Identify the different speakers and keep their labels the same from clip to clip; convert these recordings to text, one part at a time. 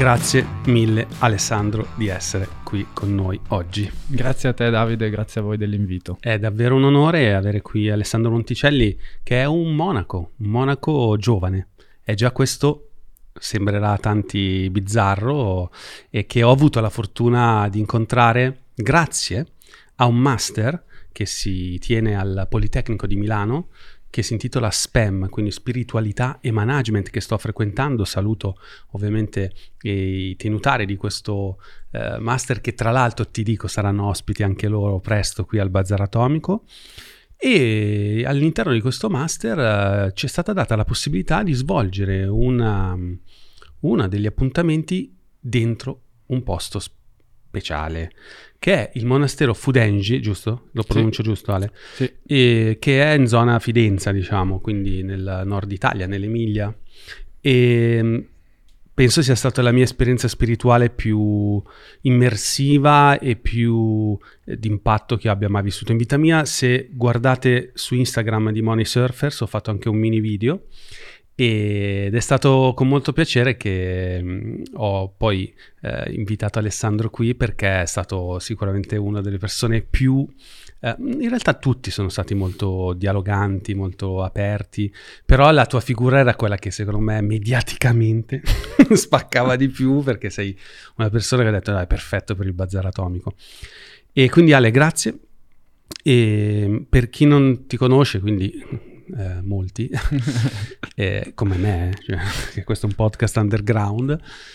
Speaker 1: Grazie mille Alessandro di essere qui con noi oggi.
Speaker 2: Grazie a te Davide, grazie a voi dell'invito.
Speaker 1: È davvero un onore avere qui Alessandro Monticelli, che è un monaco giovane. È già questo, sembrerà a tanti bizzarro, e che ho avuto la fortuna di incontrare grazie a un master che si tiene al Politecnico di Milano, che si intitola SPEM, quindi Spiritualità e Management, che sto frequentando. Saluto ovviamente i tenutari di questo master, che tra l'altro ti dico saranno ospiti anche loro presto qui al Bazar Atomico. E all'interno di questo master ci è stata data la possibilità di svolgere uno degli appuntamenti dentro un posto speciale, che è il monastero Fudenji, giusto? Lo pronuncio giusto, Ale?
Speaker 2: Sì.
Speaker 1: Che è in zona Fidenza, diciamo, quindi nel nord Italia, nell'Emilia. E penso sia stata la mia esperienza spirituale più immersiva e più d'impatto che abbia mai vissuto in vita mia. Se guardate su Instagram di Money Surfers, ho fatto anche un mini video, ed è stato con molto piacere che ho poi invitato Alessandro qui, perché è stato sicuramente una delle persone più... in realtà tutti sono stati molto dialoganti, molto aperti, però la tua figura era quella che secondo me mediaticamente spaccava di più, perché sei una persona che ha detto: è perfetto per il Bazar Atomico. E quindi Ale, grazie. E per chi non ti conosce, quindi... molti come me, cioè, che questo è un podcast underground,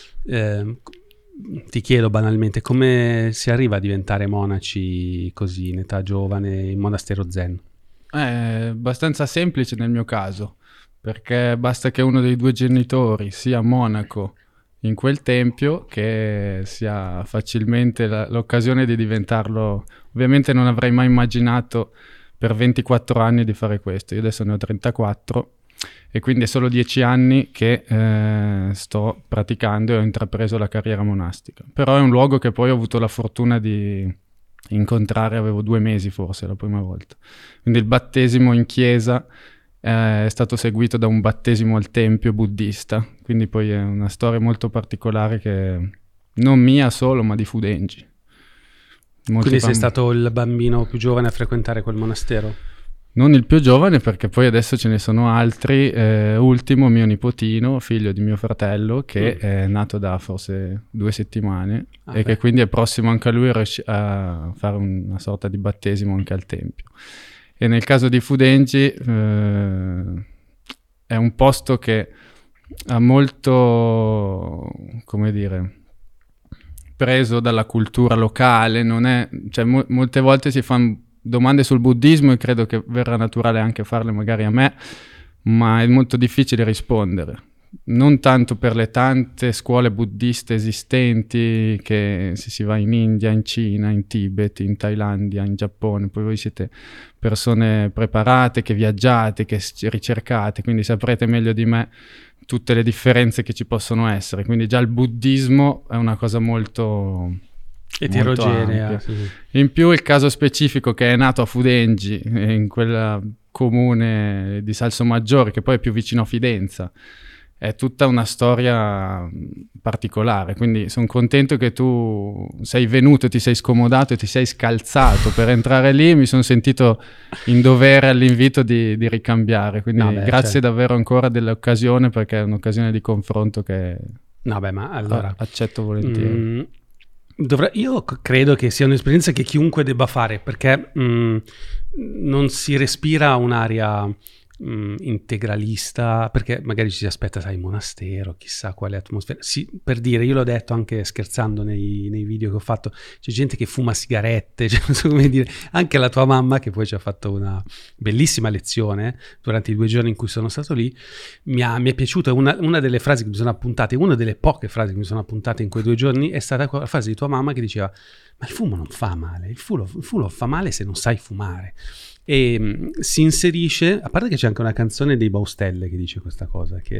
Speaker 1: ti chiedo banalmente come si arriva a diventare monaci così in età giovane in monastero zen?
Speaker 2: È abbastanza semplice nel mio caso, perché basta che uno dei due genitori sia monaco in quel tempio che si ha facilmente l'occasione di diventarlo. Ovviamente non avrei mai immaginato per 24 anni di fare questo. Io adesso ne ho 34 e quindi è solo 10 anni che sto praticando e ho intrapreso la carriera monastica. Però è un luogo che poi ho avuto la fortuna di incontrare, avevo 2 mesi forse la prima volta. Quindi il battesimo in chiesa è stato seguito da un battesimo al tempio buddista, quindi poi è una storia molto particolare, che non mia solo, ma di Fudenji.
Speaker 1: Quindi sei stato il bambino più giovane a frequentare quel monastero?
Speaker 2: Non il più giovane, perché poi adesso ce ne sono altri. Ultimo mio nipotino, figlio di mio fratello, che è nato da forse 2 settimane che quindi è prossimo anche a lui a fare una sorta di battesimo anche al tempio. E nel caso di Fudenji è un posto che ha molto, come dire, preso dalla cultura locale. Non è, cioè, molte volte si fanno domande sul buddismo e credo che verrà naturale anche farle magari a me, ma è molto difficile rispondere, non tanto per le tante scuole buddiste esistenti, che se si va in India, in Cina, in Tibet, in Thailandia, in Giappone, poi voi siete persone preparate, che viaggiate, che ricercate, quindi saprete meglio di me tutte le differenze che ci possono essere. Quindi già il buddismo è una cosa molto
Speaker 1: eterogenea. Sì.
Speaker 2: In più il caso specifico che è nato a Fudenji, in quel comune di Salsomaggiore, che poi è più vicino a Fidenza, è tutta una storia particolare. Quindi sono contento che tu sei venuto, ti sei scomodato e ti sei scalzato per entrare lì. Mi sono sentito in dovere all'invito di ricambiare, quindi grazie davvero ancora dell'occasione, perché è un'occasione di confronto che
Speaker 1: ma allora
Speaker 2: accetto volentieri.
Speaker 1: Io credo che sia un'esperienza che chiunque debba fare, perché non si respira un'area integralista, perché magari ci si aspetta, sai, monastero, chissà quale atmosfera. Sì, per dire, io l'ho detto anche scherzando nei video che ho fatto, c'è gente che fuma sigarette, cioè, non so come dire. Anche la tua mamma, che poi ci ha fatto una bellissima lezione durante i 2 giorni in cui sono stato lì, mi è piaciuta una delle frasi che mi sono appuntate, una delle poche frasi che mi sono appuntate in quei 2 giorni è stata la frase di tua mamma che diceva: ma il fumo non fa male, il fumo fa male se non sai fumare. E si inserisce, a parte che c'è anche una canzone dei Baustelle che dice questa cosa, che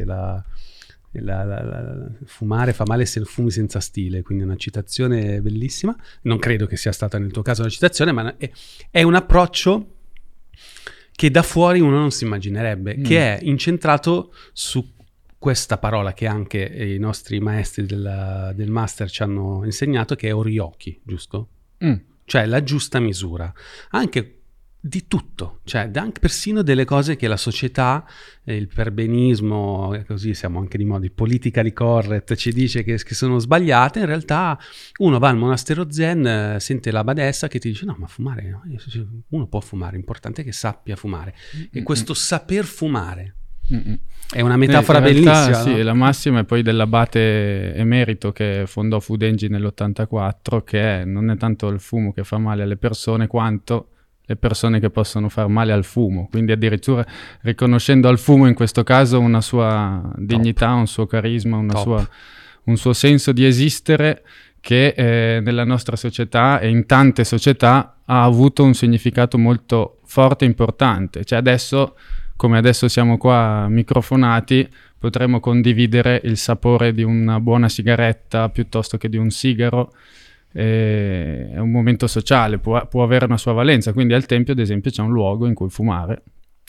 Speaker 1: fumare fa male se fumi senza stile, quindi è una citazione bellissima. Non credo che sia stata nel tuo caso una citazione, ma è un approccio che da fuori uno non si immaginerebbe, che è incentrato su questa parola che anche i nostri maestri del master ci hanno insegnato, che è oryoki, giusto? Cioè la giusta misura, anche di tutto, cioè anche persino delle cose che la società, il perbenismo, così siamo anche di moda, il politically correct ci dice che sono sbagliate. In realtà uno va al monastero zen, sente la badessa che ti dice no, ma fumare, no? Uno può fumare, è importante che sappia fumare. E questo saper fumare è una metafora bellissima,
Speaker 2: realtà,
Speaker 1: no?
Speaker 2: Sì, la massima è poi dell'abate emerito che fondò Food Engine nell'84, che non è tanto il fumo che fa male alle persone quanto le persone che possono far male al fumo, quindi addirittura riconoscendo al fumo in questo caso una sua dignità, un suo carisma, un suo senso di esistere che nella nostra società e in tante società ha avuto un significato molto forte e importante. Cioè adesso, come adesso siamo qua microfonati, potremmo condividere il sapore di una buona sigaretta piuttosto che di un sigaro. È un momento sociale, può avere una sua valenza. Quindi al tempio, ad esempio, c'è un luogo in cui fumare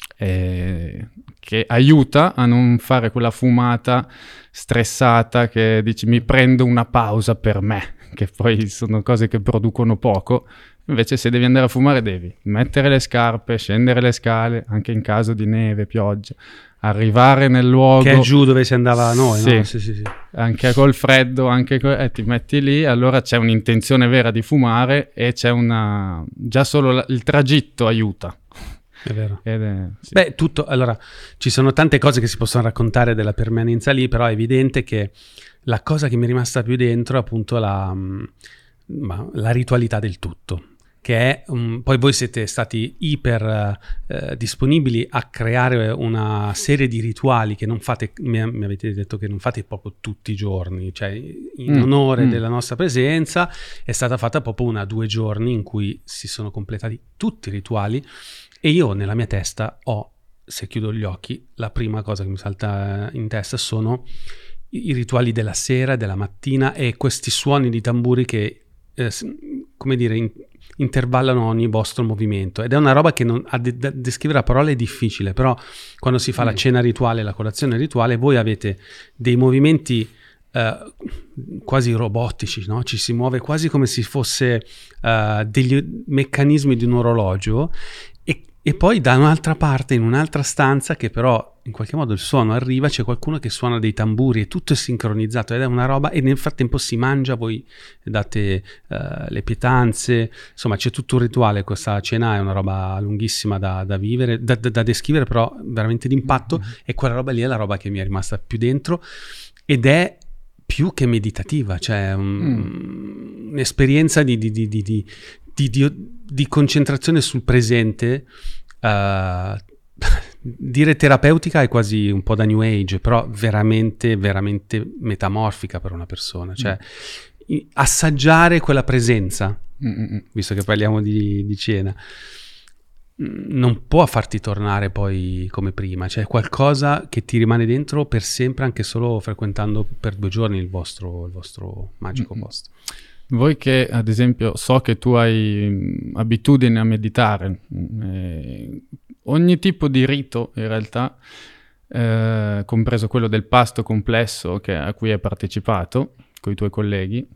Speaker 2: che aiuta a non fare quella fumata stressata che dici mi prendo una pausa per me, che poi sono cose che producono poco. Invece se devi andare a fumare devi mettere le scarpe, scendere le scale, anche in caso di neve, pioggia, arrivare nel luogo
Speaker 1: che è giù dove si andava noi,
Speaker 2: sì,
Speaker 1: no? Sì.
Speaker 2: Anche col freddo, ti metti lì, allora c'è un'intenzione vera di fumare e c'è già solo il tragitto aiuta.
Speaker 1: È vero.
Speaker 2: Sì.
Speaker 1: Beh, tutto, allora, ci sono tante cose che si possono raccontare della permanenza lì, però è evidente che la cosa che mi è rimasta più dentro è appunto la ritualità del tutto. Che è, poi voi siete stati iper disponibili a creare una serie di rituali che non fate, mi avete detto che non fate proprio tutti i giorni, cioè in onore della nostra presenza è stata fatta proprio 1 o 2 giorni in cui si sono completati tutti i rituali, e io nella mia testa se chiudo gli occhi, la prima cosa che mi salta in testa sono i rituali della sera, della mattina, e questi suoni di tamburi che, come dire, intervallano ogni vostro movimento, ed è una roba che descrivere a parole è difficile, però quando si fa la cena rituale, la colazione rituale, voi avete dei movimenti quasi robotici, no? Ci si muove quasi come se fosse degli meccanismi di un orologio, e poi da un'altra parte, in un'altra stanza, che però in qualche modo il suono arriva, c'è qualcuno che suona dei tamburi e tutto è sincronizzato, ed è una roba, e nel frattempo si mangia, voi date le pietanze, insomma c'è tutto un rituale. Questa cena è una roba lunghissima da vivere, da descrivere, però veramente d'impatto, e quella roba lì è la roba che mi è rimasta più dentro, ed è più che meditativa, cioè un'esperienza di concentrazione sul presente. Dire terapeutica è quasi un po' da New Age, però veramente, veramente metamorfica per una persona, cioè assaggiare quella presenza, visto che parliamo di cena, non può farti tornare poi come prima, cioè qualcosa che ti rimane dentro per sempre, anche solo frequentando per 2 giorni il vostro magico posto.
Speaker 2: Voi che, ad esempio, so che tu hai abitudine a meditare, ogni tipo di rito, in realtà, compreso quello del pasto complesso a cui hai partecipato con i tuoi colleghi,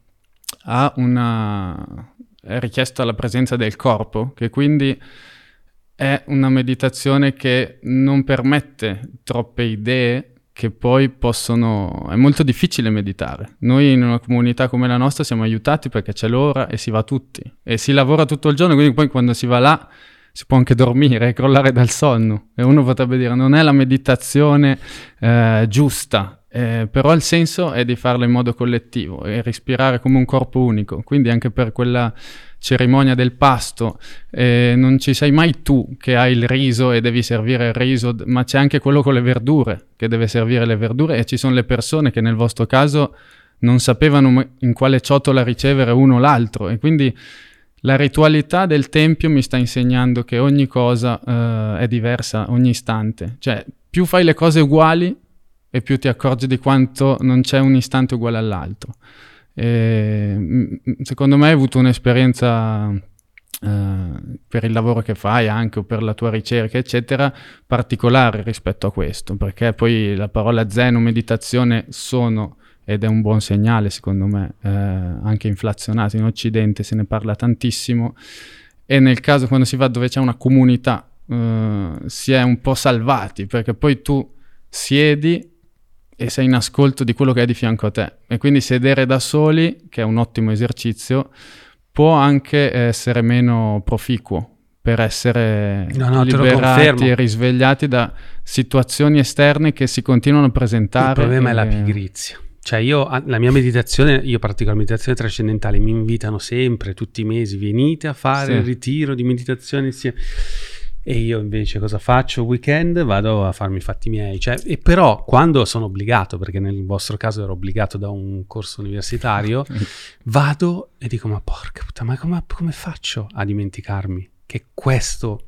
Speaker 2: è richiesta la presenza del corpo, che quindi è una meditazione che non permette troppe idee, che poi è molto difficile meditare. Noi in una comunità come la nostra siamo aiutati perché c'è l'ora e si va tutti e si lavora tutto il giorno, quindi poi quando si va là si può anche dormire e crollare dal sonno, e uno potrebbe dire non è la meditazione giusta, però il senso è di farla in modo collettivo e respirare come un corpo unico. Quindi anche per quella cerimonia del pasto non ci sei mai tu che hai il riso e devi servire il riso, ma c'è anche quello con le verdure che deve servire le verdure, e ci sono le persone che nel vostro caso non sapevano in quale ciotola ricevere uno o l'altro, e quindi la ritualità del tempio mi sta insegnando che ogni cosa è diversa ogni istante, cioè più fai le cose uguali e più ti accorgi di quanto non c'è un istante uguale all'altro. Secondo me hai avuto un'esperienza per il lavoro che fai anche o per la tua ricerca eccetera, particolare rispetto a questo, perché poi la parola zen o meditazione sono, ed è un buon segnale secondo me, anche inflazionato in Occidente, se ne parla tantissimo, e nel caso quando si va dove c'è una comunità si è un po' salvati, perché poi tu siedi e sei in ascolto di quello che è di fianco a te, e quindi sedere da soli, che è un ottimo esercizio, può anche essere meno proficuo per essere liberati e risvegliati da situazioni esterne che si continuano a presentare.
Speaker 1: Il problema è la pigrizia. Cioè la mia meditazione, io pratico la meditazione trascendentale, mi invitano sempre, tutti i mesi, venite a fare il ritiro di meditazione insieme. E io invece cosa faccio? Weekend vado a farmi i fatti miei, e però quando sono obbligato, perché nel vostro caso ero obbligato da un corso universitario, vado e dico ma porca puttana, ma come faccio a dimenticarmi che questo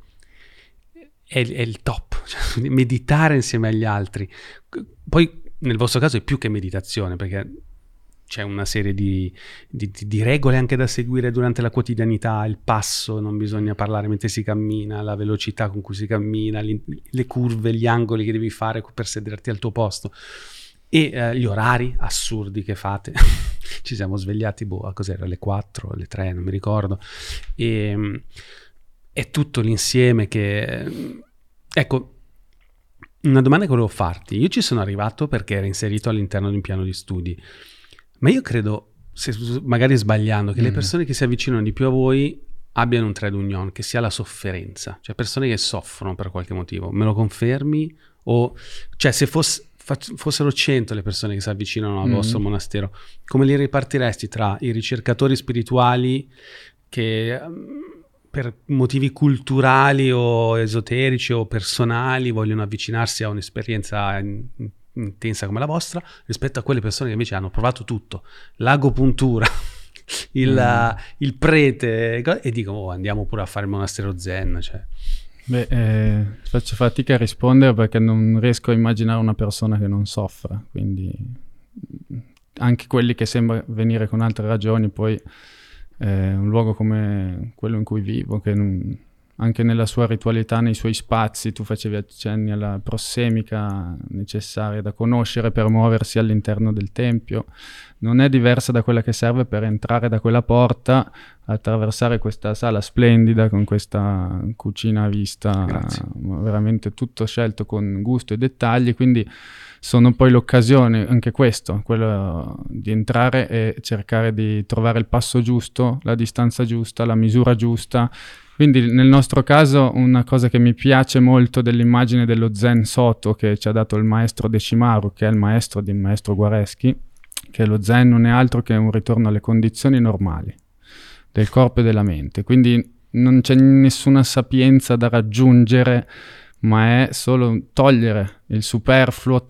Speaker 1: è il top, cioè, meditare insieme agli altri. Poi nel vostro caso è più che meditazione, perché c'è una serie di regole anche da seguire durante la quotidianità, il passo, non bisogna parlare mentre si cammina, la velocità con cui si cammina, le curve, gli angoli che devi fare per sederti al tuo posto, e gli orari assurdi che fate. Ci siamo svegliati, a cos'era, alle 4, alle 3, non mi ricordo, e è tutto l'insieme che... Ecco, una domanda che volevo farti. Io ci sono arrivato perché era inserito all'interno di un piano di studi, ma io credo, magari sbagliando, che le persone che si avvicinano di più a voi abbiano un trade union, che sia la sofferenza, cioè persone che soffrono per qualche motivo. Me lo confermi? O, cioè, se fossero 100 le persone che si avvicinano al vostro monastero, come li ripartiresti tra i ricercatori spirituali che per motivi culturali o esoterici o personali vogliono avvicinarsi a un'esperienza intensa come la vostra, rispetto a quelle persone che invece hanno provato tutto, l'agopuntura, il prete, e dicono andiamo pure a fare il monastero zen, cioè.
Speaker 2: Faccio fatica a rispondere perché non riesco a immaginare una persona che non soffra, quindi anche quelli che sembra venire con altre ragioni, poi un luogo come quello in cui vivo, che anche nella sua ritualità, nei suoi spazi, tu facevi accenni alla prossemica necessaria da conoscere per muoversi all'interno del tempio, non è diversa da quella che serve per entrare da quella porta, attraversare questa sala splendida con questa cucina a vista, veramente tutto scelto con gusto e dettagli, quindi sono poi l'occasione, anche questo, quello di entrare e cercare di trovare il passo giusto, la distanza giusta, la misura giusta. Quindi nel nostro caso una cosa che mi piace molto dell'immagine dello Zen Soto che ci ha dato il maestro Deshimaru, che è il maestro del maestro Guareschi, che lo Zen non è altro che un ritorno alle condizioni normali del corpo e della mente. Quindi non c'è nessuna sapienza da raggiungere, ma è solo togliere il superfluo,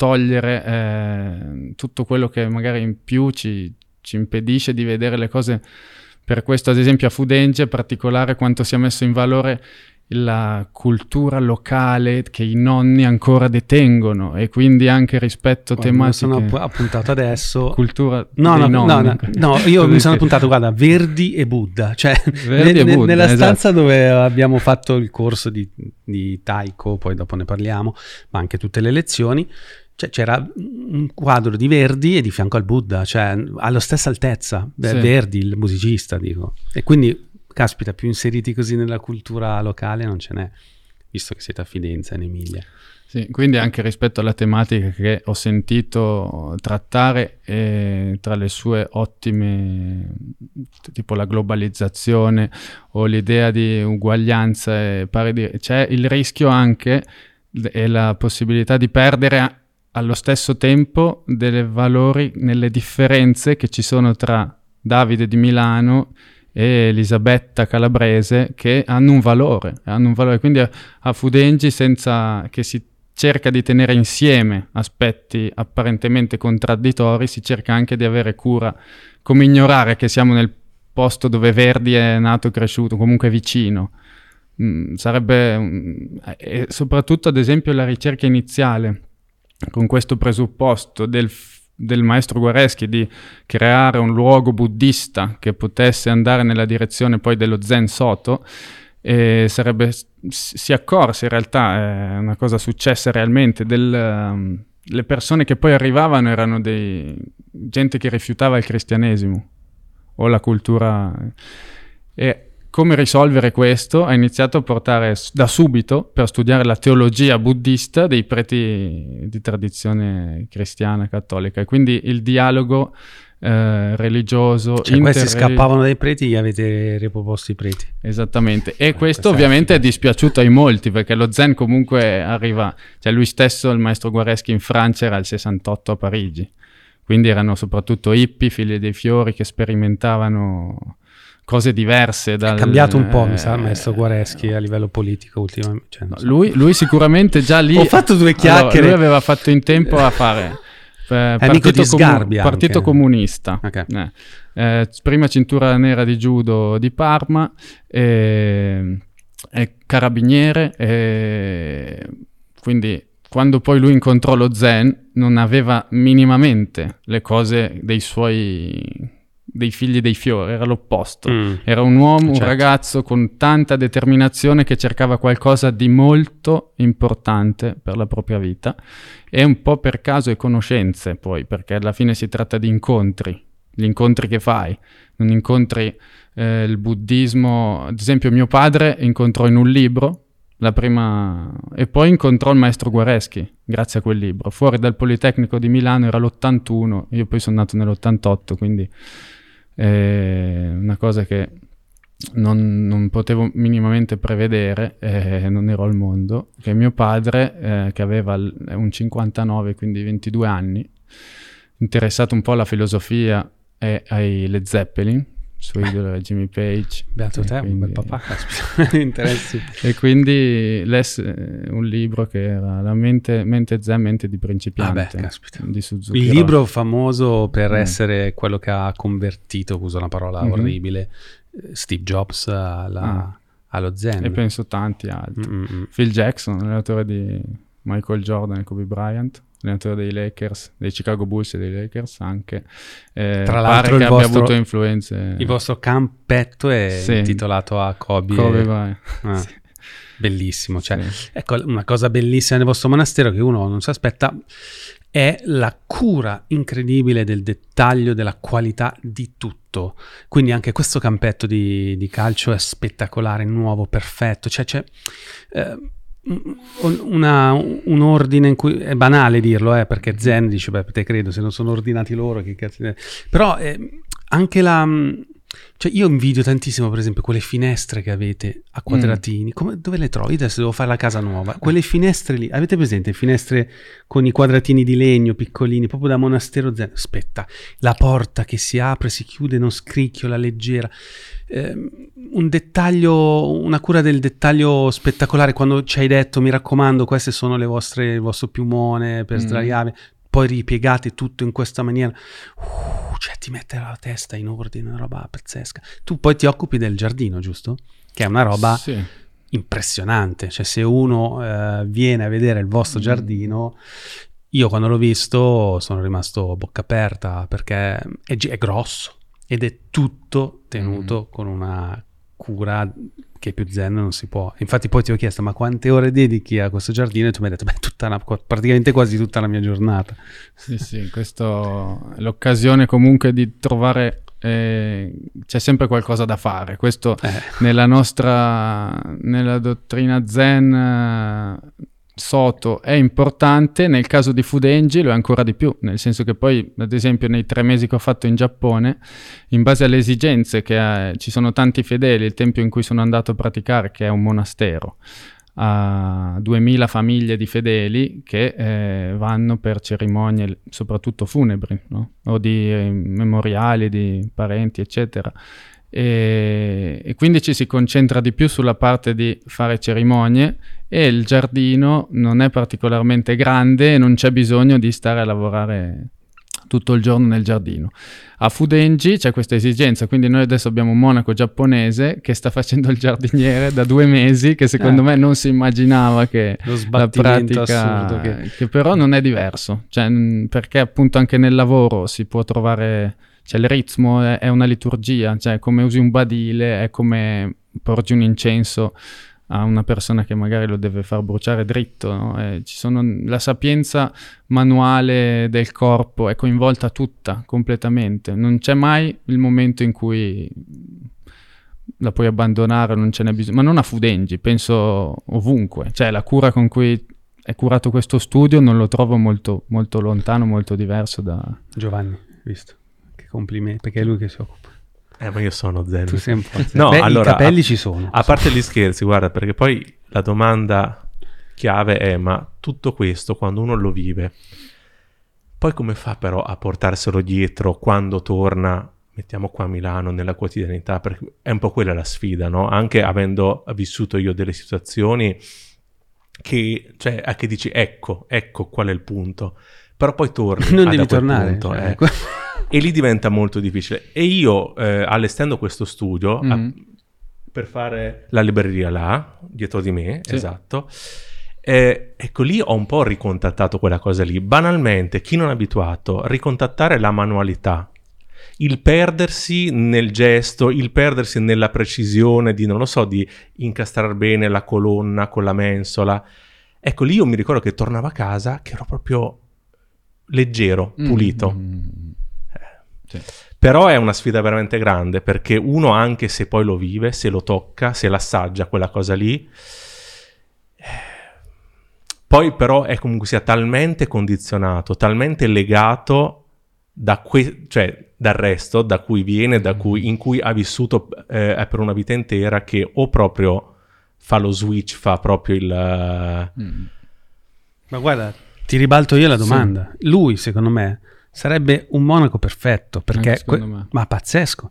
Speaker 2: togliere tutto quello che magari in più ci impedisce di vedere le cose. Per questo, ad esempio, a Fudenge è particolare quanto sia messo in valore la cultura locale che i nonni ancora detengono, e quindi anche rispetto a tematiche...
Speaker 1: Mi sono appuntato adesso...
Speaker 2: Cultura dei nonni.
Speaker 1: No, io mi sono appuntato, guarda, Verdi e Buddha, cioè
Speaker 2: Verdi e Buddha,
Speaker 1: nella stanza
Speaker 2: esatto,
Speaker 1: dove abbiamo fatto il corso di Taiko, poi dopo ne parliamo, ma anche tutte le lezioni. Cioè, c'era un quadro di Verdi e di fianco al Buddha, cioè alla stessa altezza, sì. Verdi, il musicista, dico. E quindi, caspita, più inseriti così nella cultura locale non ce n'è, visto che siete a Fidenza, in Emilia.
Speaker 2: Sì, quindi anche rispetto alla tematica che ho sentito trattare, tra le sue ottime, tipo la globalizzazione o l'idea di uguaglianza, c'è il rischio anche e la possibilità di perdere allo stesso tempo dei valori nelle differenze che ci sono tra Davide di Milano e Elisabetta Calabrese, che hanno un valore. Quindi a Fudengi, senza che si cerca di tenere insieme aspetti apparentemente contraddittori, si cerca anche di avere cura, come ignorare che siamo nel posto dove Verdi è nato e cresciuto, comunque vicino. Sarebbe, e soprattutto ad esempio la ricerca iniziale, con questo presupposto del del maestro Guareschi di creare un luogo buddista che potesse andare nella direzione poi dello Zen Soto, e si accorse, in realtà è una cosa successa realmente, le persone che poi arrivavano erano gente che rifiutava il cristianesimo o la cultura, e come risolvere questo? Ha iniziato a portare da subito per studiare la teologia buddista dei preti di tradizione cristiana cattolica, e quindi il dialogo religioso,
Speaker 1: cioè questi scappavano dai preti, gli avete riproposto i preti.
Speaker 2: Esattamente, e questo ovviamente è dispiaciuto ai molti, perché lo Zen comunque arriva, cioè lui stesso, il maestro Guareschi, in Francia era il 68 a Parigi, quindi erano soprattutto hippie, figli dei fiori, che sperimentavano cose diverse. È
Speaker 1: cambiato un po', mi sa, il maestro Guareschi a livello politico ultimamente. Cioè,
Speaker 2: no, lui sicuramente già lì...
Speaker 1: Ho fatto 2 chiacchiere.
Speaker 2: Allora, lui aveva fatto in tempo a fare...
Speaker 1: amico di Sgarbi
Speaker 2: partito comunista,
Speaker 1: okay.
Speaker 2: Prima cintura nera di judo di Parma, carabiniere, quindi quando poi lui incontrò lo Zen non aveva minimamente le cose dei figli dei fiori, era l'opposto. Era un uomo, certo, un ragazzo con tanta determinazione che cercava qualcosa di molto importante per la propria vita, e un po' per caso e conoscenze poi, perché alla fine si tratta di incontri, gli incontri che fai, non incontri il buddismo. Ad esempio mio padre incontrò in un libro la prima, e poi incontrò il maestro Guareschi grazie a quel libro, fuori dal Politecnico di Milano, era l'81, io poi sono nato nell'88, quindi una cosa che non potevo minimamente prevedere, non ero al mondo, che mio padre, che aveva un 59, quindi 22 anni, interessato un po' alla filosofia e ai Led Zeppelin, suo idolo Jimmy Page.
Speaker 1: Beato te, quindi... un bel papà, caspita, interessi.
Speaker 2: E quindi lesse un libro che era La mente zen, mente di principiante, di Suzuki
Speaker 1: il libro famoso per essere quello che ha convertito, uso una parola orribile, Steve Jobs allo Zen.
Speaker 2: E penso tanti altri. Phil Jackson, allenatore di Michael Jordan e Kobe Bryant, allenatore dei Lakers, dei Chicago Bulls e dei Lakers anche.
Speaker 1: Tra l'altro
Speaker 2: pare che abbia avuto influenze.
Speaker 1: Il vostro campetto è intitolato a Kobe
Speaker 2: Bryant.
Speaker 1: Sì. Bellissimo, cioè, ecco, una cosa bellissima nel vostro monastero che uno non si aspetta è la cura incredibile del dettaglio, della qualità di tutto. Quindi anche questo campetto di calcio è spettacolare, nuovo, perfetto, cioè c'è un ordine in cui è banale dirlo, perché Zen dice, beh, te credo, se non sono ordinati loro, che cazzo. Però anche cioè io invidio tantissimo, per esempio, quelle finestre che avete a quadratini. Dove le trovi? Adesso devo fare la casa nuova. Quelle finestre lì, avete presente? Finestre con i quadratini di legno piccolini, proprio da monastero Zen. Aspetta, la porta che si apre, si chiude, non scricchiola, leggera. Un dettaglio, una cura del dettaglio spettacolare. Quando ci hai detto, mi raccomando, queste sono il vostro piumone per sdraiare, poi ripiegate tutto in questa maniera, cioè ti mette la testa in ordine, una roba pazzesca. Tu poi ti occupi del giardino, giusto? Che è una roba impressionante, cioè se uno viene a vedere il vostro giardino, io quando l'ho visto sono rimasto a bocca aperta, perché è grosso ed è tutto tenuto con una cura che più zen non si può. Infatti poi ti ho chiesto, ma quante ore dedichi a questo giardino? E tu mi hai detto, beh, praticamente quasi tutta la mia giornata. Sì,
Speaker 2: questo è l'occasione comunque di trovare, c'è sempre qualcosa da fare. Questo nella dottrina zen Soto è importante, nel caso di Fudenji lo è ancora di più, nel senso che poi, ad esempio, nei 3 mesi che ho fatto in Giappone, in base alle esigenze che ci sono tanti fedeli, il tempio in cui sono andato a praticare, che è un monastero, a 2000 famiglie di fedeli che vanno per cerimonie soprattutto funebri, no? O di memoriali di parenti, eccetera. E quindi ci si concentra di più sulla parte di fare cerimonie, e il giardino non è particolarmente grande e non c'è bisogno di stare a lavorare tutto il giorno nel giardino. A Fudengi c'è questa esigenza, quindi noi adesso abbiamo un monaco giapponese che sta facendo il giardiniere da 2 mesi, che secondo me non si immaginava che la pratica,
Speaker 1: assurdo
Speaker 2: che però non è diverso, cioè, perché appunto anche nel lavoro si può trovare, cioè il ritmo è una liturgia, cioè come usi un badile, è come porgi un incenso a una persona che magari lo deve far bruciare dritto, no? La sapienza manuale del corpo è coinvolta tutta, completamente. Non c'è mai il momento in cui la puoi abbandonare, non ce n'è bisogno. Ma non a Fudengi, penso ovunque. Cioè la cura con cui è curato questo studio non lo trovo molto, molto lontano, molto diverso da...
Speaker 1: Giovanni, visto? Che complimenti, perché è lui che si occupa.
Speaker 3: Ma io sono zen.
Speaker 1: Tu sei un po' zen.
Speaker 3: No,
Speaker 1: beh,
Speaker 3: allora,
Speaker 1: i capelli ci sono.
Speaker 3: A parte gli scherzi, guarda, perché poi la domanda chiave è: ma tutto questo quando uno lo vive, poi come fa però a portarselo dietro quando torna, mettiamo qua a Milano, nella quotidianità? Perché è un po' quella la sfida, no? Anche avendo vissuto io delle situazioni che, cioè, che dici ecco qual è il punto, però poi torni
Speaker 1: non devi tornare,
Speaker 3: punto,
Speaker 1: cioè,
Speaker 3: e lì diventa molto difficile. E io allestendo questo studio per fare la libreria là dietro di me,
Speaker 2: sì.
Speaker 3: Esatto, ecco lì ho un po' ricontattato quella cosa lì. Banalmente, chi non è abituato, ricontattare la manualità, il perdersi nel gesto, il perdersi nella precisione di, non lo so, di incastrare bene la colonna con la mensola. Ecco lì io mi ricordo che tornavo a casa che ero proprio leggero, pulito.
Speaker 2: Sì.
Speaker 3: Però è una sfida veramente grande, perché uno, anche se poi lo vive, se lo tocca, se l'assaggia quella cosa lì, poi però è comunque sia talmente condizionato, talmente legato cioè dal resto, da cui viene, in cui ha vissuto per una vita intera, che o proprio fa lo switch, fa proprio il...
Speaker 1: Ma guarda, ti ribalto io la domanda. Sì. Lui, secondo me, sarebbe un monaco perfetto, perché ma pazzesco.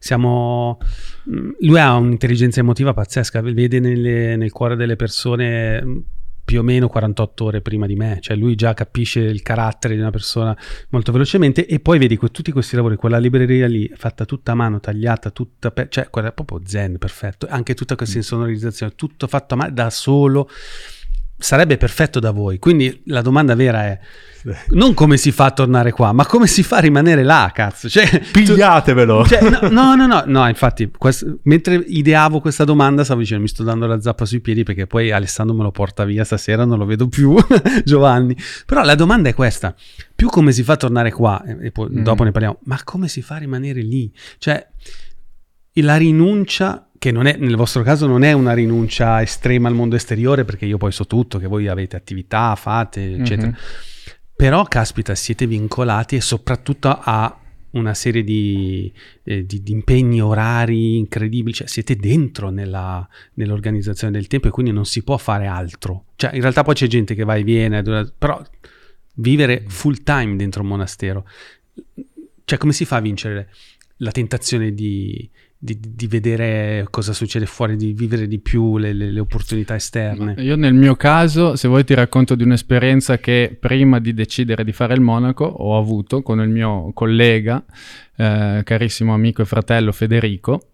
Speaker 1: Lui ha un'intelligenza emotiva pazzesca, vede nel cuore delle persone più o meno 48 ore prima di me, cioè lui già capisce il carattere di una persona molto velocemente, e poi vedi tutti questi lavori, quella libreria lì fatta tutta a mano, tagliata, tutta cioè quella è proprio zen, perfetto, anche tutta questa insonorizzazione, tutto fatto a mano, da solo. Sarebbe perfetto da voi. Quindi la domanda vera è non come si fa a tornare qua, ma come si fa a rimanere là, cazzo, cioè,
Speaker 3: pigliatevelo.
Speaker 1: No, infatti mentre ideavo questa domanda stavo dicendo mi sto dando la zappa sui piedi, perché poi Alessandro me lo porta via stasera, non lo vedo più Giovanni, però la domanda è questa: più come si fa a tornare qua, e poi dopo ne parliamo, ma come si fa a rimanere lì, cioè la rinuncia, che non è, nel vostro caso non è una rinuncia estrema al mondo esteriore, perché io poi so tutto, che voi avete attività, fate, eccetera. Però, caspita, siete vincolati, e soprattutto a una serie di impegni orari incredibili, cioè siete dentro nell'organizzazione del tempo, e quindi non si può fare altro. Cioè, in realtà poi c'è gente che va e viene, però vivere full time dentro un monastero, cioè come si fa a vincere la tentazione di vedere cosa succede fuori, di vivere di più le opportunità esterne?
Speaker 2: Io nel mio caso, se vuoi, ti racconto di un'esperienza che prima di decidere di fare il monaco ho avuto con il mio collega, carissimo amico e fratello Federico.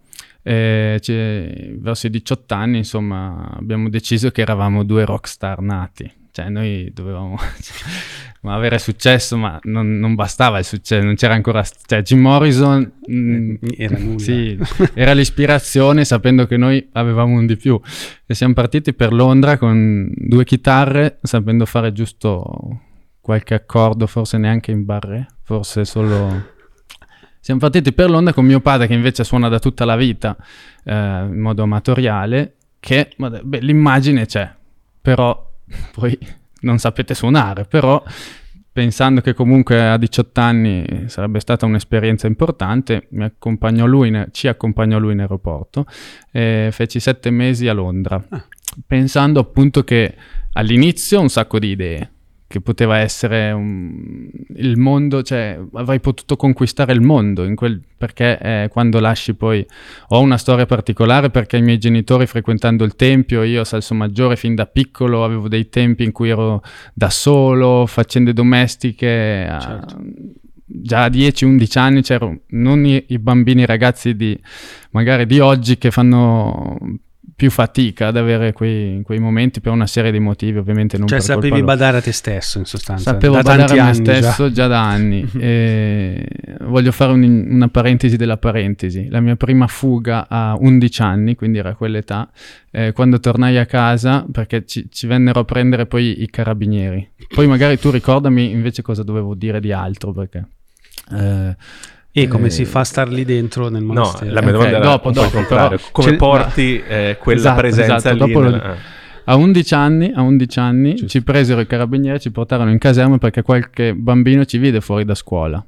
Speaker 2: Verso i 18 anni, insomma, abbiamo deciso che eravamo 2 rockstar nati. Cioè noi dovevamo avere successo, ma non bastava il successo, non c'era ancora, cioè Jim Morrison
Speaker 1: era nulla.
Speaker 2: Sì, era l'ispirazione, sapendo che noi avevamo un di più, e siamo partiti per Londra con 2 chitarre, sapendo fare giusto qualche accordo, forse neanche in barre, forse solo... Siamo partiti per Londra con mio padre, che invece suona da tutta la vita in modo amatoriale, che l'immagine c'è, però poi non sapete suonare, però pensando che comunque a 18 anni sarebbe stata un'esperienza importante, ci accompagnò lui in aeroporto, e feci 7 mesi a Londra, pensando appunto che all'inizio un sacco di idee, che poteva essere il mondo, cioè avrei potuto conquistare il mondo perché quando lasci poi... Ho una storia particolare, perché i miei genitori, frequentando il tempio, io a Salsomaggiore fin da piccolo avevo dei tempi in cui ero da solo, faccende domestiche,
Speaker 1: certo.
Speaker 2: già a 10-11 anni c'erano non i bambini, i ragazzi magari di oggi che fanno più fatica ad avere quei momenti per una serie di motivi, ovviamente non
Speaker 1: cioè
Speaker 2: per colpa
Speaker 1: sapevi
Speaker 2: loro.
Speaker 1: badare a te stesso in sostanza,
Speaker 2: Sapevo
Speaker 1: da
Speaker 2: badare
Speaker 1: tanti
Speaker 2: a me
Speaker 1: anni
Speaker 2: stesso già da anni. E voglio fare una parentesi della parentesi. La mia prima fuga a 11 anni, quindi era quell'età, quando tornai a casa, perché ci vennero a prendere poi i carabinieri. Poi magari tu ricordami invece cosa dovevo dire di altro, perché...
Speaker 1: E come si fa a star lì dentro nel monastero?
Speaker 3: No, la mia domanda era
Speaker 2: dopo,
Speaker 3: contrario.
Speaker 2: però,
Speaker 3: Come porti quella
Speaker 2: esatto,
Speaker 3: presenza
Speaker 2: esatto,
Speaker 3: lì?
Speaker 2: dopo a 11 anni ci presero i carabinieri, ci portarono in caserma perché qualche bambino ci vide fuori da scuola.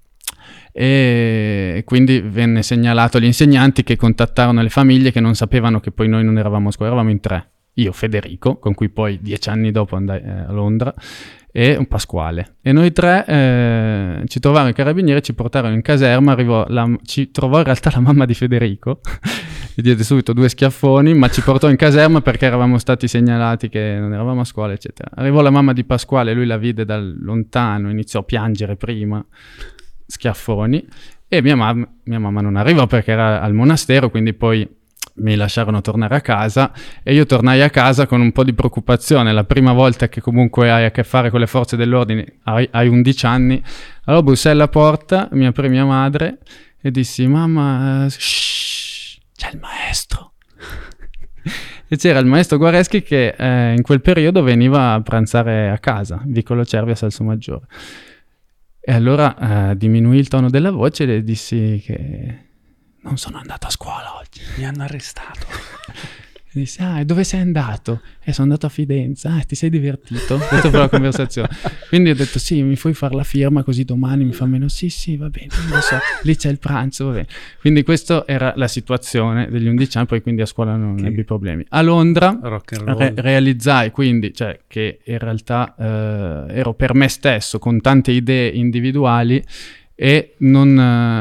Speaker 2: E quindi venne segnalato agli insegnanti, che contattarono le famiglie che non sapevano che poi noi non eravamo a scuola, eravamo in 3. Io, Federico, con cui poi 10 anni dopo andai a Londra, e un Pasquale. E noi 3 ci trovarono i carabinieri, ci portarono in caserma, ci trovò in realtà la mamma di Federico, gli diede subito 2 schiaffoni, ma ci portò in caserma perché eravamo stati segnalati che non eravamo a scuola, eccetera. Arrivò la mamma di Pasquale, lui la vide da lontano, iniziò a piangere prima, schiaffoni, e mia mamma non arrivò perché era al monastero, quindi poi mi lasciarono tornare a casa, e io tornai a casa con un po' di preoccupazione. La prima volta che comunque hai a che fare con le forze dell'ordine, hai 11 anni. Allora bussai alla porta, mi aprì mia madre e dissi: mamma, shh, c'è il maestro. E c'era il maestro Guareschi che in quel periodo veniva a pranzare a casa, Vicolo Cervi a Salsomaggiore. E allora diminuì il tono della voce e le dissi che non sono andato a scuola oggi.
Speaker 1: Mi hanno arrestato.
Speaker 2: E dissi: e dove sei andato? Sono andato a Fidenza. Ti sei divertito? Questa fu la conversazione. Quindi ho detto: sì, mi puoi fare la firma così domani mi fa meno. Sì, va bene, non lo so, lì c'è il pranzo, va bene. Quindi questa era la situazione degli 11 anni, poi quindi a scuola non ebbi problemi. A Londra realizzai quindi, cioè, che in realtà ero per me stesso con tante idee individuali, e non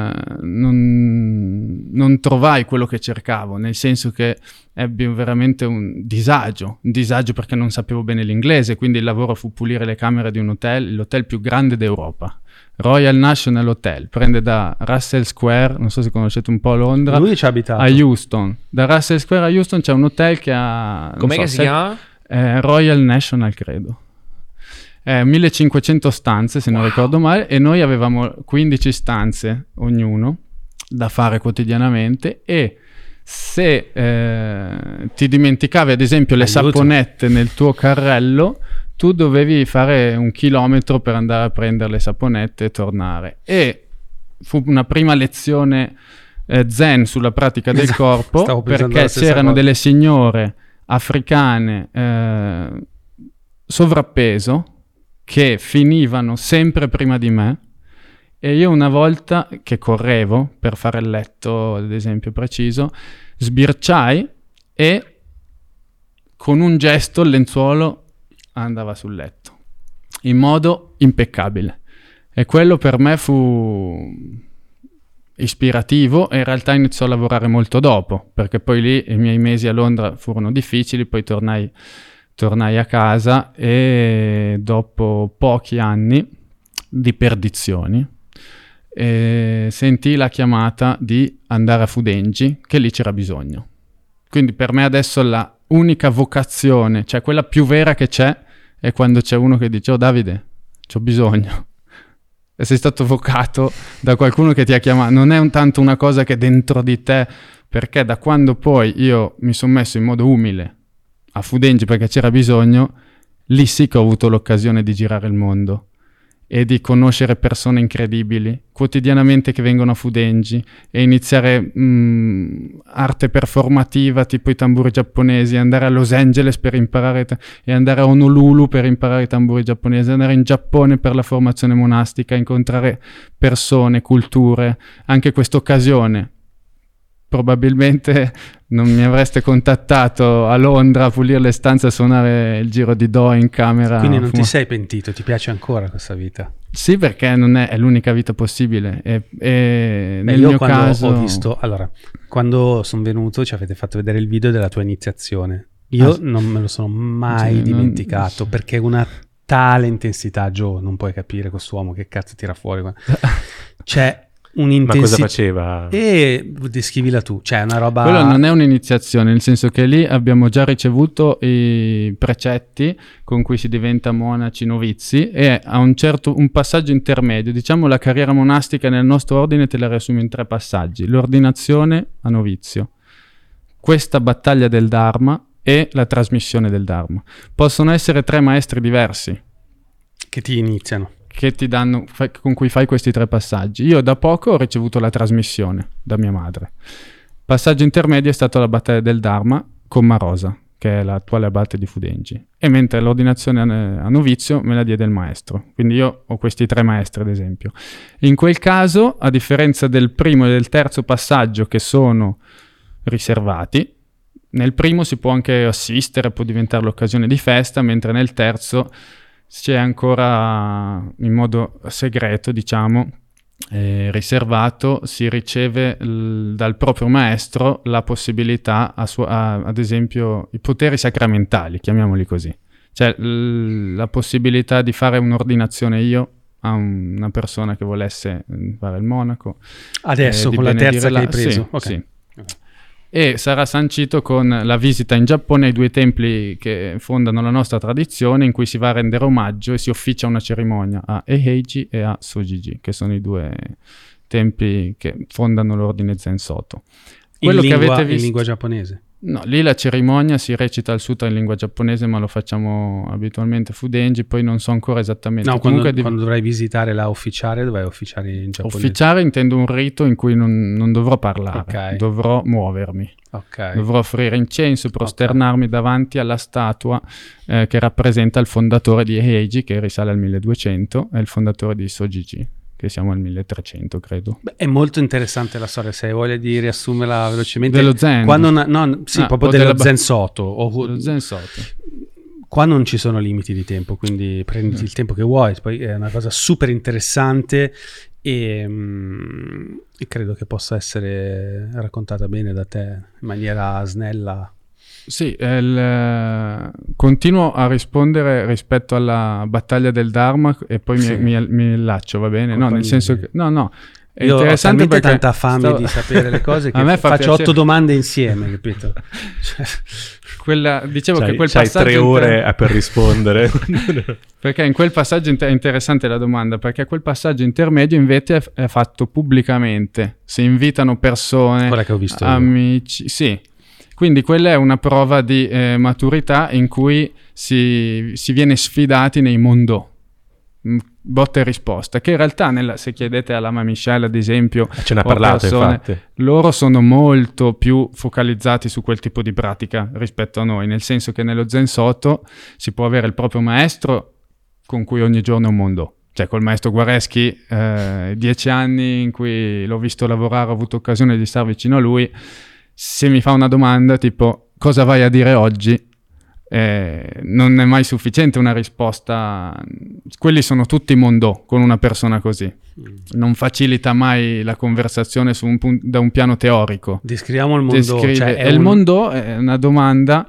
Speaker 2: trovai quello che cercavo, nel senso che ebbi veramente un disagio perché non sapevo bene l'inglese, quindi il lavoro fu pulire le camere di un hotel, l'hotel più grande d'Europa, Royal National Hotel, prende da Russell Square, non so se conoscete un po' Londra,
Speaker 1: lui ci ha abitato
Speaker 2: a Houston. Da Russell Square a Houston c'è un hotel che ha...
Speaker 4: Com'è che si chiama?
Speaker 2: Royal National, credo. 1500 stanze, se non ricordo male, e noi avevamo 15 stanze ognuno da fare quotidianamente, e se ti dimenticavi ad esempio le saponette nel tuo carrello, tu dovevi fare 1 chilometro per andare a prendere le saponette e tornare. E fu una prima lezione zen sulla pratica del corpo, perché c'erano delle signore africane sovrappeso che finivano sempre prima di me, e io una volta che correvo per fare il letto, ad esempio preciso, sbirciai e con un gesto il lenzuolo andava sul letto in modo impeccabile, e quello per me fu ispirativo, e in realtà iniziò a lavorare molto dopo, perché poi lì i miei mesi a Londra furono difficili, poi tornai a casa, e dopo pochi anni di perdizioni sentii la chiamata di andare a Fudengi, che lì c'era bisogno. Quindi per me adesso la unica vocazione, cioè quella più vera che c'è, è quando c'è uno che dice: oh Davide, c'ho bisogno, e sei stato vocato da qualcuno che ti ha chiamato. Non è tanto una cosa che è dentro di te, perché da quando poi io mi sono messo in modo umile a Fudengi perché c'era bisogno, lì sì che ho avuto l'occasione di girare il mondo e di conoscere persone incredibili quotidianamente che vengono a Fudengi, e iniziare arte performativa tipo i tamburi giapponesi, andare a Los Angeles per imparare e andare a Honolulu per imparare i tamburi giapponesi, andare in Giappone per la formazione monastica, incontrare persone, culture. Anche questa occasione probabilmente non mi avreste contattato a Londra a pulire le stanze, a suonare il giro di do in camera.
Speaker 1: Quindi non ti sei pentito, ti piace ancora questa vita?
Speaker 2: Sì, perché non è l'unica vita possibile. E nel
Speaker 1: io
Speaker 2: mio
Speaker 1: quando
Speaker 2: caso
Speaker 1: ho visto, allora, quando sono venuto ci avete fatto vedere il video della tua iniziazione. Io non me lo sono mai dimenticato, perché è una tale intensità, Joe, non puoi capire quest'uomo che cazzo tira fuori. C'è un'intensità.
Speaker 3: Ma cosa faceva?
Speaker 1: E descrivila tu, c'è una roba...
Speaker 2: Quello non è un'iniziazione, nel senso che lì abbiamo già ricevuto i precetti con cui si diventa monaci novizi, e a un passaggio intermedio, diciamo la carriera monastica nel nostro ordine te la riassumo in 3 passaggi: l'ordinazione a novizio, questa battaglia del Dharma e la trasmissione del Dharma. Possono essere 3 maestri diversi
Speaker 1: che ti iniziano,
Speaker 2: che ti danno, con cui fai questi 3 passaggi. Io da poco ho ricevuto la trasmissione da mia madre. Passaggio intermedio è stato la battaglia del Dharma con Marosa, che è l'attuale abate di Fudengi, e mentre l'ordinazione a novizio me la diede il maestro. Quindi io ho questi 3 maestri, ad esempio. In quel caso, a differenza del primo e del terzo passaggio, che sono riservati, nel primo si può anche assistere, può diventare l'occasione di festa, mentre nel terzo c'è ancora in modo segreto, diciamo, riservato, si riceve dal proprio maestro la possibilità, ad esempio, i poteri sacramentali, chiamiamoli così. Cioè la possibilità di fare un'ordinazione io a una persona che volesse fare il monaco.
Speaker 1: Adesso, con la terza che hai preso?
Speaker 2: Sì,
Speaker 1: okay.
Speaker 2: Sì. E sarà sancito con la visita in Giappone ai 2 templi che fondano la nostra tradizione, in cui si va a rendere omaggio e si officia una cerimonia a Eiheiji e a Sojiji, che sono i 2 templi che fondano l'ordine Zen Soto.
Speaker 1: Quello che avete visto in lingua giapponese?
Speaker 2: No, lì la cerimonia si recita il sutra in lingua giapponese, ma lo facciamo abitualmente Fudengi, poi non so ancora esattamente.
Speaker 1: No, quando dovrai visitare la officiare, dovrai officiare in giapponese.
Speaker 2: Officiare intendo un rito in cui non dovrò parlare, okay. Dovrò muovermi.
Speaker 1: Okay.
Speaker 2: Dovrò offrire incenso, prosternarmi davanti alla statua che rappresenta il fondatore di Heiji, che risale al 1200, e il fondatore di Sojiji, che siamo al 1300, credo.
Speaker 1: Beh, è molto interessante la storia, se hai voglia di riassumerla velocemente.
Speaker 2: Dello Zen?
Speaker 1: Proprio dello Zen Soto.
Speaker 2: Dello Zen Soto.
Speaker 1: Qua non ci sono limiti di tempo, quindi prenditi il tempo che vuoi, poi è una cosa super interessante e credo che possa essere raccontata bene da te in maniera snella.
Speaker 2: Sì, continuo a rispondere rispetto alla battaglia del Dharma e poi mi allaccio, va bene? No, nel senso che... No, è
Speaker 1: io
Speaker 2: interessante
Speaker 1: ho talmente tanta fame di sapere le cose che
Speaker 2: a me
Speaker 1: faccio 8 domande insieme, capito?
Speaker 2: Dicevo che quel passaggio...
Speaker 3: 3 ore per rispondere.
Speaker 2: Perché in quel passaggio è interessante la domanda, perché quel passaggio intermedio invece è fatto pubblicamente. Si invitano persone,
Speaker 1: quella che ho visto
Speaker 2: amici...
Speaker 1: io.
Speaker 2: Sì. Quindi quella è una prova di maturità in cui si viene sfidati nei mondò, botta e risposta, che in realtà se chiedete a Lama Michele, ad esempio,
Speaker 3: ce n'ha parlato, infatti,
Speaker 2: loro sono molto più focalizzati su quel tipo di pratica rispetto a noi, nel senso che nello Zen Soto si può avere il proprio maestro con cui ogni giorno è un mondò. Cioè col maestro Guareschi, 10 anni in cui l'ho visto lavorare, ho avuto occasione di stare vicino a lui. Se mi fa una domanda tipo cosa vai a dire oggi, non è mai sufficiente una risposta. Quelli sono tutti mondò con una persona così. Non facilita mai la conversazione da un piano teorico.
Speaker 1: Descriviamo il mondò.
Speaker 2: Il mondò è una domanda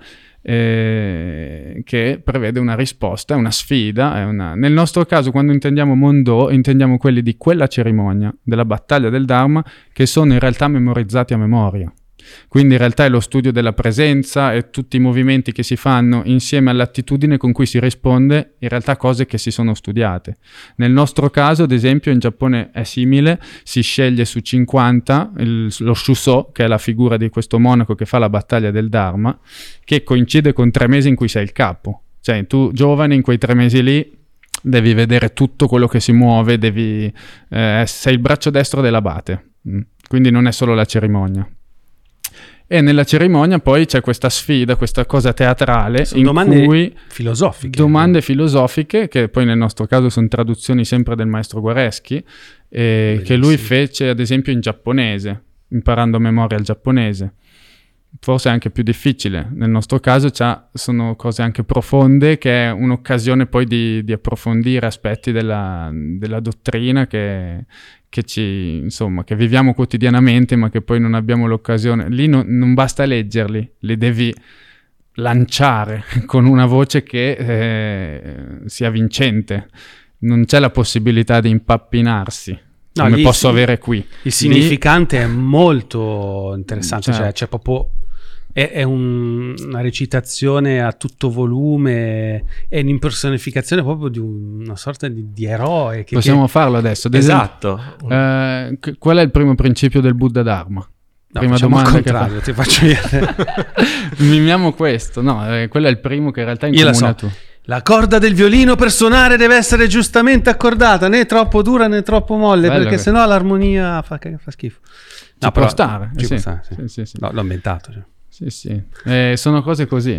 Speaker 2: che prevede una risposta, è una sfida. Nel nostro caso, quando intendiamo mondò, intendiamo quelli di quella cerimonia, della battaglia del Dharma, che sono in realtà memorizzati a memoria. Quindi in realtà è lo studio della presenza e tutti i movimenti che si fanno insieme all'attitudine con cui si risponde, in realtà cose che si sono studiate. Nel nostro caso, ad esempio, in Giappone è simile, si sceglie su 50 lo Shuso, che è la figura di questo monaco che fa la battaglia del Dharma, che coincide con 3 mesi in cui sei il capo. Cioè tu giovane in quei 3 mesi lì devi vedere tutto quello che si muove, sei il braccio destro dell'abate, quindi non è solo la cerimonia. E nella cerimonia poi c'è questa sfida, questa cosa teatrale,
Speaker 1: domande filosofiche.
Speaker 2: Domande filosofiche, che poi nel nostro caso sono traduzioni sempre del maestro Guareschi, che lui fece ad esempio in giapponese, imparando a memoria il giapponese. Forse è anche più difficile, nel nostro caso sono cose anche profonde, che è un'occasione poi di approfondire aspetti della dottrina che viviamo quotidianamente, ma che poi non abbiamo l'occasione. Lì non basta leggerli, li devi lanciare con una voce che sia vincente. Non c'è la possibilità di impappinarsi come posso avere qui.
Speaker 1: Il significante è molto interessante,
Speaker 2: certo.
Speaker 1: Cioè c'è proprio è una recitazione a tutto volume, è un'impersonificazione proprio di una sorta di eroe.
Speaker 2: Possiamo farlo adesso.
Speaker 3: Esatto.
Speaker 2: Qual è il primo principio del Buddha Dharma?
Speaker 1: No,
Speaker 2: prima
Speaker 1: facciamo
Speaker 2: domanda
Speaker 1: al contrario, ti faccio io.
Speaker 2: Mimiamo questo. No, quello è il primo che in realtà incomuna tu.
Speaker 1: La corda del violino per suonare deve essere giustamente accordata, né troppo dura né troppo molle,
Speaker 2: bello,
Speaker 1: perché sennò l'armonia fa schifo.
Speaker 2: Ci può stare.
Speaker 1: Ci può
Speaker 2: Sì.
Speaker 1: stare, sì.
Speaker 2: Sì.
Speaker 1: No, l'ho inventato. Cioè.
Speaker 2: Sì. Sono cose così,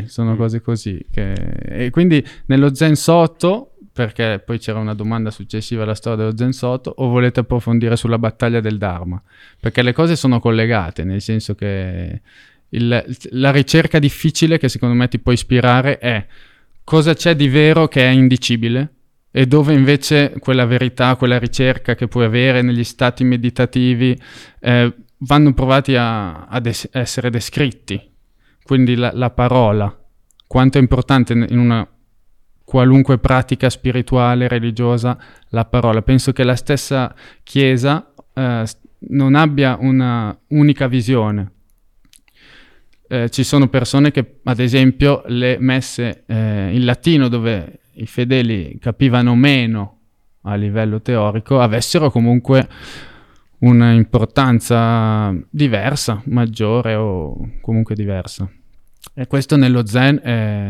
Speaker 2: e quindi nello Zen Soto, perché poi c'era una domanda successiva alla storia dello Zen Soto, o volete approfondire sulla battaglia del Dharma? Perché le cose sono collegate, nel senso che la ricerca difficile che secondo me ti può ispirare è cosa c'è di vero che è indicibile e dove invece quella verità, quella ricerca che puoi avere negli stati meditativi vanno provati ad essere descritti. Quindi la parola, quanto è importante in una qualunque pratica spirituale, religiosa, la parola. Penso che la stessa Chiesa non abbia una unica visione. Ci sono persone che, ad esempio, le messe in latino, dove i fedeli capivano meno a livello teorico, avessero comunque una importanza diversa, maggiore o comunque diversa. E questo nello Zen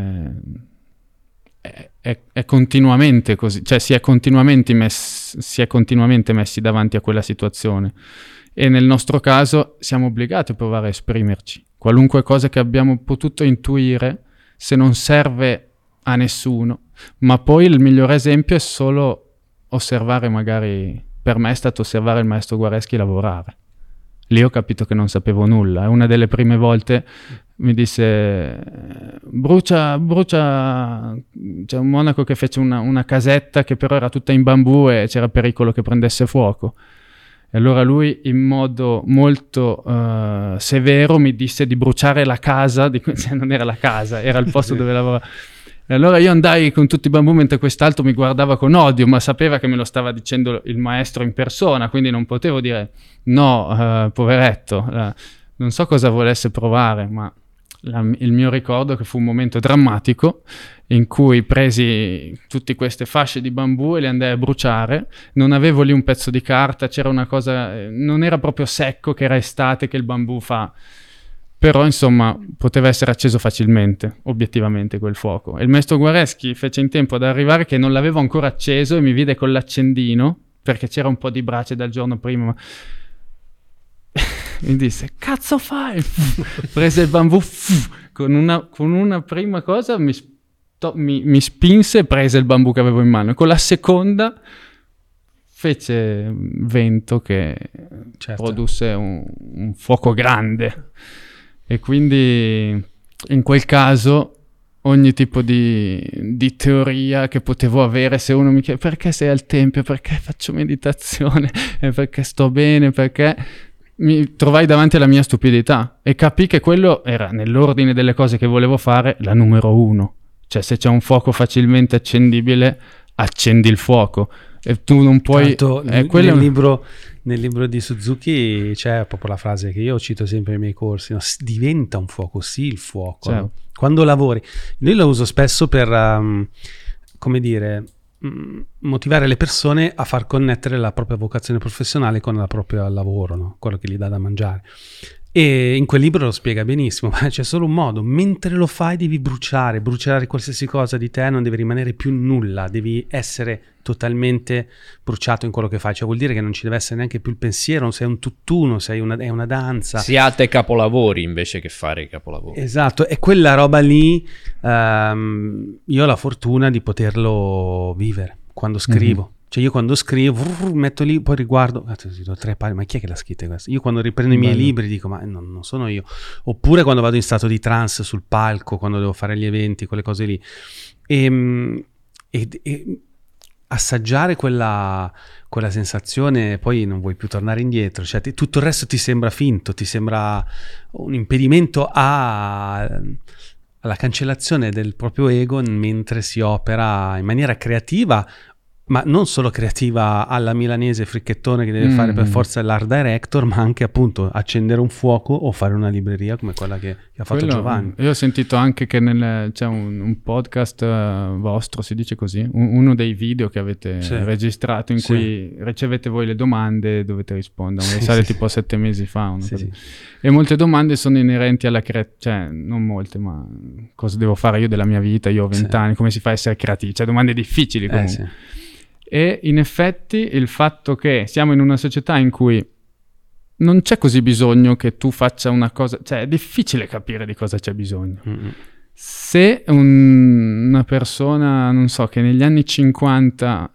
Speaker 2: è continuamente così, cioè si è continuamente messi davanti a quella situazione, e nel nostro caso siamo obbligati a provare a esprimerci. Qualunque cosa che abbiamo potuto intuire, se non serve a nessuno, ma poi il migliore esempio è solo osservare, magari per me è stato osservare il maestro Guareschi lavorare. Lì ho capito che non sapevo nulla, e una delle prime volte mi disse brucia, c'è un monaco che fece una casetta che però era tutta in bambù e c'era pericolo che prendesse fuoco. E allora lui, in modo molto severo, mi disse di bruciare la casa, cioè non era la casa, era il posto dove lavorava. E allora io andai con tutti i bambù, mentre quest'altro mi guardava con odio, ma sapeva che me lo stava dicendo il maestro in persona, quindi non potevo dire no, poveretto. Non so cosa volesse provare, ma il mio ricordo è che fu un momento drammatico in cui presi tutte queste fasce di bambù e le andai a bruciare. Non avevo lì un pezzo di carta, c'era una cosa, non era proprio secco, che era estate, che il bambù fa, però insomma poteva essere acceso facilmente, obiettivamente, quel fuoco. E il maestro Guareschi fece in tempo ad arrivare che non l'avevo ancora acceso e mi vide con l'accendino, perché c'era un po' di brace dal giorno prima, ma mi disse cazzo fai? Prese il bambù, con una prima cosa mi spinse e prese il bambù che avevo in mano, e con la seconda fece vento che produsse un fuoco grande. E quindi in quel caso ogni tipo di teoria che potevo avere, se uno mi chiede perché sei al tempio, perché faccio meditazione, perché sto bene, perché, mi trovai davanti alla mia stupidità e capii che quello era, nell'ordine delle cose che volevo fare, la numero 1. Cioè, se c'è un fuoco facilmente accendibile, accendi il fuoco. E tu non puoi...
Speaker 1: Tanto, nel libro di Suzuki c'è proprio la frase che io cito sempre nei miei corsi, no? Diventa un fuoco, sì, il fuoco.
Speaker 2: Certo.
Speaker 1: No? Quando lavori. Io lo uso spesso per, come dire, motivare le persone a far connettere la propria vocazione professionale con il proprio lavoro, no? Quello che gli dà da mangiare. E in quel libro lo spiega benissimo, ma c'è solo un modo: mentre lo fai devi bruciare qualsiasi cosa di te, non deve rimanere più nulla, devi essere totalmente bruciato in quello che fai, cioè vuol dire che non ci deve essere neanche più il pensiero, non sei un tutt'uno, è una danza.
Speaker 4: Siate capolavori invece che fare i capolavori.
Speaker 1: Esatto, e quella roba lì io ho la fortuna di poterlo vivere quando scrivo. Mm-hmm. Cioè io quando scrivo metto lì, poi riguardo, do 3 pagine, ma chi è che l'ha scritta questa? Io quando riprendo i miei libri dico ma non sono io. Oppure quando vado in stato di trance sul palco, quando devo fare gli eventi, quelle cose lì, e assaggiare quella sensazione, poi non vuoi più tornare indietro, cioè tutto il resto ti sembra finto, ti sembra un impedimento alla cancellazione del proprio ego mentre si opera in maniera creativa, ma non solo creativa alla milanese fricchettone che deve fare per forza l'art director, ma anche appunto accendere un fuoco o fare una libreria come quella che ha fatto Giovanni.
Speaker 2: Io ho sentito anche che c'è un podcast vostro, si dice così, uno dei video che avete registrato in cui ricevete voi le domande e dovete rispondere, risale tipo 7 mesi fa. E molte domande sono inerenti alla cioè non molte, ma cosa devo fare io della mia vita, io ho 20 anni, come si fa a essere creativi, cioè domande difficili comunque. E in effetti il fatto che siamo in una società in cui non c'è così bisogno che tu faccia una cosa, cioè è difficile capire di cosa c'è bisogno. Se una persona, non so, che negli anni 50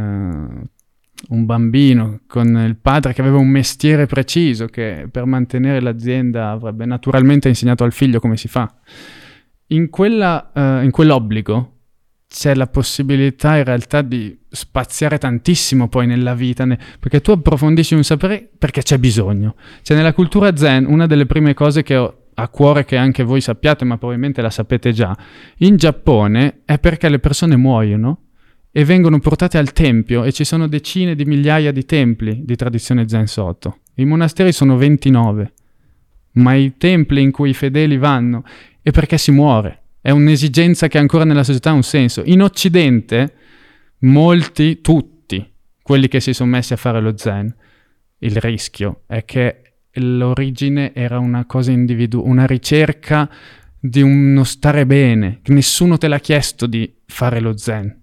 Speaker 2: un bambino con il padre che aveva un mestiere preciso, che per mantenere l'azienda avrebbe naturalmente insegnato al figlio come si fa, in quell'obbligo c'è la possibilità in realtà di spaziare tantissimo poi nella vita, perché tu approfondisci un sapere perché c'è bisogno. Cioè nella cultura zen, una delle prime cose che ho a cuore, che anche voi sappiate, ma probabilmente la sapete già, in Giappone è perché le persone muoiono e vengono portate al tempio, e ci sono decine di migliaia di templi di tradizione zen Soto. I monasteri sono 29, ma i templi in cui i fedeli vanno è perché si muore. È un'esigenza che ancora nella società ha un senso. In Occidente, tutti quelli che si sono messi a fare lo zen, il rischio è che l'origine era una cosa una ricerca di uno stare bene. Nessuno te l'ha chiesto di fare lo zen.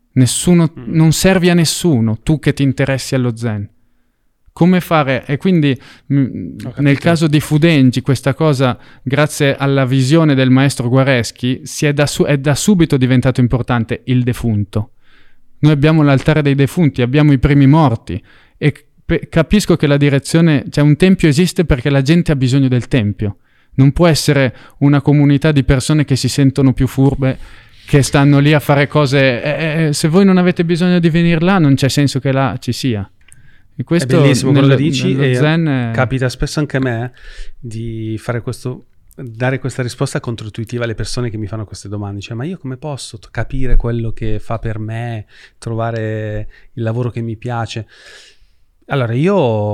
Speaker 2: Non servi a nessuno, tu che ti interessi allo zen. Come fare? E quindi nel caso di Fudenji questa cosa, grazie alla visione del maestro Guareschi, è da subito diventato importante il defunto. Noi abbiamo l'altare dei defunti, abbiamo i primi morti, e capisco che la direzione, cioè un tempio esiste perché la gente ha bisogno del tempio. Non può essere una comunità di persone che si sentono più furbe, che stanno lì a fare cose. Se voi non avete bisogno di venire là, non c'è senso che là ci sia. E questo
Speaker 1: è bellissimo quello che dici, e
Speaker 2: zen
Speaker 1: capita spesso anche a me di fare dare questa risposta controintuitiva alle persone che mi fanno queste domande, cioè ma io come posso capire quello che fa per me, trovare il lavoro che mi piace? Allora io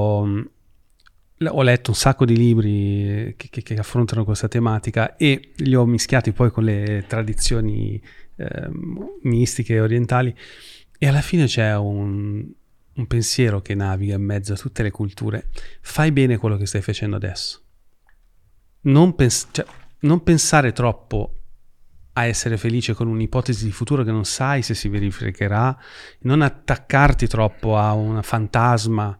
Speaker 1: ho letto un sacco di libri che affrontano questa tematica e li ho mischiati poi con le tradizioni mistiche orientali, e alla fine c'è un pensiero che naviga in mezzo a tutte le culture. Fai bene quello che stai facendo adesso. Non pensare troppo a essere felice con un'ipotesi di futuro che non sai se si verificherà, non attaccarti troppo a un fantasma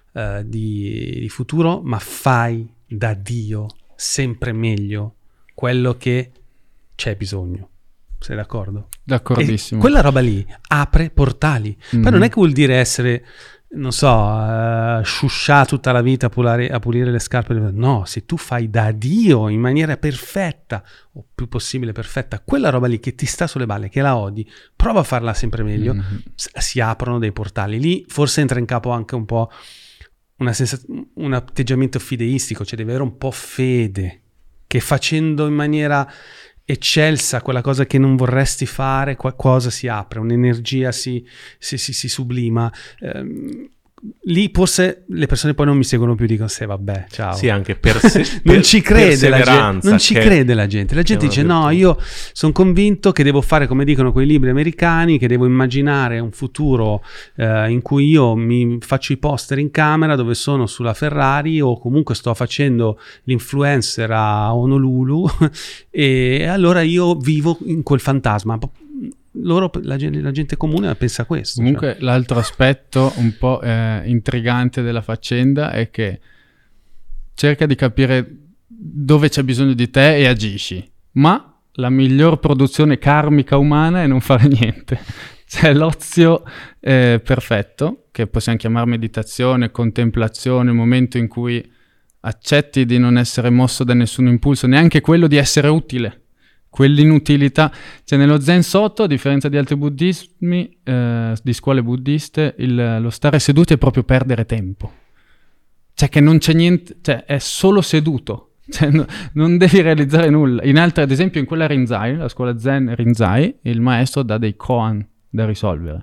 Speaker 1: di futuro, ma fai da Dio sempre meglio quello che c'è bisogno. Sei d'accordo?
Speaker 2: D'accordissimo.
Speaker 1: E quella roba lì apre portali. Poi non è che vuol dire essere, non so, sciuscià tutta la vita a pulire le scarpe. No, se tu fai da Dio in maniera perfetta, o più possibile perfetta, quella roba lì che ti sta sulle balle, che la odi, prova a farla sempre meglio, si aprono dei portali. Lì forse entra in capo anche un po' un atteggiamento fideistico, cioè devi avere un po' fede, che facendo in maniera eccelsa quella cosa che non vorresti fare, qualcosa si apre, un'energia si sublima. Lì forse le persone poi non mi seguono più, dicono vabbè, ciao.
Speaker 3: Sì, anche
Speaker 1: non ci crede la gente. Non ci crede la gente. La gente dice no, io sono convinto che devo fare come dicono quei libri americani, che devo immaginare un futuro in cui io mi faccio i poster in camera dove sono sulla Ferrari, o comunque sto facendo l'influencer a Honolulu e allora io vivo in quel fantasma. La gente comune pensa questo.
Speaker 2: Comunque l'altro aspetto un po' intrigante della faccenda è che cerca di capire dove c'è bisogno di te e agisci, ma la miglior produzione karmica umana è non fare niente. C'è l'ozio perfetto, che possiamo chiamare meditazione, contemplazione, il momento in cui accetti di non essere mosso da nessun impulso, neanche quello di essere utile. Quell'inutilità, cioè nello Zen Soto, a differenza di altri buddismi, di scuole buddiste, lo stare seduti è proprio perdere tempo, cioè che non c'è niente, cioè è solo seduto, Cioè, non devi realizzare nulla. In altre, ad esempio in quella Rinzai, la scuola Zen Rinzai, il maestro dà dei koan da risolvere.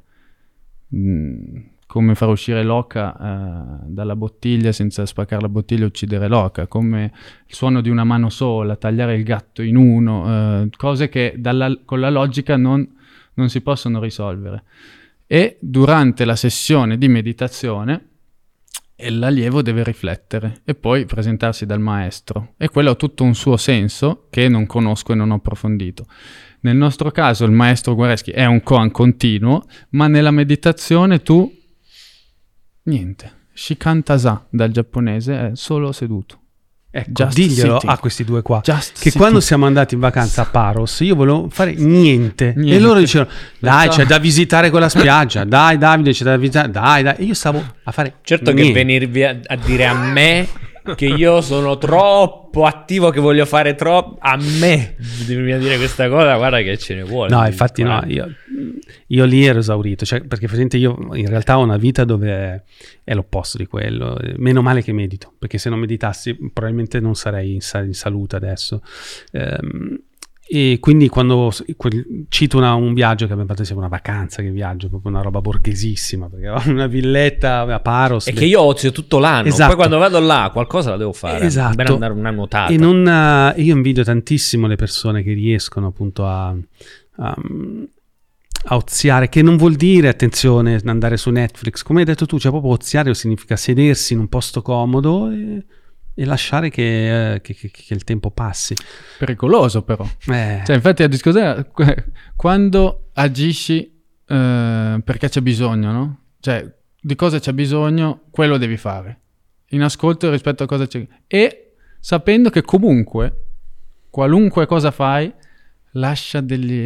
Speaker 2: Come far uscire l'oca dalla bottiglia senza spaccare la bottiglia e uccidere l'oca, come il suono di una mano sola, tagliare il gatto in uno, cose che con la logica non si possono risolvere. E durante la sessione di meditazione l'allievo deve riflettere e poi presentarsi dal maestro, e quello ha tutto un suo senso che non conosco e non ho approfondito. Nel nostro caso il maestro Guareschi è un koan continuo, ma nella meditazione tu niente, Shikantasa dal giapponese è solo seduto.
Speaker 1: Ecco, diglielo a questi due qua,
Speaker 2: Just
Speaker 1: che
Speaker 2: sitting.
Speaker 1: quando siamo andati in vacanza a Paros io volevo fare niente. E loro dicevano dai, c'è da visitare quella spiaggia, dai Davide, c'è da visitare, dai, e io stavo a fare
Speaker 4: Certo
Speaker 1: niente.
Speaker 4: che venirvi a dire a me che io sono troppo attivo, che voglio fare troppo, a me devi a dire questa cosa, guarda che ce ne vuole.
Speaker 1: No, infatti no, io lì ero esaurito, cioè, perché io in realtà ho una vita dove è l'opposto di quello. Meno male che medito, perché se non meditassi probabilmente non sarei in salute adesso. E quindi quando cito un viaggio che abbiamo fatto insieme, una vacanza, che viaggio, proprio una roba borghesissima, perché ho una villetta a Paros.
Speaker 4: E che io ozio tutto l'anno,
Speaker 1: esatto.
Speaker 4: Poi quando vado là qualcosa la devo fare,
Speaker 1: esatto.
Speaker 4: per andare una nuotata.
Speaker 1: E io invidio tantissimo le persone che riescono appunto a oziare, che non vuol dire, attenzione, andare su Netflix, come hai detto tu, cioè proprio oziare significa sedersi in un posto comodo e lasciare che il tempo passi.
Speaker 2: Pericoloso però. Cioè, infatti a discutere quando agisci perché c'è bisogno, no? Cioè, di cosa c'è bisogno, quello devi fare. In ascolto rispetto a cosa c'è. E sapendo che comunque, qualunque cosa fai, lascia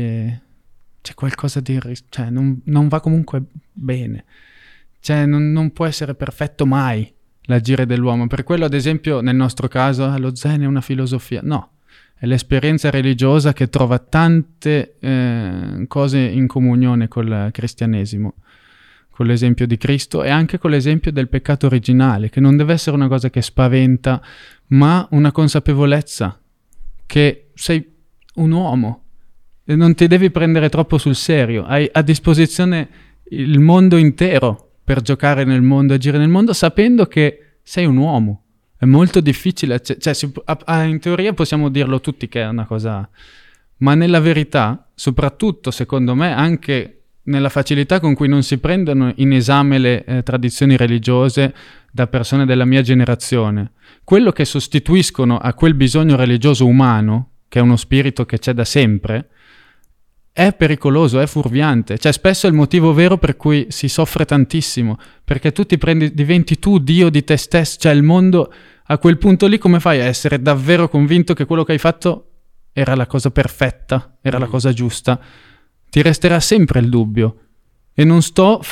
Speaker 2: c'è qualcosa di... Cioè, non va comunque bene. Cioè, non può essere perfetto mai l'agire dell'uomo. Per quello, ad esempio, nel nostro caso, lo Zen è una filosofia. No, è l'esperienza religiosa che trova tante cose in comunione col cristianesimo, con l'esempio di Cristo e anche con l'esempio del peccato originale, che non deve essere una cosa che spaventa, ma una consapevolezza che sei un uomo e non ti devi prendere troppo sul serio. Hai a disposizione il mondo intero per giocare nel mondo, agire nel mondo, sapendo che sei un uomo. È molto difficile, cioè in teoria possiamo dirlo tutti che è una cosa, ma nella verità, soprattutto secondo me, anche nella facilità con cui non si prendono in esame le tradizioni religiose da persone della mia generazione, quello che sostituiscono a quel bisogno religioso umano, che è uno spirito che c'è da sempre, è pericoloso, è fuorviante. Cioè spesso è il motivo vero per cui si soffre tantissimo, perché tu diventi tu Dio di te stesso. Cioè il mondo a quel punto lì, come fai a essere davvero convinto che quello che hai fatto era la cosa perfetta, era la cosa giusta? Ti resterà sempre il dubbio. E non sto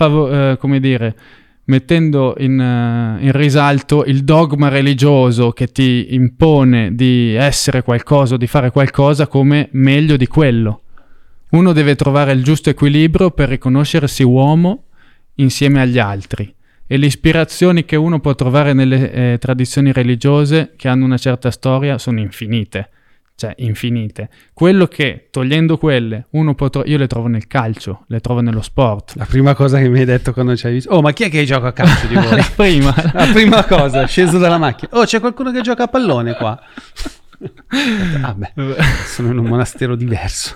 Speaker 2: mettendo in risalto il dogma religioso che ti impone di essere qualcosa o di fare qualcosa come meglio di quello. Uno deve trovare il giusto equilibrio per riconoscersi uomo insieme agli altri, e le ispirazioni che uno può trovare nelle tradizioni religiose che hanno una certa storia sono infinite, cioè infinite. Quello che, togliendo quelle, uno può io le trovo nel calcio, le trovo nello sport.
Speaker 1: La prima cosa che mi hai detto quando ci hai visto: oh, ma chi è che gioca a calcio di voi? La prima cosa, sceso dalla macchina: oh, c'è qualcuno che gioca a pallone qua? Vabbè, sono in un monastero diverso.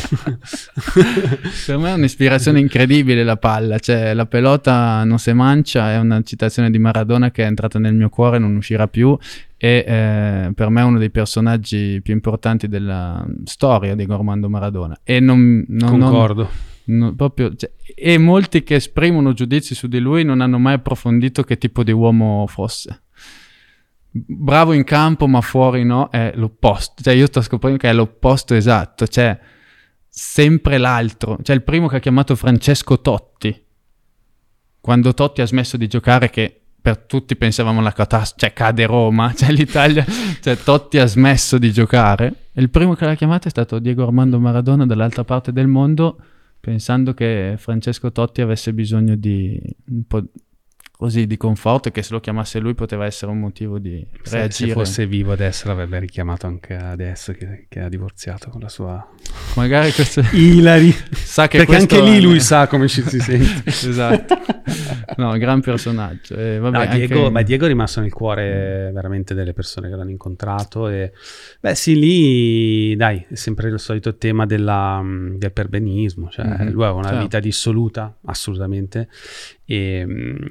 Speaker 2: Per me è un'ispirazione incredibile la palla, cioè la pelota non se mancia, è una citazione di Maradona che è entrata nel mio cuore e non uscirà più, e per me è uno dei personaggi più importanti della storia di Armando Maradona, e
Speaker 1: concordo.
Speaker 2: Proprio, cioè, e molti che esprimono giudizi su di lui non hanno mai approfondito che tipo di uomo fosse. Bravo in campo ma fuori no, è l'opposto. Cioè io sto scoprendo che è l'opposto esatto, cioè sempre l'altro. Cioè il primo che ha chiamato Francesco Totti, quando Totti ha smesso di giocare, che per tutti pensavamo la catastrofe, cioè cade Roma, cioè l'Italia, cioè Totti ha smesso di giocare, e il primo che l'ha chiamato è stato Diego Armando Maradona dall'altra parte del mondo, pensando che Francesco Totti avesse bisogno di un po' così di conforto, e che se lo chiamasse lui poteva essere un motivo di reagire.
Speaker 1: Se fosse vivo adesso l'avrebbe richiamato anche adesso che ha divorziato con la sua
Speaker 2: Magari questo
Speaker 1: Hilary,
Speaker 2: sa che
Speaker 1: perché
Speaker 2: questo
Speaker 1: anche lì
Speaker 2: è-
Speaker 1: lui sa come ci si sente.
Speaker 2: Esatto. No, gran personaggio. E vabbè,
Speaker 1: No, Diego,
Speaker 2: anche-
Speaker 1: ma Diego è rimasto nel cuore veramente delle persone che l'hanno incontrato e beh sì, lì dai, è sempre il solito tema del perbenismo, cioè
Speaker 2: Mhm,
Speaker 1: lui aveva una
Speaker 2: certo.
Speaker 1: vita dissoluta assolutamente e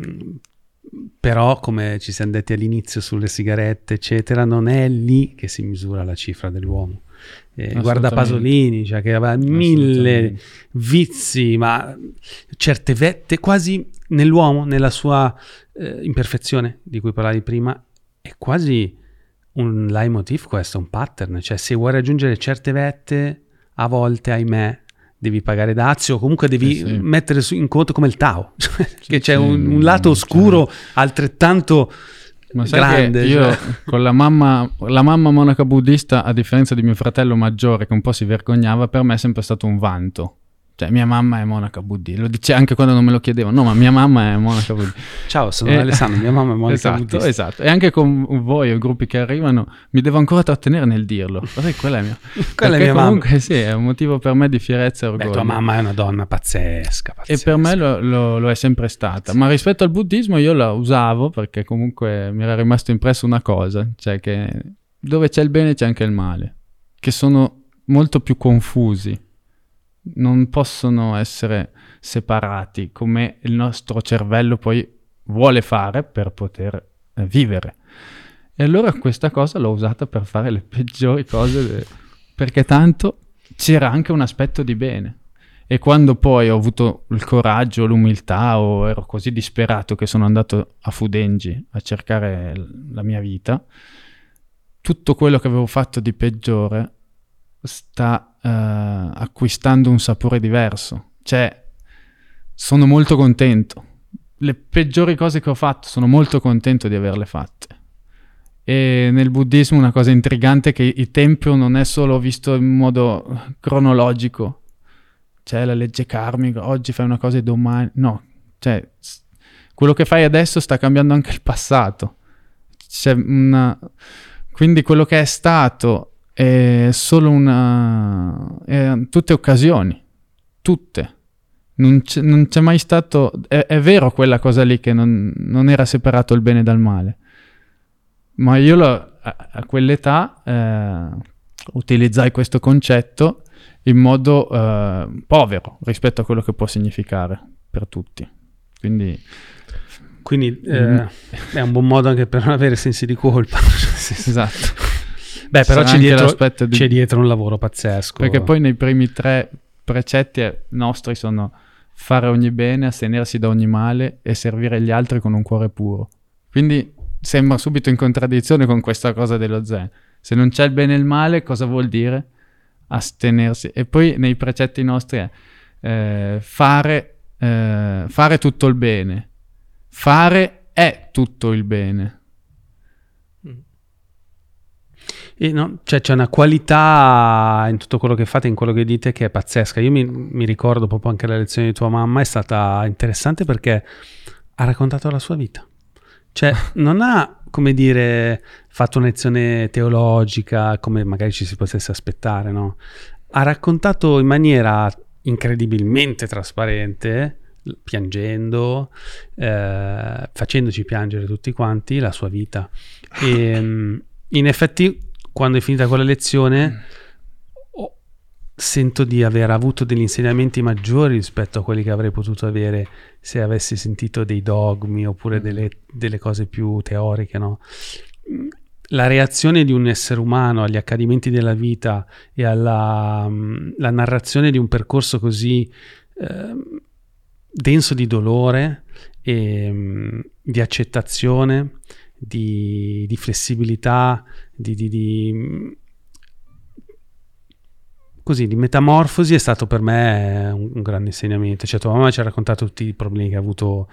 Speaker 1: però come ci siamo detti all'inizio sulle sigarette eccetera, non è lì che si misura la cifra dell'uomo. Guarda
Speaker 2: Assolutamente.
Speaker 1: Pasolini, cioè che aveva mille vizi, ma certe vette quasi nell'uomo, nella sua imperfezione di cui parlavi prima, è quasi un leitmotiv questo, un pattern, cioè se vuoi raggiungere certe vette, a volte, ahimè, devi pagare dazi o comunque devi
Speaker 2: Sì.
Speaker 1: mettere in conto come il Tao, cioè, che c'è
Speaker 2: sì,
Speaker 1: un lato oscuro altrettanto
Speaker 2: Ma sai
Speaker 1: grande.
Speaker 2: che io
Speaker 1: cioè.
Speaker 2: con la mamma monaca buddista, a differenza di mio fratello maggiore che un po' si vergognava, per me è sempre stato un vanto. Cioè, mia mamma è monaca buddista. Lo dice anche quando non me lo chiedevano. No, ma mia mamma è monaca buddista.
Speaker 1: Ciao, sono Alessandro, mia mamma è monaca
Speaker 2: Esatto,
Speaker 1: buddista.
Speaker 2: esatto. E anche con voi, i gruppi che arrivano, mi devo ancora trattenere nel dirlo. Sai, quella è mia.
Speaker 1: Quella è
Speaker 2: Perché
Speaker 1: mia
Speaker 2: comunque sì, è un motivo per me di fierezza e orgoglio.
Speaker 1: Beh, tua mamma è una donna pazzesca.
Speaker 2: E per me lo è sempre stata. Ma rispetto al buddismo io la usavo perché comunque mi era rimasto impresso una cosa, cioè che dove c'è il bene c'è anche il male, che sono molto più confusi, non possono essere separati come il nostro cervello poi vuole fare per poter vivere. E allora questa cosa l'ho usata per fare le peggiori cose, perché tanto c'era anche un aspetto di bene. E quando poi ho avuto il coraggio, l'umiltà, o ero così disperato che sono andato a Fudengi a cercare la mia vita, tutto quello che avevo fatto di peggiore sta acquistando un sapore diverso. Cioè, sono molto contento. Le peggiori cose che ho fatto, sono molto contento di averle fatte. E nel buddismo una cosa intrigante è che il tempio non è solo visto in modo cronologico. C'è la legge karmica, oggi fai una cosa e domani... No, cioè, quello che fai adesso sta cambiando anche il passato. C'è una... Quindi quello che è stato è solo tutte occasioni. Tutte. Non c'è mai stato... È vero quella cosa lì che non era separato il bene dal male. Ma io a quell'età utilizzai questo concetto in modo povero rispetto a quello che può significare per tutti. Quindi
Speaker 1: è un buon modo anche per non avere sensi di colpa.
Speaker 2: esatto.
Speaker 1: Beh, però
Speaker 2: Sarà anche l'aspetto di-
Speaker 1: c'è dietro un lavoro pazzesco.
Speaker 2: Perché poi nei primi 3 precetti nostri sono fare ogni bene, astenersi da ogni male e servire gli altri con un cuore puro. Quindi sembra subito in contraddizione con questa cosa dello zen. Se non c'è il bene e il male, cosa vuol dire? Astenersi. E poi nei precetti nostri è fare tutto il bene. Fare è tutto il bene.
Speaker 1: E no, cioè c'è una qualità in tutto quello che fate, in quello che dite, che è pazzesca. Io mi ricordo proprio anche la lezione di tua mamma, è stata interessante perché ha raccontato la sua vita. Cioè non ha, come dire, fatto una lezione teologica come magari ci si potesse aspettare, no? Ha raccontato in maniera incredibilmente trasparente, piangendo, facendoci piangere tutti quanti, la sua vita. E in effetti quando è finita quella lezione sento di aver avuto degli insegnamenti maggiori rispetto a quelli che avrei potuto avere se avessi sentito dei dogmi oppure delle cose più teoriche, no? La reazione di un essere umano agli accadimenti della vita e alla la narrazione di un percorso così denso di dolore e di accettazione, di flessibilità, così di metamorfosi è stato per me un grande insegnamento. Cioè, tua mamma ci ha raccontato tutti i problemi che ha avuto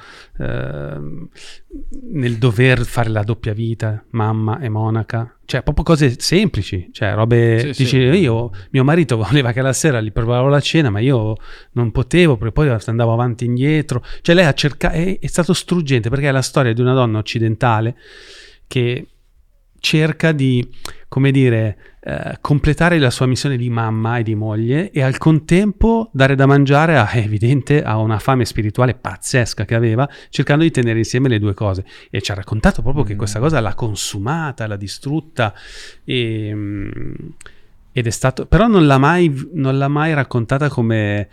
Speaker 1: nel dover fare la doppia vita, mamma e monaca. Cioè, proprio cose semplici, cioè robe.
Speaker 2: Sì,
Speaker 1: Dici, mio marito voleva che la sera gli preparavo la cena, ma io non potevo, perché poi andavo avanti e indietro. Cioè, lei ha cercato, è stato struggente, perché è la storia di una donna occidentale che cerca di, come dire, completare la sua missione di mamma e di moglie, e al contempo dare da mangiare è evidente a una fame spirituale pazzesca che aveva, cercando di tenere insieme le due cose. E ci ha raccontato proprio che questa cosa l'ha consumata, l'ha distrutta, ed è stato, però non l'ha mai raccontata come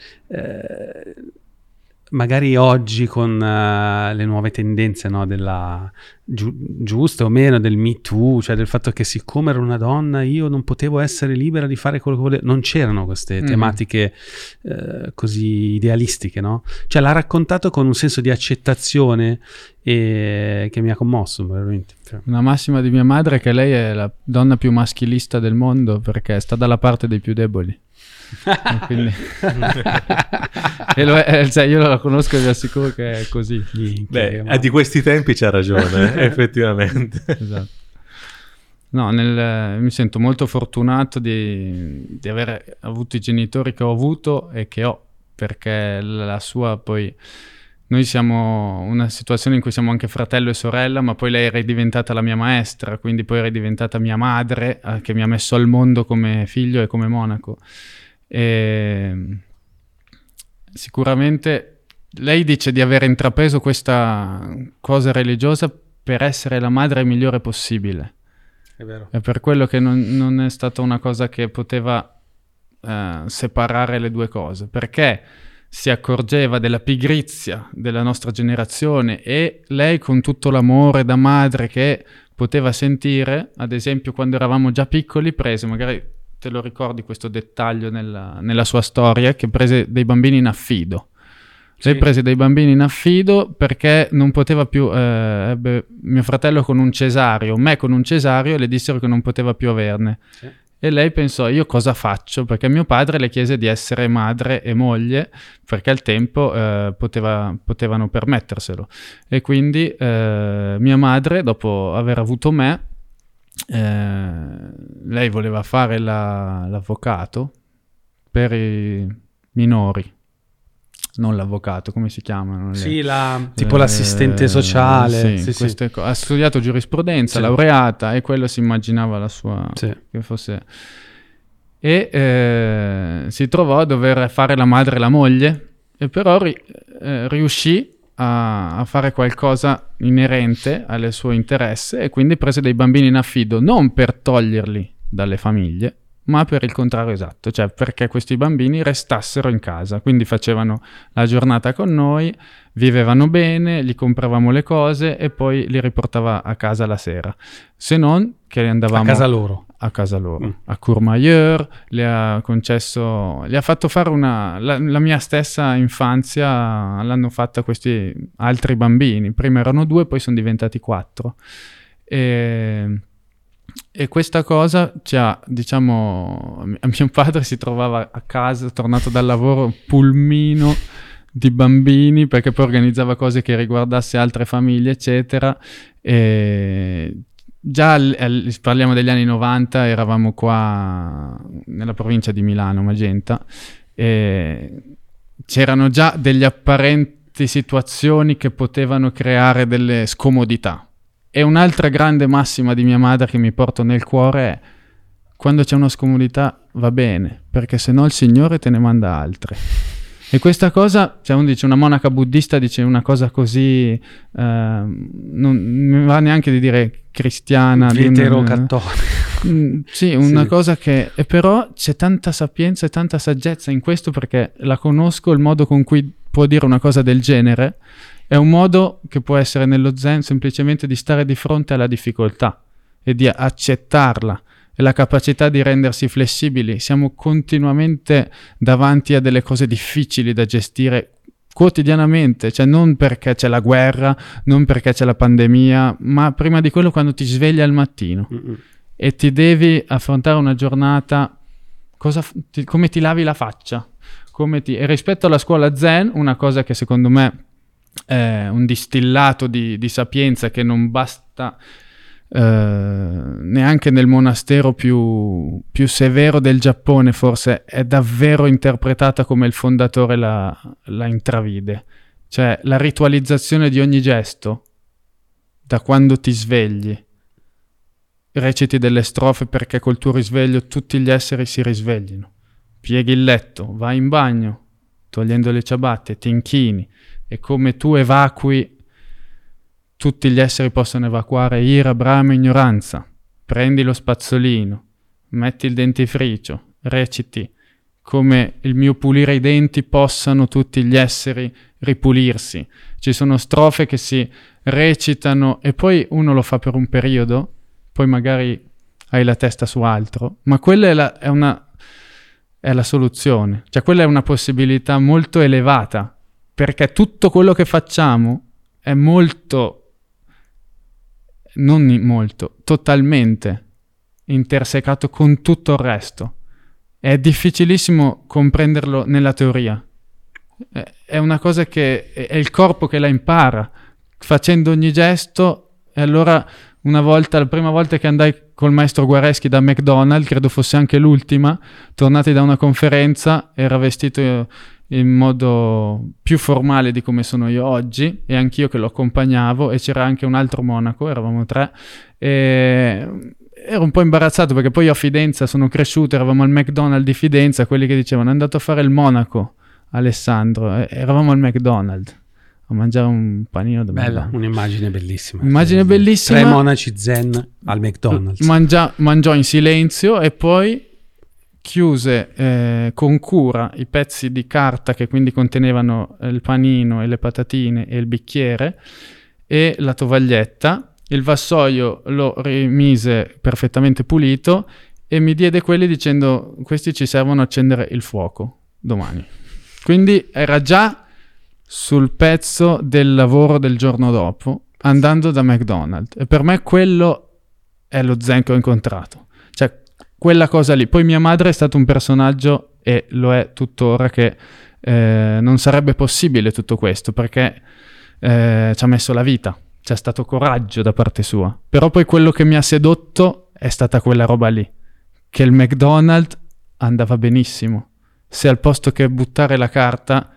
Speaker 1: magari oggi con le nuove tendenze, no, della giusta o meno del Me Too, cioè del fatto che siccome ero una donna io non potevo essere libera di fare quello che volevo. Non c'erano queste tematiche così idealistiche, no? Cioè l'ha raccontato con un senso di accettazione che mi ha commosso veramente.
Speaker 2: Una massima di mia madre è che lei è la donna più maschilista del mondo perché sta dalla parte dei più deboli. E quindi e lo è, cioè io la conosco e vi assicuro che è così.
Speaker 3: Beh, di questi tempi c'ha ragione, effettivamente.
Speaker 2: Esatto. No, mi sento molto fortunato di aver avuto i genitori che ho avuto e che ho, perché la sua poi... Noi siamo una situazione in cui siamo anche fratello e sorella, ma poi lei era diventata la mia maestra, quindi poi era diventata mia madre, che mi ha messo al mondo come figlio e come monaco. E sicuramente lei dice di aver intrapreso questa cosa religiosa per essere la madre migliore possibile.
Speaker 1: È vero.
Speaker 2: È per quello che non è stata una cosa che poteva separare le due cose, perché si accorgeva della pigrizia della nostra generazione, e lei, con tutto l'amore da madre che poteva sentire, ad esempio quando eravamo già piccoli, prese, magari te lo ricordi questo dettaglio nella sua storia, che prese dei bambini in affido. Lei prese dei bambini in affido perché non poteva più, ebbe mio fratello con un cesareo, me con un cesareo, e le dissero che non poteva più averne. Sì. E lei pensò, io cosa faccio? Perché mio padre le chiese di essere madre e moglie, perché al tempo potevano permetterselo. E quindi mia madre, dopo aver avuto me, lei voleva fare l'avvocato per i minori. Non l'avvocato, come si chiamano?
Speaker 1: Sì, tipo l'assistente sociale.
Speaker 2: Sì. Ha studiato giurisprudenza, laureata, e quello si immaginava la sua... che fosse... E si trovò a dover fare la madre e la moglie, e però riuscì a fare qualcosa inerente al suo interesse, e quindi prese dei bambini in affido, non per toglierli dalle famiglie, ma per il contrario esatto, cioè perché questi bambini restassero in casa. Quindi facevano la giornata con noi, vivevano bene, gli compravamo le cose e poi li riportava a casa la sera. Se non che andavamo a casa loro. A Courmayeur, le ha fatto fare la mia stessa infanzia, l'hanno fatta questi altri bambini. Prima erano 2, poi sono diventati 4. E questa cosa diciamo, mio padre si trovava a casa, tornato dal lavoro, pulmino di bambini, perché poi organizzava cose che riguardasse altre famiglie, eccetera. E già parliamo degli anni 90, eravamo qua nella provincia di Milano, Magenta, e c'erano già delle apparenti situazioni che potevano creare delle scomodità. E un'altra grande massima di mia madre che mi porto nel cuore è: quando c'è una scomodità va bene, perché se no il Signore te ne manda altre. E questa cosa, cioè uno dice, una monaca buddista dice una cosa così, non mi va neanche di dire cristiana,
Speaker 1: vetero-cattolica.
Speaker 2: Sì, una cosa che... E però c'è tanta sapienza e tanta saggezza in questo, perché la conosco, il modo con cui può dire una cosa del genere. È un modo che può essere nello Zen semplicemente di stare di fronte alla difficoltà e di accettarla, e la capacità di rendersi flessibili. Siamo continuamente davanti a delle cose difficili da gestire quotidianamente, cioè non perché c'è la guerra, non perché c'è la pandemia, ma prima di quello quando ti svegli al mattino e ti devi affrontare una giornata come ti lavi la faccia, e rispetto alla scuola Zen, una cosa che secondo me è un distillato di sapienza che non basta neanche nel monastero più severo del Giappone, forse è davvero interpretata come il fondatore la intravide, cioè la ritualizzazione di ogni gesto, da quando ti svegli reciti delle strofe perché col tuo risveglio tutti gli esseri si risveglino, pieghi il letto, vai in bagno togliendo le ciabatte, ti inchini, e come tu evacui tutti gli esseri possono evacuare ira, brama, ignoranza. Prendi lo spazzolino, metti il dentifricio, reciti come il mio pulire i denti possano tutti gli esseri ripulirsi. Ci sono strofe che si recitano e poi uno lo fa per un periodo, poi magari hai la testa su altro, ma quella è la soluzione. Cioè quella è una possibilità molto elevata, perché tutto quello che facciamo è totalmente intersecato con tutto il resto. È difficilissimo comprenderlo nella teoria. È una cosa che è il corpo che la impara, facendo ogni gesto. E allora la prima volta che andai col maestro Guareschi da McDonald's, credo fosse anche l'ultima, tornati da una conferenza, era vestito in modo più formale di come sono io oggi, e anch'io che lo accompagnavo, e c'era anche un altro monaco, eravamo 3, e ero un po' imbarazzato perché poi io a Fidenza sono cresciuto, eravamo al McDonald's di Fidenza, quelli che dicevano è andato a fare il monaco Alessandro, eravamo al McDonald's a mangiare un panino da
Speaker 1: bella, un'immagine bellissima.
Speaker 2: Immagine bellissima.
Speaker 1: 3 monaci zen al McDonald's.
Speaker 2: Mangiò in silenzio e poi chiuse con cura i pezzi di carta che quindi contenevano il panino e le patatine e il bicchiere e la tovaglietta. Il vassoio lo rimise perfettamente pulito e mi diede quelli dicendo: questi ci servono a accendere il fuoco domani. Quindi era già sul pezzo del lavoro del giorno dopo, andando da McDonald's. E per me quello è lo zen che ho incontrato. Cioè, quella cosa lì. Poi mia madre è stato un personaggio, e lo è tuttora, che non sarebbe possibile tutto questo, perché ci ha messo la vita. C'è stato coraggio da parte sua. Però poi quello che mi ha sedotto è stata quella roba lì. Che il McDonald's andava benissimo. Se al posto che buttare la carta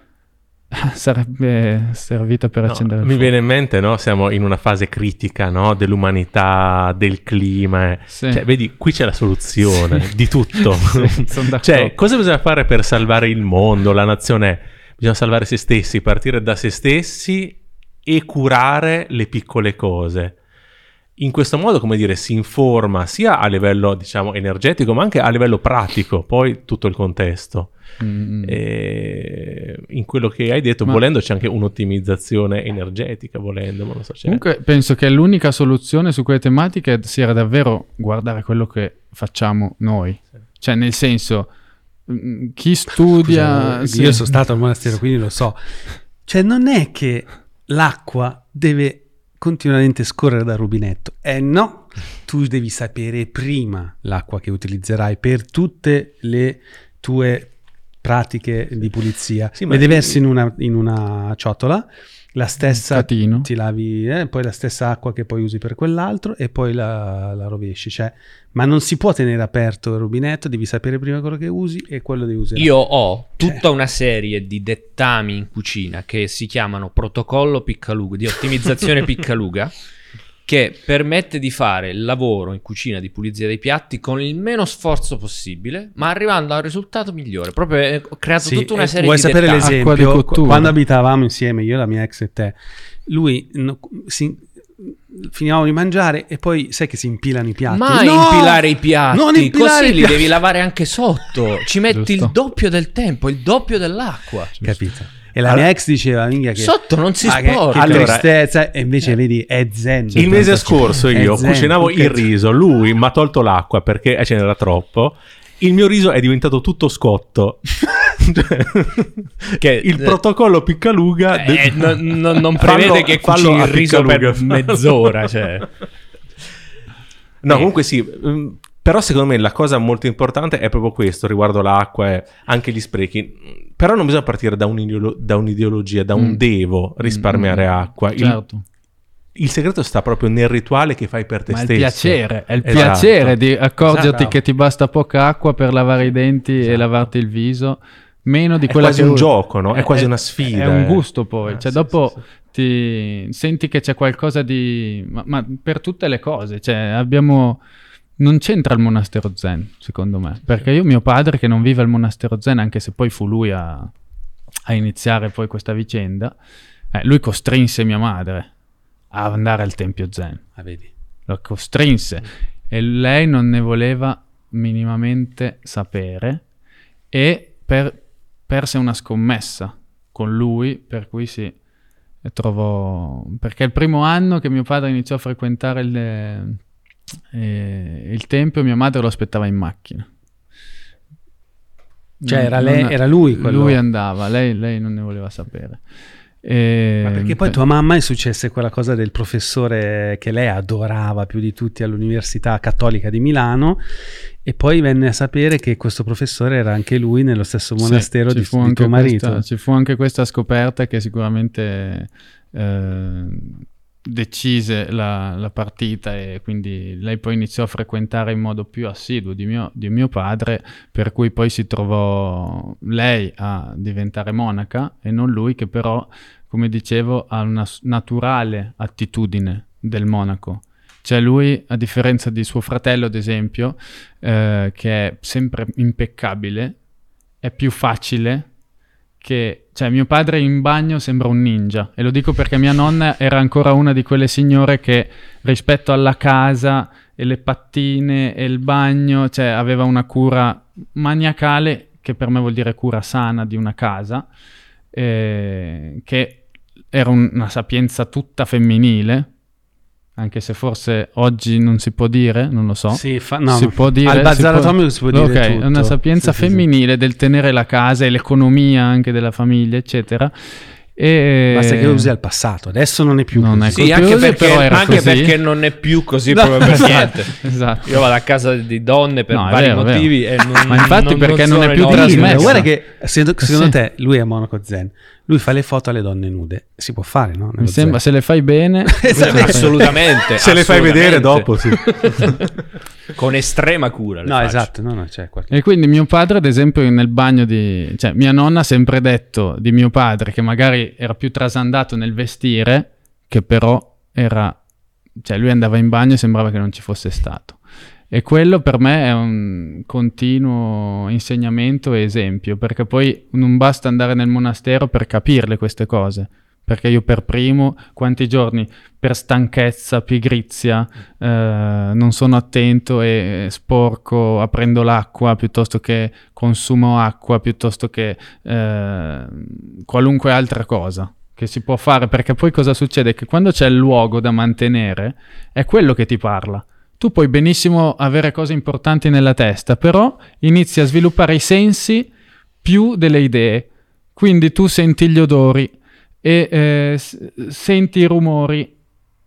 Speaker 2: sarebbe servita per accendere il
Speaker 3: fuoco. Mi viene in mente, no? Siamo in una fase critica, no? Dell'umanità, del clima.
Speaker 2: Sì.
Speaker 3: Cioè, vedi, qui c'è la soluzione di tutto.
Speaker 2: Sì, sono d'accordo.
Speaker 3: Cioè, cosa bisogna fare per salvare il mondo, la nazione? Bisogna salvare se stessi, partire da se stessi e curare le piccole cose. In questo modo, come dire, si informa sia a livello, diciamo, energetico, ma anche a livello pratico, poi tutto il contesto. E in quello che hai detto, volendo, c'è anche un'ottimizzazione energetica, volendo, ma non so, c'è.
Speaker 2: Comunque penso che l'unica soluzione su quelle tematiche sia davvero guardare quello che facciamo noi. Sì. Cioè, nel senso, chi studia...
Speaker 1: Scusa, io sono stato al monastero, quindi lo so. Cioè, non è che l'acqua deve continuamente scorrere dal rubinetto. No, tu devi sapere prima l'acqua che utilizzerai per tutte le tue pratiche di pulizia. Sì, le devi versi in una ciotola, la stessa
Speaker 2: catino.
Speaker 1: Ti lavi, poi la stessa acqua che poi usi per quell'altro e poi la rovesci. Cioè, ma non si può tenere aperto il rubinetto, devi sapere prima quello che usi e quello devi usare.
Speaker 4: Io ho tutta una serie di dettami in cucina che si chiamano protocollo Piccaluga, di ottimizzazione Piccaluga, che permette di fare il lavoro in cucina di pulizia dei piatti con il meno sforzo possibile, ma arrivando a un risultato migliore. Proprio ho creato tutta una serie di dettami.
Speaker 1: Vuoi sapere l'esempio? Quando abitavamo insieme, io, la mia ex e te, lui finivamo di mangiare e poi sai che si impilano i piatti.
Speaker 4: Ma impilare i piatti, non impilare così li devi lavare anche sotto. Ci metti il doppio del tempo, il doppio dell'acqua.
Speaker 1: Capito? E la mia ex diceva, minchia, che
Speaker 4: sotto non si sporca.
Speaker 1: Che tristezza, e invece vedi, è zen.
Speaker 3: Il mese scorso io cucinavo il riso, lui mi ha tolto l'acqua perché ce n'era troppo. Il mio riso è diventato tutto scotto. Che il protocollo Piccaluga
Speaker 4: non prevede che cucini il riso per mezz'ora, cioè.
Speaker 3: No, comunque sì, Però secondo me la cosa molto importante è proprio questo, riguardo l'acqua e anche gli sprechi. Però non bisogna partire da un'ideologia, da un devo risparmiare acqua.
Speaker 2: Certo.
Speaker 3: Il segreto sta proprio nel rituale che fai per te stesso.
Speaker 2: È il
Speaker 3: Esatto.
Speaker 2: piacere di accorgerti
Speaker 1: Esatto.
Speaker 2: che ti basta poca acqua per lavare i denti e lavarti il viso, meno di
Speaker 3: È
Speaker 2: quella
Speaker 3: quasi
Speaker 2: che
Speaker 3: un gioco, no? È quasi una sfida.
Speaker 2: È un gusto poi, cioè
Speaker 3: sì,
Speaker 2: dopo
Speaker 3: sì, sì.
Speaker 2: ti senti che c'è qualcosa di... Ma per tutte le cose, cioè non c'entra il monastero zen, secondo me, perché io mio padre che non vive al monastero zen, anche se poi fu lui a iniziare poi questa vicenda, lui costrinse mia madre a andare al tempio zen,
Speaker 1: vedi.
Speaker 2: lo costrinse e lei non ne voleva minimamente sapere e perse una scommessa con lui, per cui si trovò, perché il primo anno che mio padre iniziò a frequentare il tempio, mia madre lo aspettava in macchina.
Speaker 1: Cioè era lui quello.
Speaker 2: Lui andava, lei non ne voleva sapere.
Speaker 1: Ma perché poi tua mamma è successe quella cosa del professore che lei adorava più di tutti all'Università Cattolica di Milano, e poi venne a sapere che questo professore era anche lui nello stesso monastero di tuo marito.
Speaker 2: Ci fu anche questa scoperta che sicuramente decise la partita, e quindi lei poi iniziò a frequentare in modo più assiduo di mio padre, per cui poi si trovò lei a diventare monaca e non lui, che però, come dicevo, ha una naturale attitudine del monaco. Cioè lui, a differenza di suo fratello ad esempio, che è sempre impeccabile, è più facile che... Cioè mio padre in bagno sembra un ninja, e lo dico perché mia nonna era ancora una di quelle signore che rispetto alla casa e le pattine e il bagno, cioè aveva una cura maniacale, che per me vuol dire cura sana di una casa, che era una sapienza tutta femminile, anche se forse oggi non si può dire, non lo so.
Speaker 1: Si
Speaker 2: può dire,
Speaker 1: al bazar atomico si può dire
Speaker 2: ok,
Speaker 1: tutto.
Speaker 2: Una sapienza femminile del tenere la casa e l'economia anche della famiglia, eccetera.
Speaker 1: Basta che usi al passato, adesso non è più così.
Speaker 4: Sì, anche perché non è più così, proprio per niente.
Speaker 2: Esatto.
Speaker 4: Io vado a casa di donne per vari motivi e
Speaker 2: ma infatti perché non è più trasmesso.
Speaker 1: Guarda che secondo te lui è monaco zen, lui fa le foto alle donne nude, si può fare, no?
Speaker 2: Mi sembra, se le fai bene.
Speaker 4: Assolutamente.
Speaker 3: Se le fai vedere dopo, sì.
Speaker 4: Con estrema cura.
Speaker 1: Esatto, c'è qualche...
Speaker 2: E quindi mio padre, ad esempio, nel bagno cioè mia nonna ha sempre detto di mio padre che magari era più trasandato nel vestire, che però cioè lui andava in bagno e sembrava che non ci fosse stato. E quello per me è un continuo insegnamento e esempio, perché poi non basta andare nel monastero per capirle queste cose, perché io per primo, quanti giorni per stanchezza, pigrizia, non sono attento e sporco, aprendo l'acqua piuttosto che consumo acqua, piuttosto che qualunque altra cosa che si può fare, perché poi cosa succede? Che quando c'è il luogo da mantenere è quello che ti parla. Tu puoi benissimo avere cose importanti nella testa, però inizi a sviluppare i sensi più delle idee. Quindi tu senti gli odori e senti i rumori.